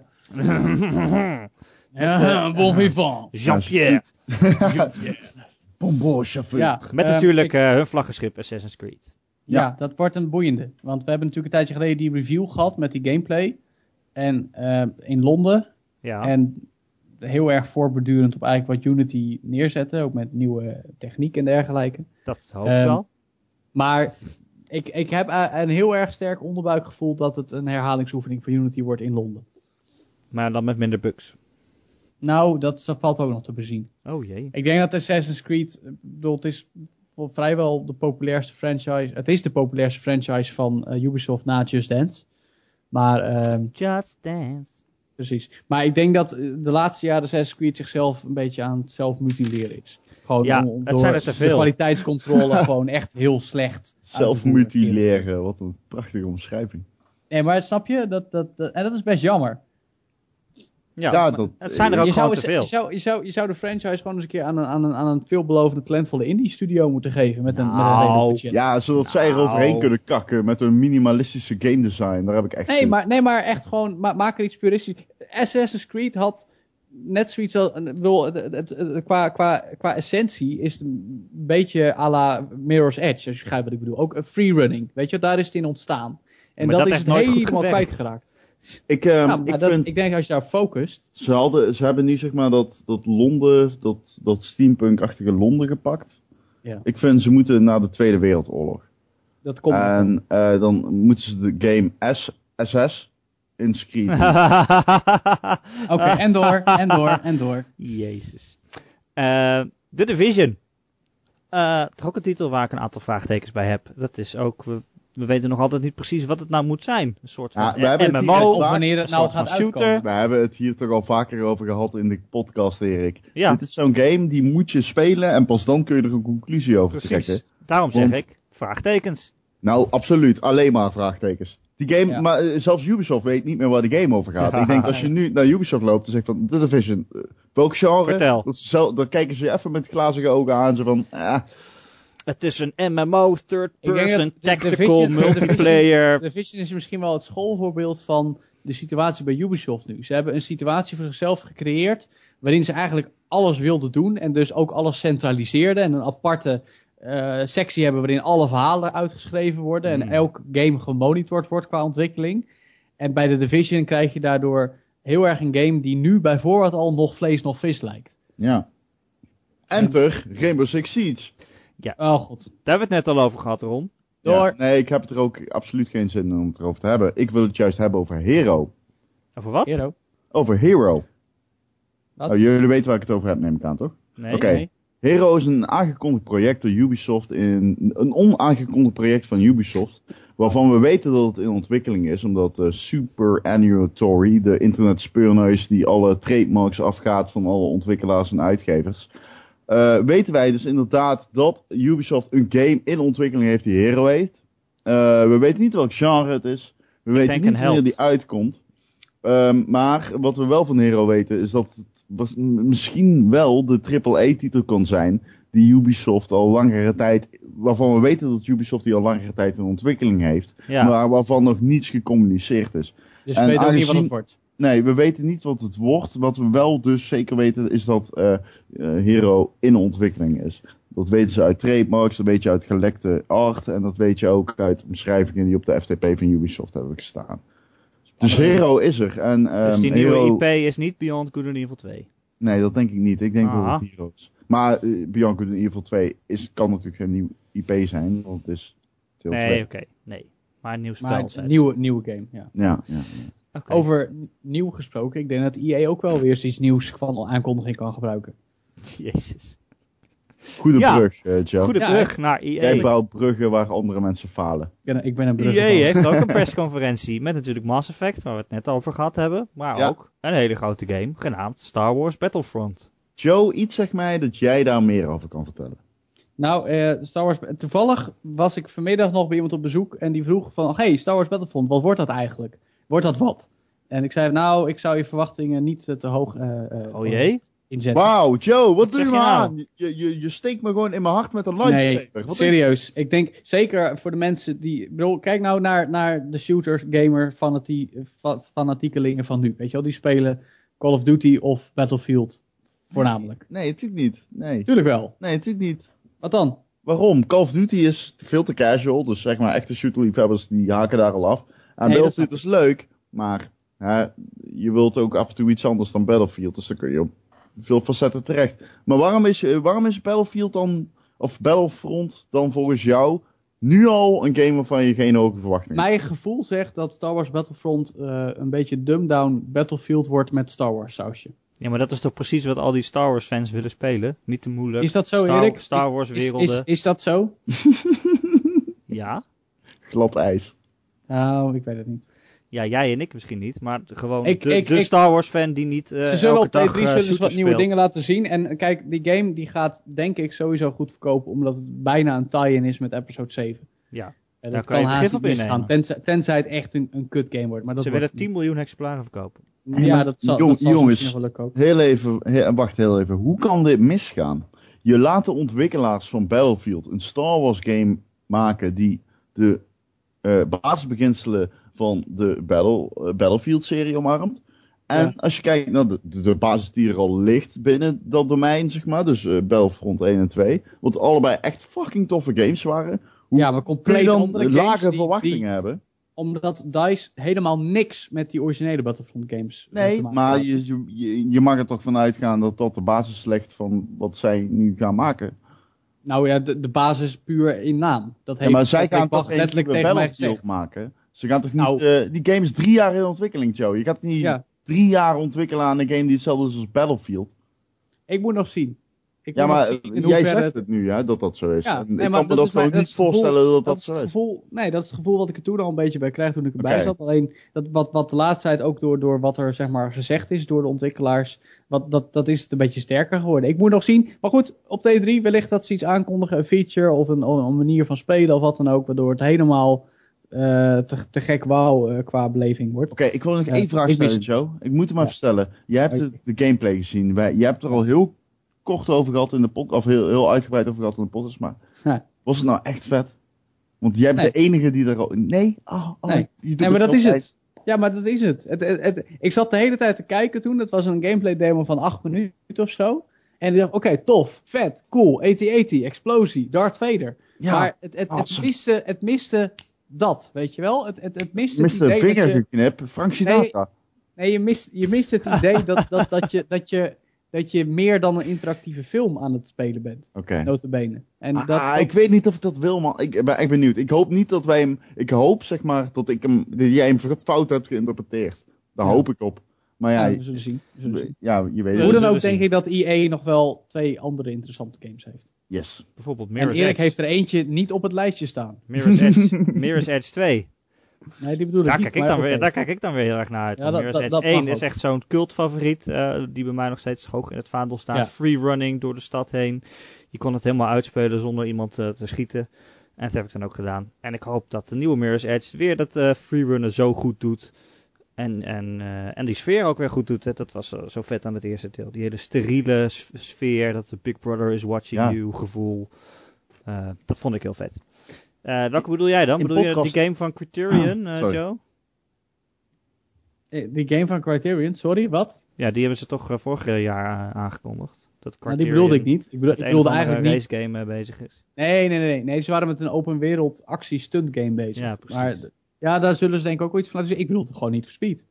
[SPEAKER 3] Ja,
[SPEAKER 1] eh,
[SPEAKER 3] bon vivant.
[SPEAKER 1] Jean-Pierre.
[SPEAKER 2] Bombo chauffeur.
[SPEAKER 3] Ja,
[SPEAKER 1] Met
[SPEAKER 3] ehm,
[SPEAKER 1] natuurlijk
[SPEAKER 3] ik-
[SPEAKER 1] eh, hun vlaggenschip Assassin's Creed.
[SPEAKER 3] Ja,
[SPEAKER 2] Ja.
[SPEAKER 3] dat wordt een boeiende. Want we hebben natuurlijk een tijdje geleden die review gehad met die gameplay. En eh, in Londen.
[SPEAKER 1] Ja.
[SPEAKER 3] En heel erg voortbordurend op eigenlijk wat Unity neerzette. Ook met nieuwe techniek en dergelijke.
[SPEAKER 1] Dat hoop ik
[SPEAKER 3] Ehm,
[SPEAKER 1] wel.
[SPEAKER 3] Maar ik, ik heb a- een heel erg sterk onderbuikgevoel dat het een herhalingsoefening voor Unity wordt in Londen.
[SPEAKER 1] Maar dan met minder bugs.
[SPEAKER 3] Nou, dat valt ook nog te bezien.
[SPEAKER 1] Oh jee.
[SPEAKER 3] Ik denk dat Assassin's Creed, ik bedoel, het is wel vrijwel de populairste franchise. Het is de populairste franchise van uh, Ubisoft na Just Dance. Maar, ehm,
[SPEAKER 1] Just Dance.
[SPEAKER 3] precies. Maar ik denk dat uh, de laatste jaren Assassin's Creed zichzelf een beetje aan het zelf mutileren is. Gewoon
[SPEAKER 1] Ja,
[SPEAKER 3] om, om
[SPEAKER 1] het
[SPEAKER 3] door
[SPEAKER 1] zijn er te
[SPEAKER 3] de
[SPEAKER 1] veel.
[SPEAKER 3] kwaliteitscontrole gewoon echt heel slecht uit te voeren.
[SPEAKER 2] Zelfmutileren. Wat een prachtige omschrijving.
[SPEAKER 3] Nee, maar snap je? Dat, dat, dat, en dat is best jammer.
[SPEAKER 1] Ja,
[SPEAKER 2] Ja,
[SPEAKER 1] maar
[SPEAKER 2] dat-
[SPEAKER 1] het zijn er ook
[SPEAKER 3] Je
[SPEAKER 1] gewoon
[SPEAKER 3] zou,
[SPEAKER 1] te
[SPEAKER 3] eens-
[SPEAKER 1] veel.
[SPEAKER 3] je, zou, je, zou, je zou de franchise gewoon eens een keer aan een, aan een, aan een veelbelovende, talentvolle indie-studio moeten geven. Met een, met een
[SPEAKER 1] Nou,
[SPEAKER 3] redelijk budget.
[SPEAKER 2] Ja, zodat zij
[SPEAKER 1] Nou.
[SPEAKER 2] eroverheen kunnen kakken met een minimalistische game design. Daar heb ik echt
[SPEAKER 3] Nee,
[SPEAKER 2] zin in.
[SPEAKER 3] maar, nee, maar echt gewoon, ma maak er iets puristisch. Assassin's Creed had net zoiets als, ik bedoel, het, het, het- qua, qua, qua essentie is het een beetje à la Mirror's Edge, als je begrijpt wat ik bedoel. Ook een freerunning, weet je, daar is het in ontstaan. En
[SPEAKER 1] Maar
[SPEAKER 3] dat,
[SPEAKER 1] dat
[SPEAKER 3] is
[SPEAKER 1] heeft
[SPEAKER 3] het
[SPEAKER 1] nooit goed
[SPEAKER 3] helemaal
[SPEAKER 1] gewerkt.
[SPEAKER 3] kwijtgeraakt.
[SPEAKER 2] Ik, ehm,
[SPEAKER 3] Nou, maar
[SPEAKER 2] ik
[SPEAKER 3] dat,
[SPEAKER 2] vind,
[SPEAKER 3] ik denk dat als je daar focust,
[SPEAKER 2] ze, hadden, ze hebben nu zeg maar dat, dat Londen, dat, dat steampunk-achtige Londen gepakt.
[SPEAKER 3] Ja.
[SPEAKER 2] Ik vind ze moeten naar de Tweede Wereldoorlog.
[SPEAKER 3] dat komt.
[SPEAKER 2] En eh, dan moeten ze de game S, S S in Screed.
[SPEAKER 3] Oké, okay, en door, en door, en door.
[SPEAKER 1] Jezus. Uh, The Division. Uh, toch ook een titel waar ik een aantal vraagtekens bij heb. Dat is ook... We, we weten nog altijd niet precies wat het nou moet zijn. Een soort van
[SPEAKER 2] ja, we
[SPEAKER 1] M M O.
[SPEAKER 3] Of wanneer het nou gaat
[SPEAKER 1] shooter.
[SPEAKER 2] We hebben het hier toch al vaker over gehad in de podcast, Erik.
[SPEAKER 1] Ja.
[SPEAKER 2] Dit is zo'n game, die moet je spelen en pas dan kun je er een conclusie over
[SPEAKER 1] precies.
[SPEAKER 2] trekken.
[SPEAKER 1] Daarom zeg
[SPEAKER 2] Want,
[SPEAKER 1] ik, vraagtekens.
[SPEAKER 2] Nou, absoluut. Alleen maar vraagtekens. Die game,
[SPEAKER 3] ja.
[SPEAKER 2] maar uh, zelfs Ubisoft weet niet meer waar de game over gaat. Ja, ik denk, als je nu naar Ubisoft loopt en zegt van, The Division, uh, welk genre?
[SPEAKER 1] Vertel.
[SPEAKER 2] Dat zo, dan kijken ze je even met glazige ogen aan, zo van, ah.
[SPEAKER 1] Het is een M M O, third person, tactical,
[SPEAKER 3] Division,
[SPEAKER 1] multiplayer.
[SPEAKER 3] The Division is misschien wel het schoolvoorbeeld van de situatie bij Ubisoft nu. Ze hebben een situatie voor zichzelf gecreëerd, waarin ze eigenlijk alles wilden doen en dus ook alles centraliseerden en een aparte uh, sectie hebben waarin alle verhalen uitgeschreven worden en
[SPEAKER 1] Hmm.
[SPEAKER 3] elk game gemonitord wordt qua ontwikkeling. En bij The Division krijg je daardoor heel erg een game die nu bij voorbaat al nog vlees nog vis lijkt.
[SPEAKER 2] Ja. Enter Rainbow Six Siege.
[SPEAKER 1] Ja.
[SPEAKER 3] Oh god.
[SPEAKER 1] Daar hebben we het net al over gehad, Ron.
[SPEAKER 3] Door.
[SPEAKER 2] Ja, nee, ik heb het er ook absoluut geen zin in om het erover te hebben. Ik wil het juist hebben over Hero.
[SPEAKER 1] Over wat?
[SPEAKER 3] Hero.
[SPEAKER 2] Over Hero.
[SPEAKER 3] Wat?
[SPEAKER 2] Oh, jullie weten waar ik het over heb, neem ik aan, toch?
[SPEAKER 1] Nee.
[SPEAKER 2] Oké.
[SPEAKER 3] Nee.
[SPEAKER 2] Hero is een aangekondigd project door Ubisoft, in, een onaangekondigd project van Ubisoft, waarvan we weten dat het in ontwikkeling is, omdat uh, Super Annuatory, de internetspeurneus die alle trademarks afgaat van alle ontwikkelaars en uitgevers, uh, weten wij dus inderdaad dat Ubisoft een game in ontwikkeling heeft die Hero heet. Uh, we weten niet welk genre het is, we
[SPEAKER 1] Ik
[SPEAKER 2] weten
[SPEAKER 1] denk
[SPEAKER 2] niet
[SPEAKER 1] een
[SPEAKER 2] wanneer
[SPEAKER 1] held.
[SPEAKER 2] die uitkomt. Um, maar wat we wel van Hero weten is dat het was m- misschien wel de triple A-titel kan zijn die Ubisoft al langere tijd, waarvan we weten dat Ubisoft die al langere tijd in ontwikkeling heeft,
[SPEAKER 1] Ja.
[SPEAKER 2] maar waarvan nog niets gecommuniceerd is.
[SPEAKER 3] Dus
[SPEAKER 2] En
[SPEAKER 3] we weten ook niet wat
[SPEAKER 2] aangezien-
[SPEAKER 3] het wordt.
[SPEAKER 2] Nee, we weten niet wat het wordt. Wat we wel dus zeker weten is dat uh, uh, Hero in ontwikkeling is. Dat weten ze uit trademarks, dat weet je uit gelekte art en dat weet je ook uit omschrijvingen die op de F T P van Ubisoft hebben gestaan. Dus Hero is er. En, um,
[SPEAKER 1] Dus die nieuwe
[SPEAKER 2] Hero...
[SPEAKER 1] I P is niet Beyond Good and Evil twee.
[SPEAKER 2] Nee, dat denk ik niet. Ik denk
[SPEAKER 1] Aha.
[SPEAKER 2] dat het Hero is. Maar uh, Beyond Good and Evil twee is, kan natuurlijk geen nieuw I P zijn, want het is deel
[SPEAKER 1] Nee,
[SPEAKER 2] twee.
[SPEAKER 1] oké. Okay, nee. Maar een nieuw spel.
[SPEAKER 3] Maar het is
[SPEAKER 1] zei
[SPEAKER 3] een
[SPEAKER 1] ze.
[SPEAKER 3] nieuwe, nieuwe game, ja.
[SPEAKER 2] Ja, ja, ja.
[SPEAKER 1] Oké.
[SPEAKER 3] Over nieuw gesproken, ik denk dat E A ook wel weer eens iets nieuws van aankondiging kan gebruiken.
[SPEAKER 1] Jezus.
[SPEAKER 2] Goede
[SPEAKER 1] Ja.
[SPEAKER 2] brug, uh, Joe.
[SPEAKER 1] Goede
[SPEAKER 3] Ja,
[SPEAKER 1] brug naar E A.
[SPEAKER 2] Jij bouwt bruggen waar andere mensen falen.
[SPEAKER 3] Ik ben, ik ben een
[SPEAKER 1] E
[SPEAKER 3] brugger
[SPEAKER 1] A
[SPEAKER 3] van.
[SPEAKER 1] heeft ook een persconferentie met natuurlijk Mass Effect, waar we het net over gehad hebben. Maar
[SPEAKER 2] Ja.
[SPEAKER 1] ook een hele grote game, genaamd Star Wars Battlefront.
[SPEAKER 2] Joe, iets zegt mij dat jij daar meer over kan vertellen.
[SPEAKER 3] Nou, eh, Star Wars, toevallig was ik vanmiddag nog bij iemand op bezoek en die vroeg van, hey, Star Wars Battlefront, wat wordt dat eigenlijk? Wordt dat wat? En ik zei, nou, ik zou je verwachtingen niet eh, te hoog uh, uh,
[SPEAKER 1] Oh jee?
[SPEAKER 3] inzetten.
[SPEAKER 2] Wauw, Joe, wat,
[SPEAKER 1] Wat
[SPEAKER 2] doe
[SPEAKER 1] zeg
[SPEAKER 2] je
[SPEAKER 1] je
[SPEAKER 2] me
[SPEAKER 1] nou?
[SPEAKER 2] aan? Je, je, je steekt me gewoon in mijn hart met een lightsaber.
[SPEAKER 3] Nee,
[SPEAKER 2] Wat is-
[SPEAKER 3] serieus. Ik denk, zeker voor de mensen die... Ik bedoel, kijk nou naar, naar de shooters, gamer, fanatie, fa, fanatiekelingen van nu. Weet je wel, die spelen Call of Duty of Battlefield. Voornamelijk.
[SPEAKER 2] Nee, natuurlijk niet. Nee.
[SPEAKER 3] Tuurlijk wel.
[SPEAKER 2] nee, natuurlijk niet.
[SPEAKER 3] Wat dan?
[SPEAKER 2] Waarom? Call of Duty is veel te casual, dus zeg maar echte shooterliefhebbers die haken daar al af. En
[SPEAKER 3] Nee, dat
[SPEAKER 2] Battlefield is leuk, maar hè, je wilt ook af en toe iets anders dan Battlefield, dus dan kun je op veel facetten terecht. Maar waarom is, eh, waarom is Battlefield dan, of Battlefront dan volgens jou nu al een game waarvan je geen hoge verwachtingen hebt?
[SPEAKER 3] Mijn gevoel zegt dat Star Wars Battlefront uh, een beetje dumbed-down Battlefield wordt met Star Wars sausje.
[SPEAKER 1] Ja, maar dat is toch precies wat al die Star Wars fans willen spelen? Niet te moeilijk.
[SPEAKER 3] Is dat zo,
[SPEAKER 1] Star,
[SPEAKER 3] Erik?
[SPEAKER 1] Star Wars
[SPEAKER 3] Is, is,
[SPEAKER 1] werelden.
[SPEAKER 3] is, is dat zo?
[SPEAKER 1] Ja?
[SPEAKER 2] Glad ijs.
[SPEAKER 3] Nou, ik weet het niet.
[SPEAKER 1] Ja, jij en ik misschien niet, maar gewoon
[SPEAKER 3] Ik-
[SPEAKER 1] de,
[SPEAKER 3] ik-
[SPEAKER 1] de
[SPEAKER 3] ik-
[SPEAKER 1] Star Wars fan die niet uh,
[SPEAKER 3] Ze zullen
[SPEAKER 1] elke
[SPEAKER 3] op
[SPEAKER 1] dag
[SPEAKER 3] E drie
[SPEAKER 1] uh,
[SPEAKER 3] zullen dus
[SPEAKER 1] shooter
[SPEAKER 3] wat nieuwe
[SPEAKER 1] speelt.
[SPEAKER 3] dingen laten zien. En kijk, die game die gaat denk ik sowieso goed verkopen, omdat het bijna een tie-in is met episode zeven.
[SPEAKER 1] Ja,
[SPEAKER 3] En
[SPEAKER 1] Daar
[SPEAKER 3] dat
[SPEAKER 1] kan je
[SPEAKER 3] kan haast
[SPEAKER 1] begrip
[SPEAKER 3] niet
[SPEAKER 1] op
[SPEAKER 3] misgaan,
[SPEAKER 1] innemen.
[SPEAKER 3] tenzij, tenzij het echt een, een kut game wordt. Maar dat
[SPEAKER 1] ze
[SPEAKER 3] wordt
[SPEAKER 1] willen tien miljoen exemplaren verkopen.
[SPEAKER 3] niet. Ja, dat zal,
[SPEAKER 2] Jong-
[SPEAKER 3] dat zal
[SPEAKER 2] jongens.
[SPEAKER 3] misschien nog wel lukken ook.
[SPEAKER 2] Heel even, he- wacht heel even. Hoe kan dit misgaan? Je laat de ontwikkelaars van Battlefield een Star Wars game maken die de uh, basisbeginselen van de Battle, uh, Battlefield-serie omarmt. En
[SPEAKER 3] Ja.
[SPEAKER 2] als je kijkt naar de, de, de basis die er al ligt binnen dat domein, zeg maar, dus uh, Battlefront één en twee, wat allebei echt fucking toffe games waren. Hoe
[SPEAKER 3] Ja, maar
[SPEAKER 2] kun
[SPEAKER 3] compleet
[SPEAKER 2] je dan
[SPEAKER 3] andere
[SPEAKER 2] lage
[SPEAKER 3] games die-
[SPEAKER 2] verwachtingen
[SPEAKER 3] die-
[SPEAKER 2] hebben?
[SPEAKER 3] Omdat DICE helemaal niks met die originele Battlefront games uh, te
[SPEAKER 2] Nee,
[SPEAKER 3] maken
[SPEAKER 2] maar
[SPEAKER 3] had.
[SPEAKER 2] je, je, je mag er toch van uitgaan dat dat de basis legt van wat zij nu gaan maken.
[SPEAKER 3] Nou ja, de, de basis puur in naam. Dat
[SPEAKER 2] Ja,
[SPEAKER 3] heeft,
[SPEAKER 2] maar zij
[SPEAKER 3] dat
[SPEAKER 2] gaan
[SPEAKER 3] heeft
[SPEAKER 2] toch
[SPEAKER 3] Bach
[SPEAKER 2] een
[SPEAKER 3] letterlijk
[SPEAKER 2] nieuwe
[SPEAKER 3] tegen mij
[SPEAKER 2] Battlefield
[SPEAKER 3] gezegd.
[SPEAKER 2] maken. Ze gaan toch niet...
[SPEAKER 3] Nou.
[SPEAKER 2] Uh, die game is drie jaar in ontwikkeling, Joe. Je gaat niet
[SPEAKER 3] Ja.
[SPEAKER 2] drie jaar ontwikkelen aan een game die hetzelfde is als Battlefield.
[SPEAKER 3] Ik moet nog zien. Ik
[SPEAKER 2] Ja,
[SPEAKER 3] moet
[SPEAKER 2] maar
[SPEAKER 3] nog zien in
[SPEAKER 2] jij
[SPEAKER 3] hoeverre
[SPEAKER 2] zegt het nu, hè, dat dat zo is.
[SPEAKER 3] Ja,
[SPEAKER 2] En
[SPEAKER 3] nee,
[SPEAKER 2] ik
[SPEAKER 3] maar
[SPEAKER 2] kan me
[SPEAKER 3] dat
[SPEAKER 2] dat
[SPEAKER 3] is mijn-
[SPEAKER 2] gewoon
[SPEAKER 3] dat
[SPEAKER 2] niet
[SPEAKER 3] is het gevoel-
[SPEAKER 2] voorstellen dat dat,
[SPEAKER 3] dat is
[SPEAKER 2] zo
[SPEAKER 3] het
[SPEAKER 2] is.
[SPEAKER 3] gevoel, nee, dat is het gevoel wat ik er toen al een beetje bij kreeg toen ik erbij
[SPEAKER 2] Oké.
[SPEAKER 3] zat. Alleen dat wat, wat de laatste tijd ook door, door wat er zeg maar gezegd is door de ontwikkelaars, wat, dat, dat is het een beetje sterker geworden. Ik moet nog zien, maar goed, op T drie wellicht dat ze iets aankondigen, een feature of een, een manier van spelen of wat dan ook, waardoor het helemaal uh, te, te gek wauw uh, qua beleving wordt.
[SPEAKER 2] Oké, ik wil nog
[SPEAKER 3] Ja,
[SPEAKER 2] één vraag
[SPEAKER 3] ik
[SPEAKER 2] stellen,
[SPEAKER 3] mis-
[SPEAKER 2] Joe. Ik moet hem
[SPEAKER 3] Ja.
[SPEAKER 2] even stellen. Jij hebt
[SPEAKER 3] Oké.
[SPEAKER 2] de, de gameplay gezien. Wij, jij hebt er al heel kort over gehad in de podcast, of heel, heel uitgebreid over gehad in de podcast, maar
[SPEAKER 3] Ja.
[SPEAKER 2] was het nou echt vet? Want jij bent
[SPEAKER 3] Nee.
[SPEAKER 2] de enige die er al... Nee? Oh, oh,
[SPEAKER 3] Nee.
[SPEAKER 2] je doet
[SPEAKER 3] Nee, maar
[SPEAKER 2] het
[SPEAKER 3] dat is
[SPEAKER 2] altijd.
[SPEAKER 3] het. Ja, maar dat is het. Het, het, het. Ik zat de hele tijd te kijken toen. Het was een gameplay demo van acht minuten of zo. En ik dacht, oké, okay, tof, vet, cool, A T A T, explosie, Darth Vader.
[SPEAKER 2] Ja,
[SPEAKER 3] maar het, het, het,
[SPEAKER 2] awesome.
[SPEAKER 3] miste, het miste dat, weet je wel? Het, het, het miste
[SPEAKER 2] Mister
[SPEAKER 3] het idee dat je...
[SPEAKER 2] Vingergeknip, Frank Sinatra.
[SPEAKER 3] Nee, je mist, je mist het idee dat, dat, dat, je, dat, je, dat je meer dan een interactieve film aan het spelen bent.
[SPEAKER 2] Oké.
[SPEAKER 3] Notabene. En
[SPEAKER 2] Ah,
[SPEAKER 3] dat, dat-
[SPEAKER 2] ik weet niet of ik dat wil, man. Ik ben echt benieuwd. Ik hoop niet dat wij hem... Ik hoop, zeg maar, dat, ik hem, dat jij hem fout hebt geïnterpreteerd. Daar
[SPEAKER 3] Ja.
[SPEAKER 2] hoop ik op. Maar ja,
[SPEAKER 3] ja, we zullen zien. We zullen zien.
[SPEAKER 2] ja je weet
[SPEAKER 1] We
[SPEAKER 3] Hoe
[SPEAKER 2] het.
[SPEAKER 3] dan
[SPEAKER 1] zullen
[SPEAKER 3] ook denk
[SPEAKER 1] zien.
[SPEAKER 3] ik dat E A nog wel twee andere interessante games heeft.
[SPEAKER 2] Yes.
[SPEAKER 1] Bijvoorbeeld
[SPEAKER 3] En
[SPEAKER 1] Mirror's
[SPEAKER 3] Erik
[SPEAKER 1] Edge.
[SPEAKER 3] heeft er eentje niet op het lijstje staan.
[SPEAKER 1] Mirror's Edge. Mirror's Edge twee.
[SPEAKER 3] Nee, die bedoel ik
[SPEAKER 1] Daar
[SPEAKER 3] niet.
[SPEAKER 1] kijk, ik
[SPEAKER 3] maar
[SPEAKER 1] dan
[SPEAKER 3] oké.
[SPEAKER 1] weer, daar kijk ik dan weer heel erg naar uit.
[SPEAKER 3] Ja,
[SPEAKER 1] Want
[SPEAKER 3] dat-
[SPEAKER 1] Mirror's
[SPEAKER 3] dat-
[SPEAKER 1] Edge
[SPEAKER 3] dat
[SPEAKER 1] één
[SPEAKER 3] mag
[SPEAKER 1] is
[SPEAKER 3] ook.
[SPEAKER 1] echt zo'n cultfavoriet. Uh, die bij mij nog steeds hoog in het vaandel staat.
[SPEAKER 3] Ja.
[SPEAKER 1] Free running door de stad heen. Je kon het helemaal uitspelen zonder iemand uh, te schieten. En dat heb ik dan ook gedaan. En ik hoop dat de nieuwe Mirror's Edge weer dat uh, free runnen zo goed doet. En, en, uh, en die sfeer ook weer goed doet. Hè. Dat was uh, zo vet aan het eerste deel. Die hele steriele s- sfeer. Dat de Big Brother is watching
[SPEAKER 2] Ja.
[SPEAKER 1] you gevoel. Uh, dat vond ik heel vet. Uh, welke bedoel jij dan?
[SPEAKER 2] In
[SPEAKER 1] Bedoel
[SPEAKER 2] podcast-
[SPEAKER 1] je die game van Criterion, uh,
[SPEAKER 2] Sorry.
[SPEAKER 1] Joe?
[SPEAKER 3] Eh, Die game van Criterion, sorry, wat?
[SPEAKER 1] Ja, die hebben ze toch uh, vorig jaar uh, aangekondigd. Dat
[SPEAKER 3] Nou, die bedoelde ik niet. Ik, bedoel,
[SPEAKER 1] Dat
[SPEAKER 3] ik
[SPEAKER 1] een
[SPEAKER 3] bedoelde
[SPEAKER 1] of andere
[SPEAKER 3] eigenlijk niet.
[SPEAKER 1] race game uh, bezig is.
[SPEAKER 3] Nee, nee, nee, nee. Ze waren met een open wereld actie stunt game bezig.
[SPEAKER 1] Ja, precies.
[SPEAKER 3] Maar ja, daar zullen ze denk ik ook wel iets van laten zien. Ik bedoelde gewoon niet voor Speed.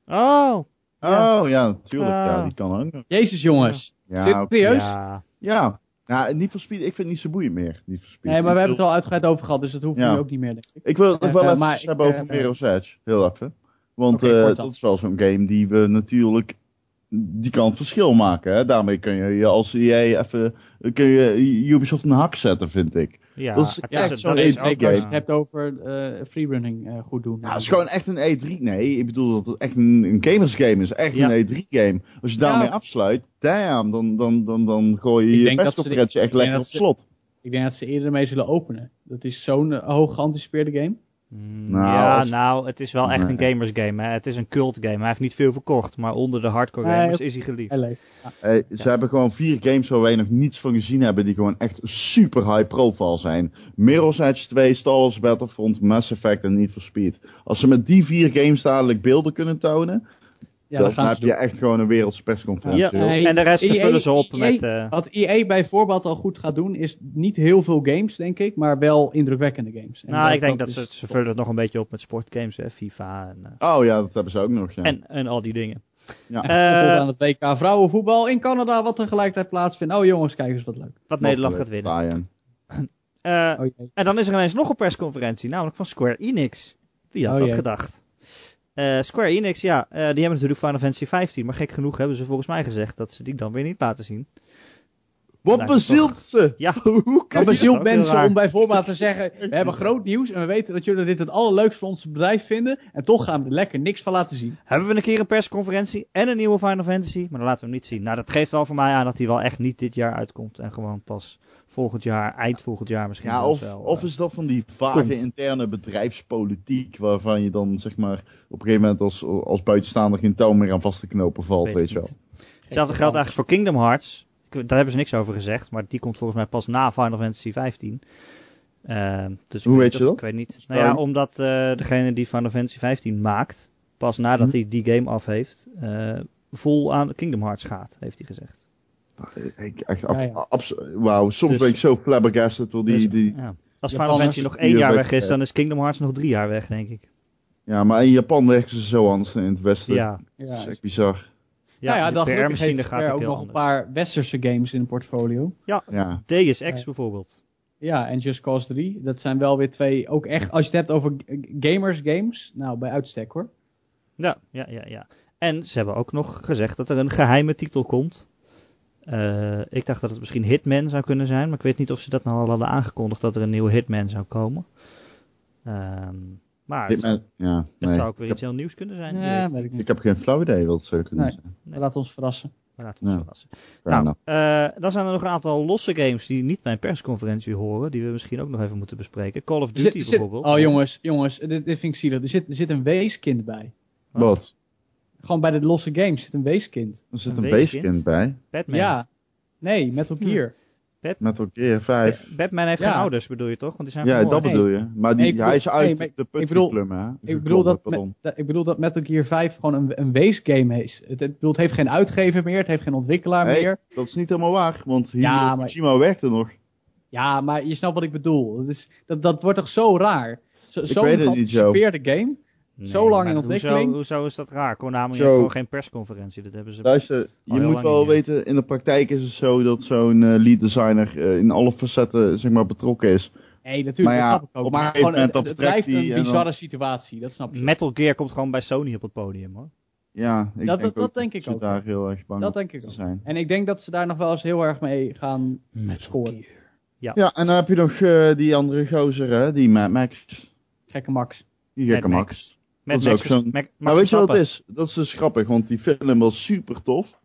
[SPEAKER 1] Oh! Ja.
[SPEAKER 2] Oh, ja, natuurlijk.
[SPEAKER 1] Ah.
[SPEAKER 2] Ja, die kan ook nog.
[SPEAKER 3] Jezus jongens.
[SPEAKER 2] Ja, oké.
[SPEAKER 3] Serieus?
[SPEAKER 1] Ja.
[SPEAKER 2] Ja. Ja, niet voor Speed. Ik vind het niet zo boeiend meer. Niet voor Speed.
[SPEAKER 3] Nee, maar we
[SPEAKER 2] Ik
[SPEAKER 3] hebben het er al uitgebreid over gehad, dus dat hoeft
[SPEAKER 2] Ja.
[SPEAKER 3] nu ook niet meer, denk ik.
[SPEAKER 2] Ik wil het nog
[SPEAKER 3] Eh,
[SPEAKER 2] wel
[SPEAKER 3] eh,
[SPEAKER 2] even
[SPEAKER 3] maar
[SPEAKER 2] hebben
[SPEAKER 3] ik,
[SPEAKER 2] over
[SPEAKER 3] eh,
[SPEAKER 2] Mirror's Edge. Heel even. Want
[SPEAKER 3] Oké,
[SPEAKER 2] eh,
[SPEAKER 3] kort dan.
[SPEAKER 2] dat is wel zo'n game die we natuurlijk... Die kan het verschil maken. Hè? Daarmee kun je je als E A even... Kun je Ubisoft een hak zetten, vind ik.
[SPEAKER 1] Ja,
[SPEAKER 2] Dat is
[SPEAKER 1] het
[SPEAKER 3] Ja,
[SPEAKER 2] echt
[SPEAKER 1] het-
[SPEAKER 2] zo'n
[SPEAKER 1] dat
[SPEAKER 2] E
[SPEAKER 1] is
[SPEAKER 2] drie
[SPEAKER 1] ook,
[SPEAKER 3] zeker als je
[SPEAKER 2] game.
[SPEAKER 3] het hebt over eh freerunning uh, goed doen.
[SPEAKER 2] Ja, het is gewoon echt een E drie. Nee, ik bedoel dat het echt een, een gamers game is. Echt
[SPEAKER 1] Ja.
[SPEAKER 2] een E drie game. Als je daarmee
[SPEAKER 3] Ja.
[SPEAKER 2] afsluit, damn, dan, dan, dan, dan gooi je
[SPEAKER 3] Ik
[SPEAKER 2] je
[SPEAKER 3] denk dat ze
[SPEAKER 2] persconferentie echt
[SPEAKER 3] ik denk
[SPEAKER 2] lekker op
[SPEAKER 3] dat ze-
[SPEAKER 2] slot.
[SPEAKER 3] Ik denk dat ze eerder mee zullen openen. Dat is zo'n uh, hoog geanticipeerde game.
[SPEAKER 1] Mm,
[SPEAKER 2] Nou,
[SPEAKER 1] ja,
[SPEAKER 2] als-
[SPEAKER 1] nou, het is wel echt een
[SPEAKER 2] Nee.
[SPEAKER 1] gamers game. Hè. Het is een cult game. Hij heeft niet veel verkocht, maar onder de hardcore
[SPEAKER 3] Nee,
[SPEAKER 1] gamers
[SPEAKER 3] ook-
[SPEAKER 1] is hij geliefd.
[SPEAKER 3] Heel leuk. Ja.
[SPEAKER 2] Hey, ze hebben gewoon vier games waar wij nog niets van gezien hebben, die gewoon echt super high profile zijn. Mirror's Edge twee, Star Wars Battlefront, Mass Effect en Need for Speed. Als ze met die vier games dadelijk beelden kunnen tonen,
[SPEAKER 3] Ja,
[SPEAKER 2] dan
[SPEAKER 3] dat gaan
[SPEAKER 2] heb
[SPEAKER 3] ze
[SPEAKER 2] je
[SPEAKER 3] doen.
[SPEAKER 2] echt gewoon een wereldse persconferentie.
[SPEAKER 1] Ja,
[SPEAKER 2] hoor.
[SPEAKER 3] Nee,
[SPEAKER 1] en de rest
[SPEAKER 3] E A
[SPEAKER 1] vullen ze op
[SPEAKER 3] E A
[SPEAKER 1] met... eh,
[SPEAKER 3] Wat E A bij voorbaat al goed gaat doen, is niet heel veel games, denk ik, maar wel indrukwekkende games. En
[SPEAKER 1] nou, ik denk dat
[SPEAKER 3] is-
[SPEAKER 1] ze, ze vullen het nog een beetje op met sportgames, hè. FIFA en, uh,
[SPEAKER 2] Oh ja, dat hebben ze ook nog. Ja.
[SPEAKER 1] en, en al die dingen.
[SPEAKER 2] ja.
[SPEAKER 1] Eh,
[SPEAKER 3] Tot aan het W K vrouwenvoetbal in Canada, wat tegelijkertijd plaatsvindt. Oh jongens, kijk eens wat leuk.
[SPEAKER 1] wat Nederland gaat winnen.
[SPEAKER 2] Brian.
[SPEAKER 1] Eh,
[SPEAKER 3] Oh jee.
[SPEAKER 1] En dan is er ineens nog een persconferentie, namelijk van Square Enix. Wie had
[SPEAKER 3] Oh
[SPEAKER 1] dat
[SPEAKER 3] jee.
[SPEAKER 1] gedacht? Eh, Square Enix, ja, eh, die hebben natuurlijk Final Fantasy vijftien, maar gek genoeg hebben ze volgens mij gezegd dat ze die dan weer niet laten zien.
[SPEAKER 2] Wat
[SPEAKER 1] Lijkt me
[SPEAKER 2] bezielt ze?
[SPEAKER 1] Ja.
[SPEAKER 2] Hoe kan
[SPEAKER 3] Dat
[SPEAKER 2] je...
[SPEAKER 3] bezielt
[SPEAKER 1] ook heel
[SPEAKER 3] mensen
[SPEAKER 1] raar.
[SPEAKER 3] om bij voorbaat te zeggen, we hebben groot nieuws en we weten dat jullie dit het allerleukst voor ons bedrijf vinden. En toch gaan we er lekker niks van laten zien.
[SPEAKER 1] Hebben we een keer een persconferentie en een nieuwe Final Fantasy, maar dan laten we hem niet zien. Nou, dat geeft wel voor mij aan dat hij wel echt niet dit jaar uitkomt en gewoon pas volgend jaar, eind volgend jaar misschien
[SPEAKER 2] Ja,
[SPEAKER 1] zelfs
[SPEAKER 2] of,
[SPEAKER 1] wel.
[SPEAKER 2] of
[SPEAKER 1] eh,
[SPEAKER 2] is dat van die vage
[SPEAKER 1] komt.
[SPEAKER 2] interne bedrijfspolitiek, waarvan je dan zeg maar op een gegeven moment als, als buitenstaander geen touw meer aan vast te knopen valt,
[SPEAKER 1] weet
[SPEAKER 2] weet,
[SPEAKER 1] ik
[SPEAKER 2] je wel.
[SPEAKER 1] niet. Hetzelfde geldt eigenlijk voor Kingdom Hearts. Ik- Daar hebben ze niks over gezegd, maar die komt volgens mij pas na Final Fantasy vijftien. Eh, dus ik
[SPEAKER 2] Hoe weet
[SPEAKER 1] niet
[SPEAKER 2] je
[SPEAKER 1] of-
[SPEAKER 2] dat?
[SPEAKER 1] Ik weet niet.
[SPEAKER 2] Sorry.
[SPEAKER 1] Nou ja, omdat eh, degene die Final Fantasy vijftien maakt, pas nadat
[SPEAKER 2] Mhm.
[SPEAKER 1] hij die game af heeft, eh, vol aan Kingdom Hearts gaat, heeft hij gezegd.
[SPEAKER 2] Ik, echt,
[SPEAKER 3] Ja, ja.
[SPEAKER 2] abs- Wauw, soms
[SPEAKER 1] Dus-
[SPEAKER 2] ben ik zo flabbergasted door die,
[SPEAKER 1] Dus,
[SPEAKER 2] die...
[SPEAKER 1] ja. Als Final
[SPEAKER 3] Japanners,
[SPEAKER 1] Fantasy nog één
[SPEAKER 2] die
[SPEAKER 1] jaar
[SPEAKER 2] heeft-
[SPEAKER 1] weg is, dan is Kingdom Hearts nog drie jaar weg, denk ik.
[SPEAKER 2] Ja, maar in Japan werken ze zo anders dan in het westen.
[SPEAKER 1] Ja,
[SPEAKER 3] Ja,
[SPEAKER 2] Dat is echt bizar.
[SPEAKER 1] ja,
[SPEAKER 3] nou ja,
[SPEAKER 1] de
[SPEAKER 3] dan
[SPEAKER 1] P
[SPEAKER 3] gelukkig
[SPEAKER 1] R-machine
[SPEAKER 3] heeft
[SPEAKER 1] gaat
[SPEAKER 3] er
[SPEAKER 1] ook
[SPEAKER 3] ook
[SPEAKER 1] heel
[SPEAKER 3] nog een
[SPEAKER 1] anders.
[SPEAKER 3] paar westerse games in het portfolio.
[SPEAKER 2] Ja.
[SPEAKER 1] Deus Ex
[SPEAKER 3] Ja.
[SPEAKER 1] bijvoorbeeld.
[SPEAKER 3] Ja, en Just Cause drie. Dat zijn wel weer twee, ook echt, als je het hebt over gamers games, nou, bij uitstek hoor.
[SPEAKER 1] Ja, ja, ja, ja. En ze hebben ook nog gezegd dat er een geheime titel komt. Uh, ik dacht dat het misschien Hitman zou kunnen zijn, maar ik weet niet of ze dat nou al hadden aangekondigd dat er een nieuwe Hitman zou komen. Um, maar
[SPEAKER 2] Hitman,
[SPEAKER 1] het,
[SPEAKER 2] ja,
[SPEAKER 1] dat
[SPEAKER 2] nee.
[SPEAKER 1] zou ook weer
[SPEAKER 2] ik
[SPEAKER 1] iets
[SPEAKER 2] heb,
[SPEAKER 1] heel nieuws kunnen zijn.
[SPEAKER 3] Ja, weet ik niet.
[SPEAKER 2] ik heb geen flauw idee wat het zou kunnen
[SPEAKER 3] Nee.
[SPEAKER 2] zijn.
[SPEAKER 3] Nee. Laat ons verrassen.
[SPEAKER 1] We laten ons
[SPEAKER 2] Ja.
[SPEAKER 1] verrassen.
[SPEAKER 2] Fair
[SPEAKER 1] Nou, uh, dan zijn er nog een aantal losse games die niet bij een persconferentie horen, die we misschien ook nog even moeten bespreken. Call of
[SPEAKER 3] Er
[SPEAKER 1] Duty
[SPEAKER 3] zit- er
[SPEAKER 1] bijvoorbeeld.
[SPEAKER 3] Zit, oh jongens, jongens, dit, dit vind ik zielig. Er zit, er zit een weeskind bij.
[SPEAKER 2] Wat?
[SPEAKER 3] Gewoon bij de losse games zit een weeskind.
[SPEAKER 2] Er zit
[SPEAKER 1] Een
[SPEAKER 2] een
[SPEAKER 1] weeskind?
[SPEAKER 2] weeskind bij.
[SPEAKER 1] Batman.
[SPEAKER 3] Ja. Nee, Metal
[SPEAKER 1] Hm.
[SPEAKER 3] Gear.
[SPEAKER 2] Metal Gear vijf.
[SPEAKER 1] Ba- Batman heeft
[SPEAKER 3] Ja.
[SPEAKER 1] geen ouders, bedoel je toch? Want die zijn
[SPEAKER 2] Ja,
[SPEAKER 1] vermoord.
[SPEAKER 2] dat bedoel je. Maar die,
[SPEAKER 3] Nee, ik bedoel-
[SPEAKER 2] hij is uit
[SPEAKER 3] nee, maar
[SPEAKER 2] de put
[SPEAKER 3] ik bedoel-
[SPEAKER 2] geklommen, hè?
[SPEAKER 3] Ik bedoel,
[SPEAKER 2] Geklommen,
[SPEAKER 3] dat,
[SPEAKER 2] pardon.
[SPEAKER 3] met, dat- ik bedoel dat Metal Gear vijf gewoon een, een weesgame is. Het, het, bedoel, het heeft geen uitgever meer, het heeft geen ontwikkelaar
[SPEAKER 2] Hey,
[SPEAKER 3] meer.
[SPEAKER 2] dat is niet helemaal waar, want hier
[SPEAKER 3] Ja, maar-
[SPEAKER 2] Kojima werkte nog.
[SPEAKER 3] Ja, maar je snapt wat ik bedoel. Het is, dat, dat wordt toch zo raar? Zo,
[SPEAKER 2] Ik
[SPEAKER 3] zo'n
[SPEAKER 2] weet het niet, Joe.
[SPEAKER 3] geanticipeerde game.
[SPEAKER 1] Nee,
[SPEAKER 3] Zo lang
[SPEAKER 1] maar
[SPEAKER 3] in
[SPEAKER 1] hoezo-
[SPEAKER 3] ontwikkeling.
[SPEAKER 1] Hoezo is dat raar? Konami
[SPEAKER 2] Zo.
[SPEAKER 1] heeft gewoon geen persconferentie. Dat hebben ze...
[SPEAKER 2] Luister,
[SPEAKER 1] Al
[SPEAKER 2] je
[SPEAKER 1] heel
[SPEAKER 2] moet
[SPEAKER 1] lang
[SPEAKER 2] wel
[SPEAKER 1] niet, ja.
[SPEAKER 2] weten, in de praktijk is het zo dat zo'n eh, lead designer eh, in alle facetten zeg maar, betrokken is.
[SPEAKER 3] Nee, natuurlijk,
[SPEAKER 2] Maar ja,
[SPEAKER 3] dat snap ik ook.
[SPEAKER 2] op een
[SPEAKER 3] Maar
[SPEAKER 2] gegeven
[SPEAKER 3] gewoon, het,
[SPEAKER 2] moment dan
[SPEAKER 3] het
[SPEAKER 2] vertrekt
[SPEAKER 3] blijft een
[SPEAKER 2] hij en dan-
[SPEAKER 3] bizarre situatie, dat snap je.
[SPEAKER 1] Metal Gear komt gewoon bij Sony op het podium, hoor.
[SPEAKER 2] Ja, ik
[SPEAKER 3] Dat-
[SPEAKER 2] denk
[SPEAKER 3] dat
[SPEAKER 2] ook
[SPEAKER 3] denk ik
[SPEAKER 2] ze
[SPEAKER 3] ook.
[SPEAKER 2] daar heel erg bang
[SPEAKER 3] Dat
[SPEAKER 2] op
[SPEAKER 3] denk ik
[SPEAKER 2] te
[SPEAKER 3] ook.
[SPEAKER 2] zijn.
[SPEAKER 3] En ik denk dat ze daar nog wel eens heel erg mee gaan scoren.
[SPEAKER 1] Ja.
[SPEAKER 2] Ja, en dan heb je nog eh, die andere gozer, hè, die Mad Max.
[SPEAKER 3] Gekke Max.
[SPEAKER 2] Die gekke
[SPEAKER 1] Mad
[SPEAKER 2] Max.
[SPEAKER 1] Max.
[SPEAKER 2] Dat
[SPEAKER 1] Met
[SPEAKER 2] is
[SPEAKER 1] Max,
[SPEAKER 2] ook zo'n-
[SPEAKER 1] Max, Max
[SPEAKER 2] Maar weet je wat het
[SPEAKER 1] Verstappen.
[SPEAKER 2] is? Dat is dus grappig, want die film was super tof.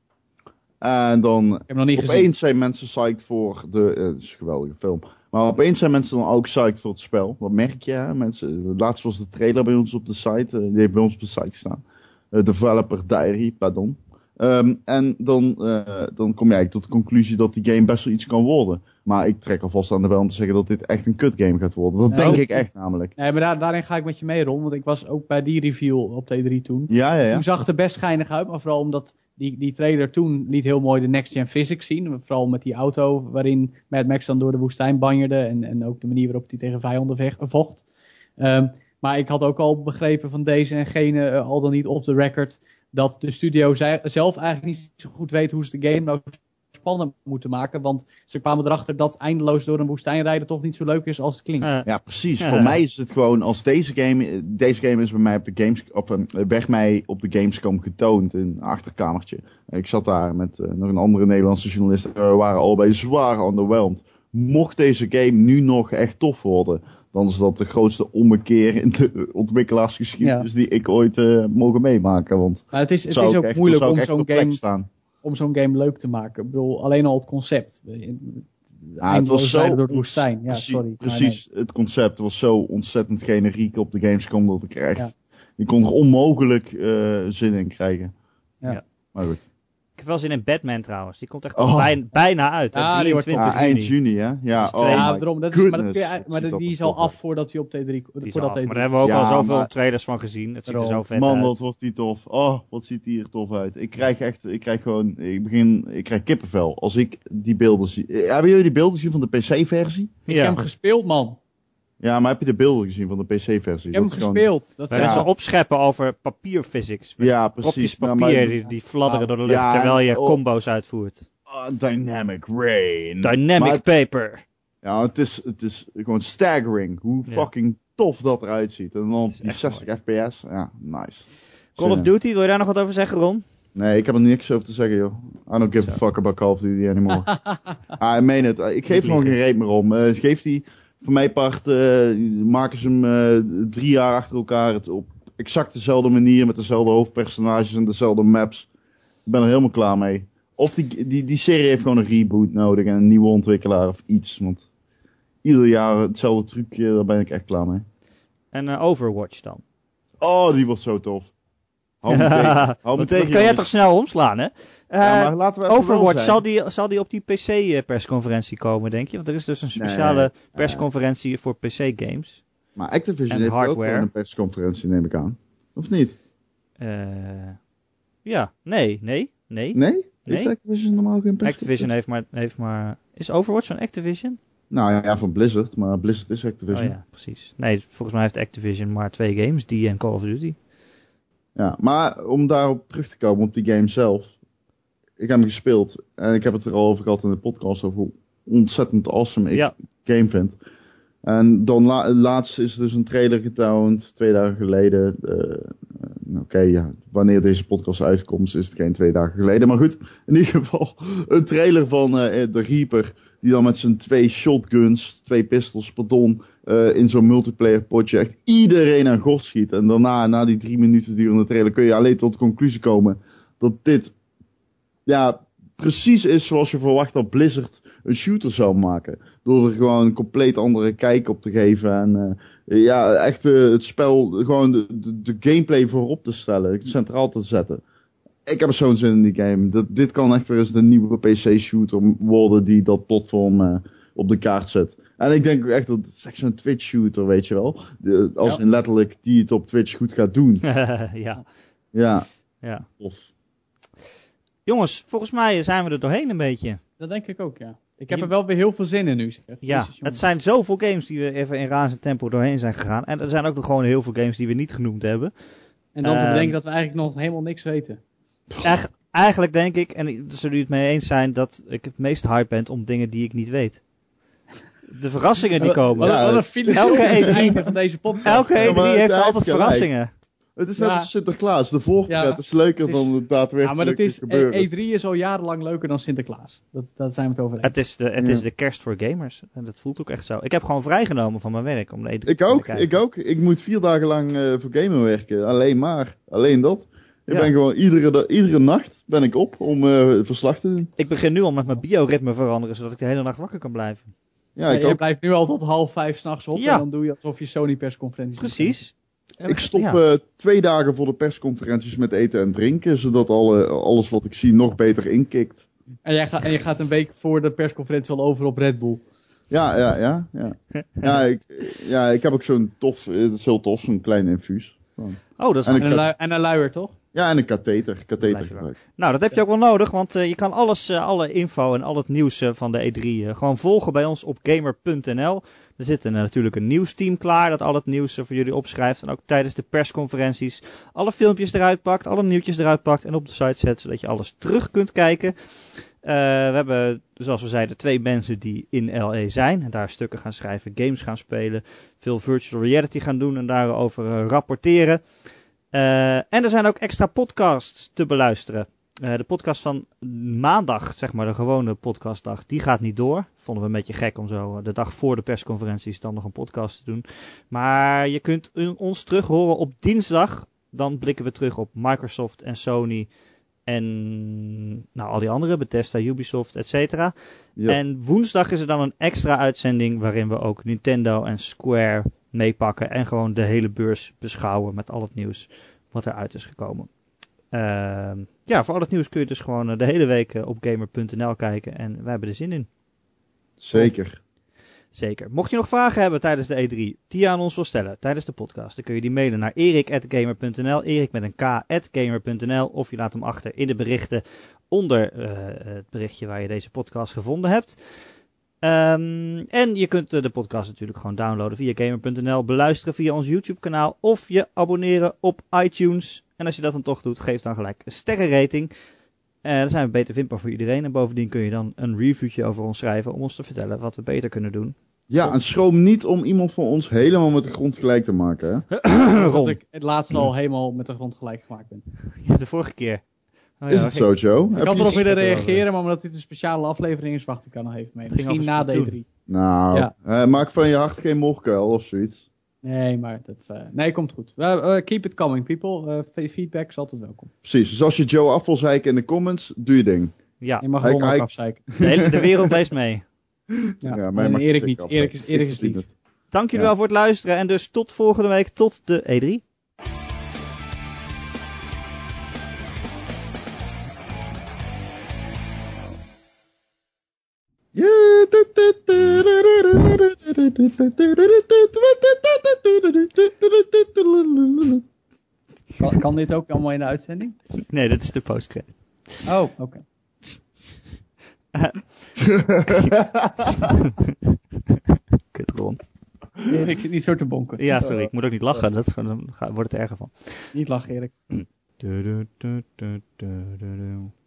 [SPEAKER 2] En dan
[SPEAKER 3] Ik heb hem nog niet gezien.
[SPEAKER 2] opeens zijn mensen psyched voor de... eh, het is een geweldige film. Maar opeens zijn mensen dan ook psyched voor het spel. Dat merk je, hè? Mensen, laatst was de trailer bij ons op de site. eh, die heeft bij ons op de site staan. Eh, Developer Diary, pardon. Um, en dan, uh, dan kom je eigenlijk tot de conclusie dat die game best wel iets kan worden. Maar ik trek alvast aan de bel om te zeggen dat dit echt een kut game gaat worden. Dat
[SPEAKER 3] Ja,
[SPEAKER 2] denk
[SPEAKER 3] dat-
[SPEAKER 2] ik echt namelijk.
[SPEAKER 3] Nee, maar daar, daarin ga ik met je mee, Ron. Want ik was ook bij die review op T drie toen.
[SPEAKER 2] Ja, ja, ja.
[SPEAKER 3] Toen zag het er best schijnig uit. Maar vooral omdat die, die trailer toen liet heel mooi de next-gen physics zien. Vooral met die auto waarin Mad Max dan door de woestijn banjerde. En, en ook de manier waarop hij tegen vijanden vecht, vocht. Um, maar ik had ook al begrepen van deze en gene, uh, al dan niet off the record, dat de studio zij, zelf eigenlijk niet zo goed weet hoe ze de game nou spannend moeten maken. Want ze kwamen erachter dat eindeloos door een woestijn rijden toch niet zo leuk is als het klinkt.
[SPEAKER 1] Uh,
[SPEAKER 2] Ja, precies.
[SPEAKER 1] Ja.
[SPEAKER 2] Voor mij is het gewoon, als deze game, deze game is bij mij op de games, op een, werd mij op de Gamescom getoond in een achterkamertje. Ik zat daar met uh, nog een andere Nederlandse journalist. We waren allebei zwaar underwhelmed. Mocht deze game nu nog echt tof worden, dan is dat de grootste ommekeer in de ontwikkelaarsgeschiedenis
[SPEAKER 3] Ja.
[SPEAKER 2] die ik ooit uh, mogen meemaken. Want
[SPEAKER 3] Maar het is, het
[SPEAKER 2] zou
[SPEAKER 3] is
[SPEAKER 2] ik
[SPEAKER 3] ook
[SPEAKER 2] echt-
[SPEAKER 3] moeilijk
[SPEAKER 2] dan
[SPEAKER 3] om
[SPEAKER 2] zou ik echt
[SPEAKER 3] zo'n
[SPEAKER 2] op plek
[SPEAKER 3] game,
[SPEAKER 2] staan.
[SPEAKER 3] om zo'n game leuk te maken. Ik bedoel, alleen al het concept.
[SPEAKER 2] Ja, het
[SPEAKER 3] Eindeloos
[SPEAKER 2] was zo
[SPEAKER 3] rijden door de
[SPEAKER 2] ont-
[SPEAKER 3] woestijn. Ja,
[SPEAKER 2] precies,
[SPEAKER 3] sorry. Maar
[SPEAKER 2] Precies, het concept was zo ontzettend generiek op de Gamescom dat ik er echt...
[SPEAKER 3] Ja.
[SPEAKER 2] Je kon er onmogelijk uh, zin in krijgen.
[SPEAKER 3] Ja.
[SPEAKER 1] Ja.
[SPEAKER 2] Maar goed.
[SPEAKER 1] Ik heb wel zin in Batman trouwens. Die komt echt
[SPEAKER 2] Oh.
[SPEAKER 1] bij, bijna uit. hè?
[SPEAKER 3] Ja, die wordt
[SPEAKER 1] drieëntwintig
[SPEAKER 2] Ja, eind
[SPEAKER 1] juni.
[SPEAKER 2] juni, hè? Ja,
[SPEAKER 1] Dus
[SPEAKER 2] oh
[SPEAKER 1] twee-
[SPEAKER 3] ja,
[SPEAKER 2] my
[SPEAKER 3] daarom. Dat is, maar dat kun je,
[SPEAKER 2] goodness,
[SPEAKER 3] maar
[SPEAKER 2] wat
[SPEAKER 3] dat, die
[SPEAKER 2] ziet
[SPEAKER 3] is
[SPEAKER 2] dat
[SPEAKER 3] al
[SPEAKER 2] er tof
[SPEAKER 3] af voordat hij op T drie
[SPEAKER 1] Die is
[SPEAKER 3] voordat
[SPEAKER 1] af.
[SPEAKER 3] T drie
[SPEAKER 1] Maar daar hebben we ook
[SPEAKER 2] Ja,
[SPEAKER 1] al zoveel
[SPEAKER 2] maar-
[SPEAKER 1] trailers van gezien. Het ziet er
[SPEAKER 3] Daarom.
[SPEAKER 1] zo vet
[SPEAKER 2] Man,
[SPEAKER 1] uit.
[SPEAKER 2] wat wordt die tof. Oh, wat ziet die er tof uit. Ik krijg echt, ik krijg gewoon, ik begin, ik krijg kippenvel als ik die beelden zie. Eh, Hebben jullie die beelden gezien van de P C-versie?
[SPEAKER 3] Ik heb hem
[SPEAKER 1] Ja.
[SPEAKER 3] gespeeld, man.
[SPEAKER 2] Ja, maar heb je de beelden gezien van de P C-versie?
[SPEAKER 3] Ik heb hem
[SPEAKER 2] Dat is gewoon-
[SPEAKER 3] gespeeld. Dat
[SPEAKER 1] Wij
[SPEAKER 3] is
[SPEAKER 1] gaan
[SPEAKER 2] Ja.
[SPEAKER 1] ze opscheppen over papierphysics. Met
[SPEAKER 2] Ja,
[SPEAKER 1] propjes
[SPEAKER 2] precies.
[SPEAKER 1] papier
[SPEAKER 2] Maar- maar-
[SPEAKER 1] die, die fladderen door de lucht
[SPEAKER 2] Ja,
[SPEAKER 1] terwijl je
[SPEAKER 2] oh.
[SPEAKER 1] combo's uitvoert.
[SPEAKER 2] Ah, Dynamic Rain.
[SPEAKER 1] Dynamic
[SPEAKER 2] Maar het-
[SPEAKER 1] paper.
[SPEAKER 2] Ja, het is, het is gewoon staggering hoe
[SPEAKER 1] Ja.
[SPEAKER 2] fucking tof dat eruit ziet. En dan
[SPEAKER 1] is
[SPEAKER 2] die
[SPEAKER 1] echt
[SPEAKER 2] zestig F P S. Ja, nice.
[SPEAKER 1] Call of
[SPEAKER 2] Zin in.
[SPEAKER 1] Duty, wil je daar nog wat over zeggen, Ron?
[SPEAKER 2] Nee, ik heb er niks over te zeggen, joh. I don't give a
[SPEAKER 1] Zo.
[SPEAKER 2] fuck about Call of Duty anymore. ah, ik meen het. Ik geef er gewoon geen
[SPEAKER 1] liegen.
[SPEAKER 2] reet meer om. Uh, geef die, voor mijn part, uh, maken ze hem uh, drie jaar achter elkaar. Het op exact dezelfde manier, met dezelfde hoofdpersonages en dezelfde maps. Ik ben er helemaal klaar mee. Of die, die, die serie heeft gewoon een reboot nodig en een nieuwe ontwikkelaar of iets. Want ieder jaar hetzelfde trucje, daar ben ik echt klaar mee.
[SPEAKER 1] En uh, Overwatch dan?
[SPEAKER 2] Oh, die wordt zo tof. Hou me tegen. Hou me
[SPEAKER 1] dat,
[SPEAKER 2] tegen,
[SPEAKER 1] dat kan jij
[SPEAKER 2] jongens.
[SPEAKER 1] toch snel omslaan, hè? Uh,
[SPEAKER 2] Ja, maar laten we even wel
[SPEAKER 1] Overwatch,
[SPEAKER 2] zijn.
[SPEAKER 1] zal die, zal die op die P C-persconferentie komen, denk je? Want er is dus een speciale
[SPEAKER 2] Nee,
[SPEAKER 1] persconferentie voor P C-games.
[SPEAKER 2] Maar Activision
[SPEAKER 1] En
[SPEAKER 2] heeft ook
[SPEAKER 1] hardware.
[SPEAKER 2] gewoon een persconferentie, neem ik aan. Of niet?
[SPEAKER 1] Uh, ja, nee, nee, nee.
[SPEAKER 2] Nee?
[SPEAKER 1] Nee.
[SPEAKER 2] Heeft Activision normaal geen persconferentie?
[SPEAKER 1] Activision heeft maar, heeft maar... Is Overwatch van Activision?
[SPEAKER 2] Nou ja, ja, van Blizzard, maar Blizzard is
[SPEAKER 1] Oh
[SPEAKER 2] Activision.
[SPEAKER 1] ja, precies. Nee, volgens mij heeft Activision maar twee games, die en Call of Duty.
[SPEAKER 2] Ja, maar om daarop terug te komen, op die game zelf. Ik heb hem gespeeld en ik heb het er al over gehad in de podcast over hoe ontzettend awesome ik
[SPEAKER 1] Ja.
[SPEAKER 2] game vind. En dan la- laatst is er dus een trailer getoond, twee dagen geleden. Uh, Oké, okay, ja, wanneer deze podcast uitkomt is het geen twee dagen geleden. Maar goed, in ieder geval een trailer van uh, de Reaper. Die dan met zijn twee shotguns, twee pistols, pardon, uh, in zo'n multiplayer potje echt iedereen aan gort schiet. En daarna, na die drie minuten durende trailer, kun je alleen tot de conclusie komen dat dit, ja, precies is zoals je verwacht dat Blizzard een shooter zou maken. Door er gewoon een compleet andere kijk op te geven. En uh, ja, echt uh, het spel, gewoon de, de, de gameplay voorop te stellen, centraal te zetten. Ik heb er zo'n zin in die game. Dat, dit kan echt weer eens de nieuwe P C-shooter worden die dat platform uh, op de kaart zet. En ik denk ook echt dat het is echt zo'n Twitch-shooter, weet je wel. De, als ja. in letterlijk die het op Twitch goed gaat doen.
[SPEAKER 1] ja.
[SPEAKER 2] Ja.
[SPEAKER 1] Ja.
[SPEAKER 2] Tof.
[SPEAKER 1] Jongens, volgens mij zijn we er doorheen een beetje.
[SPEAKER 3] Dat denk ik ook, ja. Ik heb er wel weer heel veel zin in nu. Zeg.
[SPEAKER 1] Ja, Jezus, het zijn zoveel games die we even in razend tempo doorheen zijn gegaan. En er zijn ook nog gewoon heel veel games die we niet genoemd hebben.
[SPEAKER 3] En dan te
[SPEAKER 1] uh,
[SPEAKER 3] bedenken dat we eigenlijk nog helemaal niks weten.
[SPEAKER 1] Eigen, eigenlijk denk ik, en zullen jullie het mee eens zijn, dat ik het meest hype ben om dingen die ik niet weet. De verrassingen die komen.
[SPEAKER 3] Wat, wat een filosofisch einde van deze podcast.
[SPEAKER 1] Elke E drie ja, heeft altijd verrassingen.
[SPEAKER 2] Het is net ja. als Sinterklaas. De voorpret ja. is leuker is, dan het daadwerkelijk ja, maar het is, gebeuren.
[SPEAKER 3] E drie is al jarenlang leuker dan Sinterklaas. Dat, dat zijn we het over eens.
[SPEAKER 1] Het is de, het ja. is de kerst voor gamers. En dat voelt ook echt zo. Ik heb gewoon vrijgenomen van mijn werk om de E drie
[SPEAKER 2] ik
[SPEAKER 1] te
[SPEAKER 2] ook,
[SPEAKER 1] kijken.
[SPEAKER 2] Ik ook. Ik moet vier dagen lang uh, voor gamen werken. Alleen maar. Alleen dat. Ik ja. ben gewoon iedere, iedere nacht ben ik op om uh, verslag te doen.
[SPEAKER 1] Ik begin nu al met mijn bioritme veranderen, zodat ik de hele nacht wakker kan blijven.
[SPEAKER 3] Ja, ik ja, je blijft nu al tot half vijf 's nachts op ja. en dan doe je alsof je Sony persconferenties
[SPEAKER 1] Precies.
[SPEAKER 2] Ik stop ja. uh, twee dagen voor de persconferenties met eten en drinken, zodat alle, alles wat ik zie nog beter inkikt.
[SPEAKER 3] En, jij ga, en je gaat een week voor de persconferentie al over op Red Bull.
[SPEAKER 2] Ja, ja, ja. Ja, ja, ik, ja ik heb ook zo'n tof, het is heel tof, zo'n klein infuus.
[SPEAKER 1] Oh, dat is
[SPEAKER 3] en, een, een lui, en een luier, toch?
[SPEAKER 2] Ja, en een katheter. katheter
[SPEAKER 1] nou, dat heb je ook wel nodig, want uh, je kan alles, uh, alle info en al het nieuws uh, van de E drie uh, gewoon volgen bij ons op gamer punt n l. Er zit uh, natuurlijk een nieuwsteam klaar dat al het nieuws uh, voor jullie opschrijft. En ook tijdens de persconferenties alle filmpjes eruit pakt, alle nieuwtjes eruit pakt en op de site zet, zodat je alles terug kunt kijken. Uh, we hebben, zoals we zeiden, twee mensen die in L A zijn en daar stukken gaan schrijven, games gaan spelen, veel virtual reality gaan doen en daarover uh, rapporteren. Uh, en er zijn ook extra podcasts te beluisteren. Uh, de podcast van maandag, zeg maar de gewone podcastdag, die gaat niet door. Vonden we een beetje gek om zo de dag voor de persconferenties dan nog een podcast te doen. Maar je kunt ons terug horen op dinsdag. Dan blikken we terug op Microsoft en Sony en nou, al die andere, Bethesda, Ubisoft, et cetera. Ja. En woensdag is er dan een extra uitzending waarin we ook Nintendo en Square meepakken en gewoon de hele beurs beschouwen met al het nieuws wat eruit is gekomen. Uh, ja, voor al het nieuws kun je dus gewoon de hele week op gamer punt n l kijken en wij hebben er zin in.
[SPEAKER 2] Zeker.
[SPEAKER 1] Of, zeker. Mocht je nog vragen hebben tijdens de E drie die je aan ons wil stellen tijdens de podcast, dan kun je die mailen naar erik at gamer punt n l, erik met een k at gamer punt n l, of je laat hem achter in de berichten onder uh, het berichtje waar je deze podcast gevonden hebt. Um, en je kunt uh, de podcast natuurlijk gewoon downloaden via gamer punt n l, beluisteren via ons YouTube kanaal of je abonneren op iTunes. En als je dat dan toch doet, geef dan gelijk een sterrenrating. Uh, dan zijn we beter vindbaar voor iedereen. En bovendien kun je dan een reviewtje over ons schrijven om ons te vertellen wat we beter kunnen doen.
[SPEAKER 2] Ja, en schroom niet om iemand van ons helemaal met de grond gelijk te maken. Hè?
[SPEAKER 3] Dat ik het laatste al helemaal met de grond gelijk gemaakt ben.
[SPEAKER 1] Ja, de vorige keer.
[SPEAKER 2] Oh, ja, is het zo, Joe?
[SPEAKER 3] Ik
[SPEAKER 2] Heb
[SPEAKER 3] had erop willen reageren, maar omdat dit een speciale aflevering is, wacht ik er nog even mee. Misschien na de E drie.
[SPEAKER 2] Nou, ja. uh, maak van je hart geen moordkuil of zoiets.
[SPEAKER 3] Nee, maar dat uh, nee, komt goed. Uh, uh, keep it coming, people. Uh, feedback is altijd welkom.
[SPEAKER 2] Precies, dus als je Joe af wil zeiken in de comments, doe je ding.
[SPEAKER 1] Ja.
[SPEAKER 3] Je mag Ron ook afzeiken.
[SPEAKER 1] De, hele, de wereld leest mee.
[SPEAKER 3] Ja, ja maar Erik niet. Erik is, Erik is lief.
[SPEAKER 1] Dank jullie ja. wel voor het luisteren en dus tot volgende week, tot de E drie.
[SPEAKER 3] Kan, kan dit ook allemaal in de uitzending?
[SPEAKER 1] Nee, dit is de postcredit.
[SPEAKER 3] Oh, oké. Okay.
[SPEAKER 1] Kut Ron.
[SPEAKER 3] Nee, ik zit niet zo te bonken.
[SPEAKER 1] Ja, sorry, ik moet ook niet lachen, dat is, dan wordt het erger van.
[SPEAKER 3] Niet lachen, Erik.
[SPEAKER 1] Mm.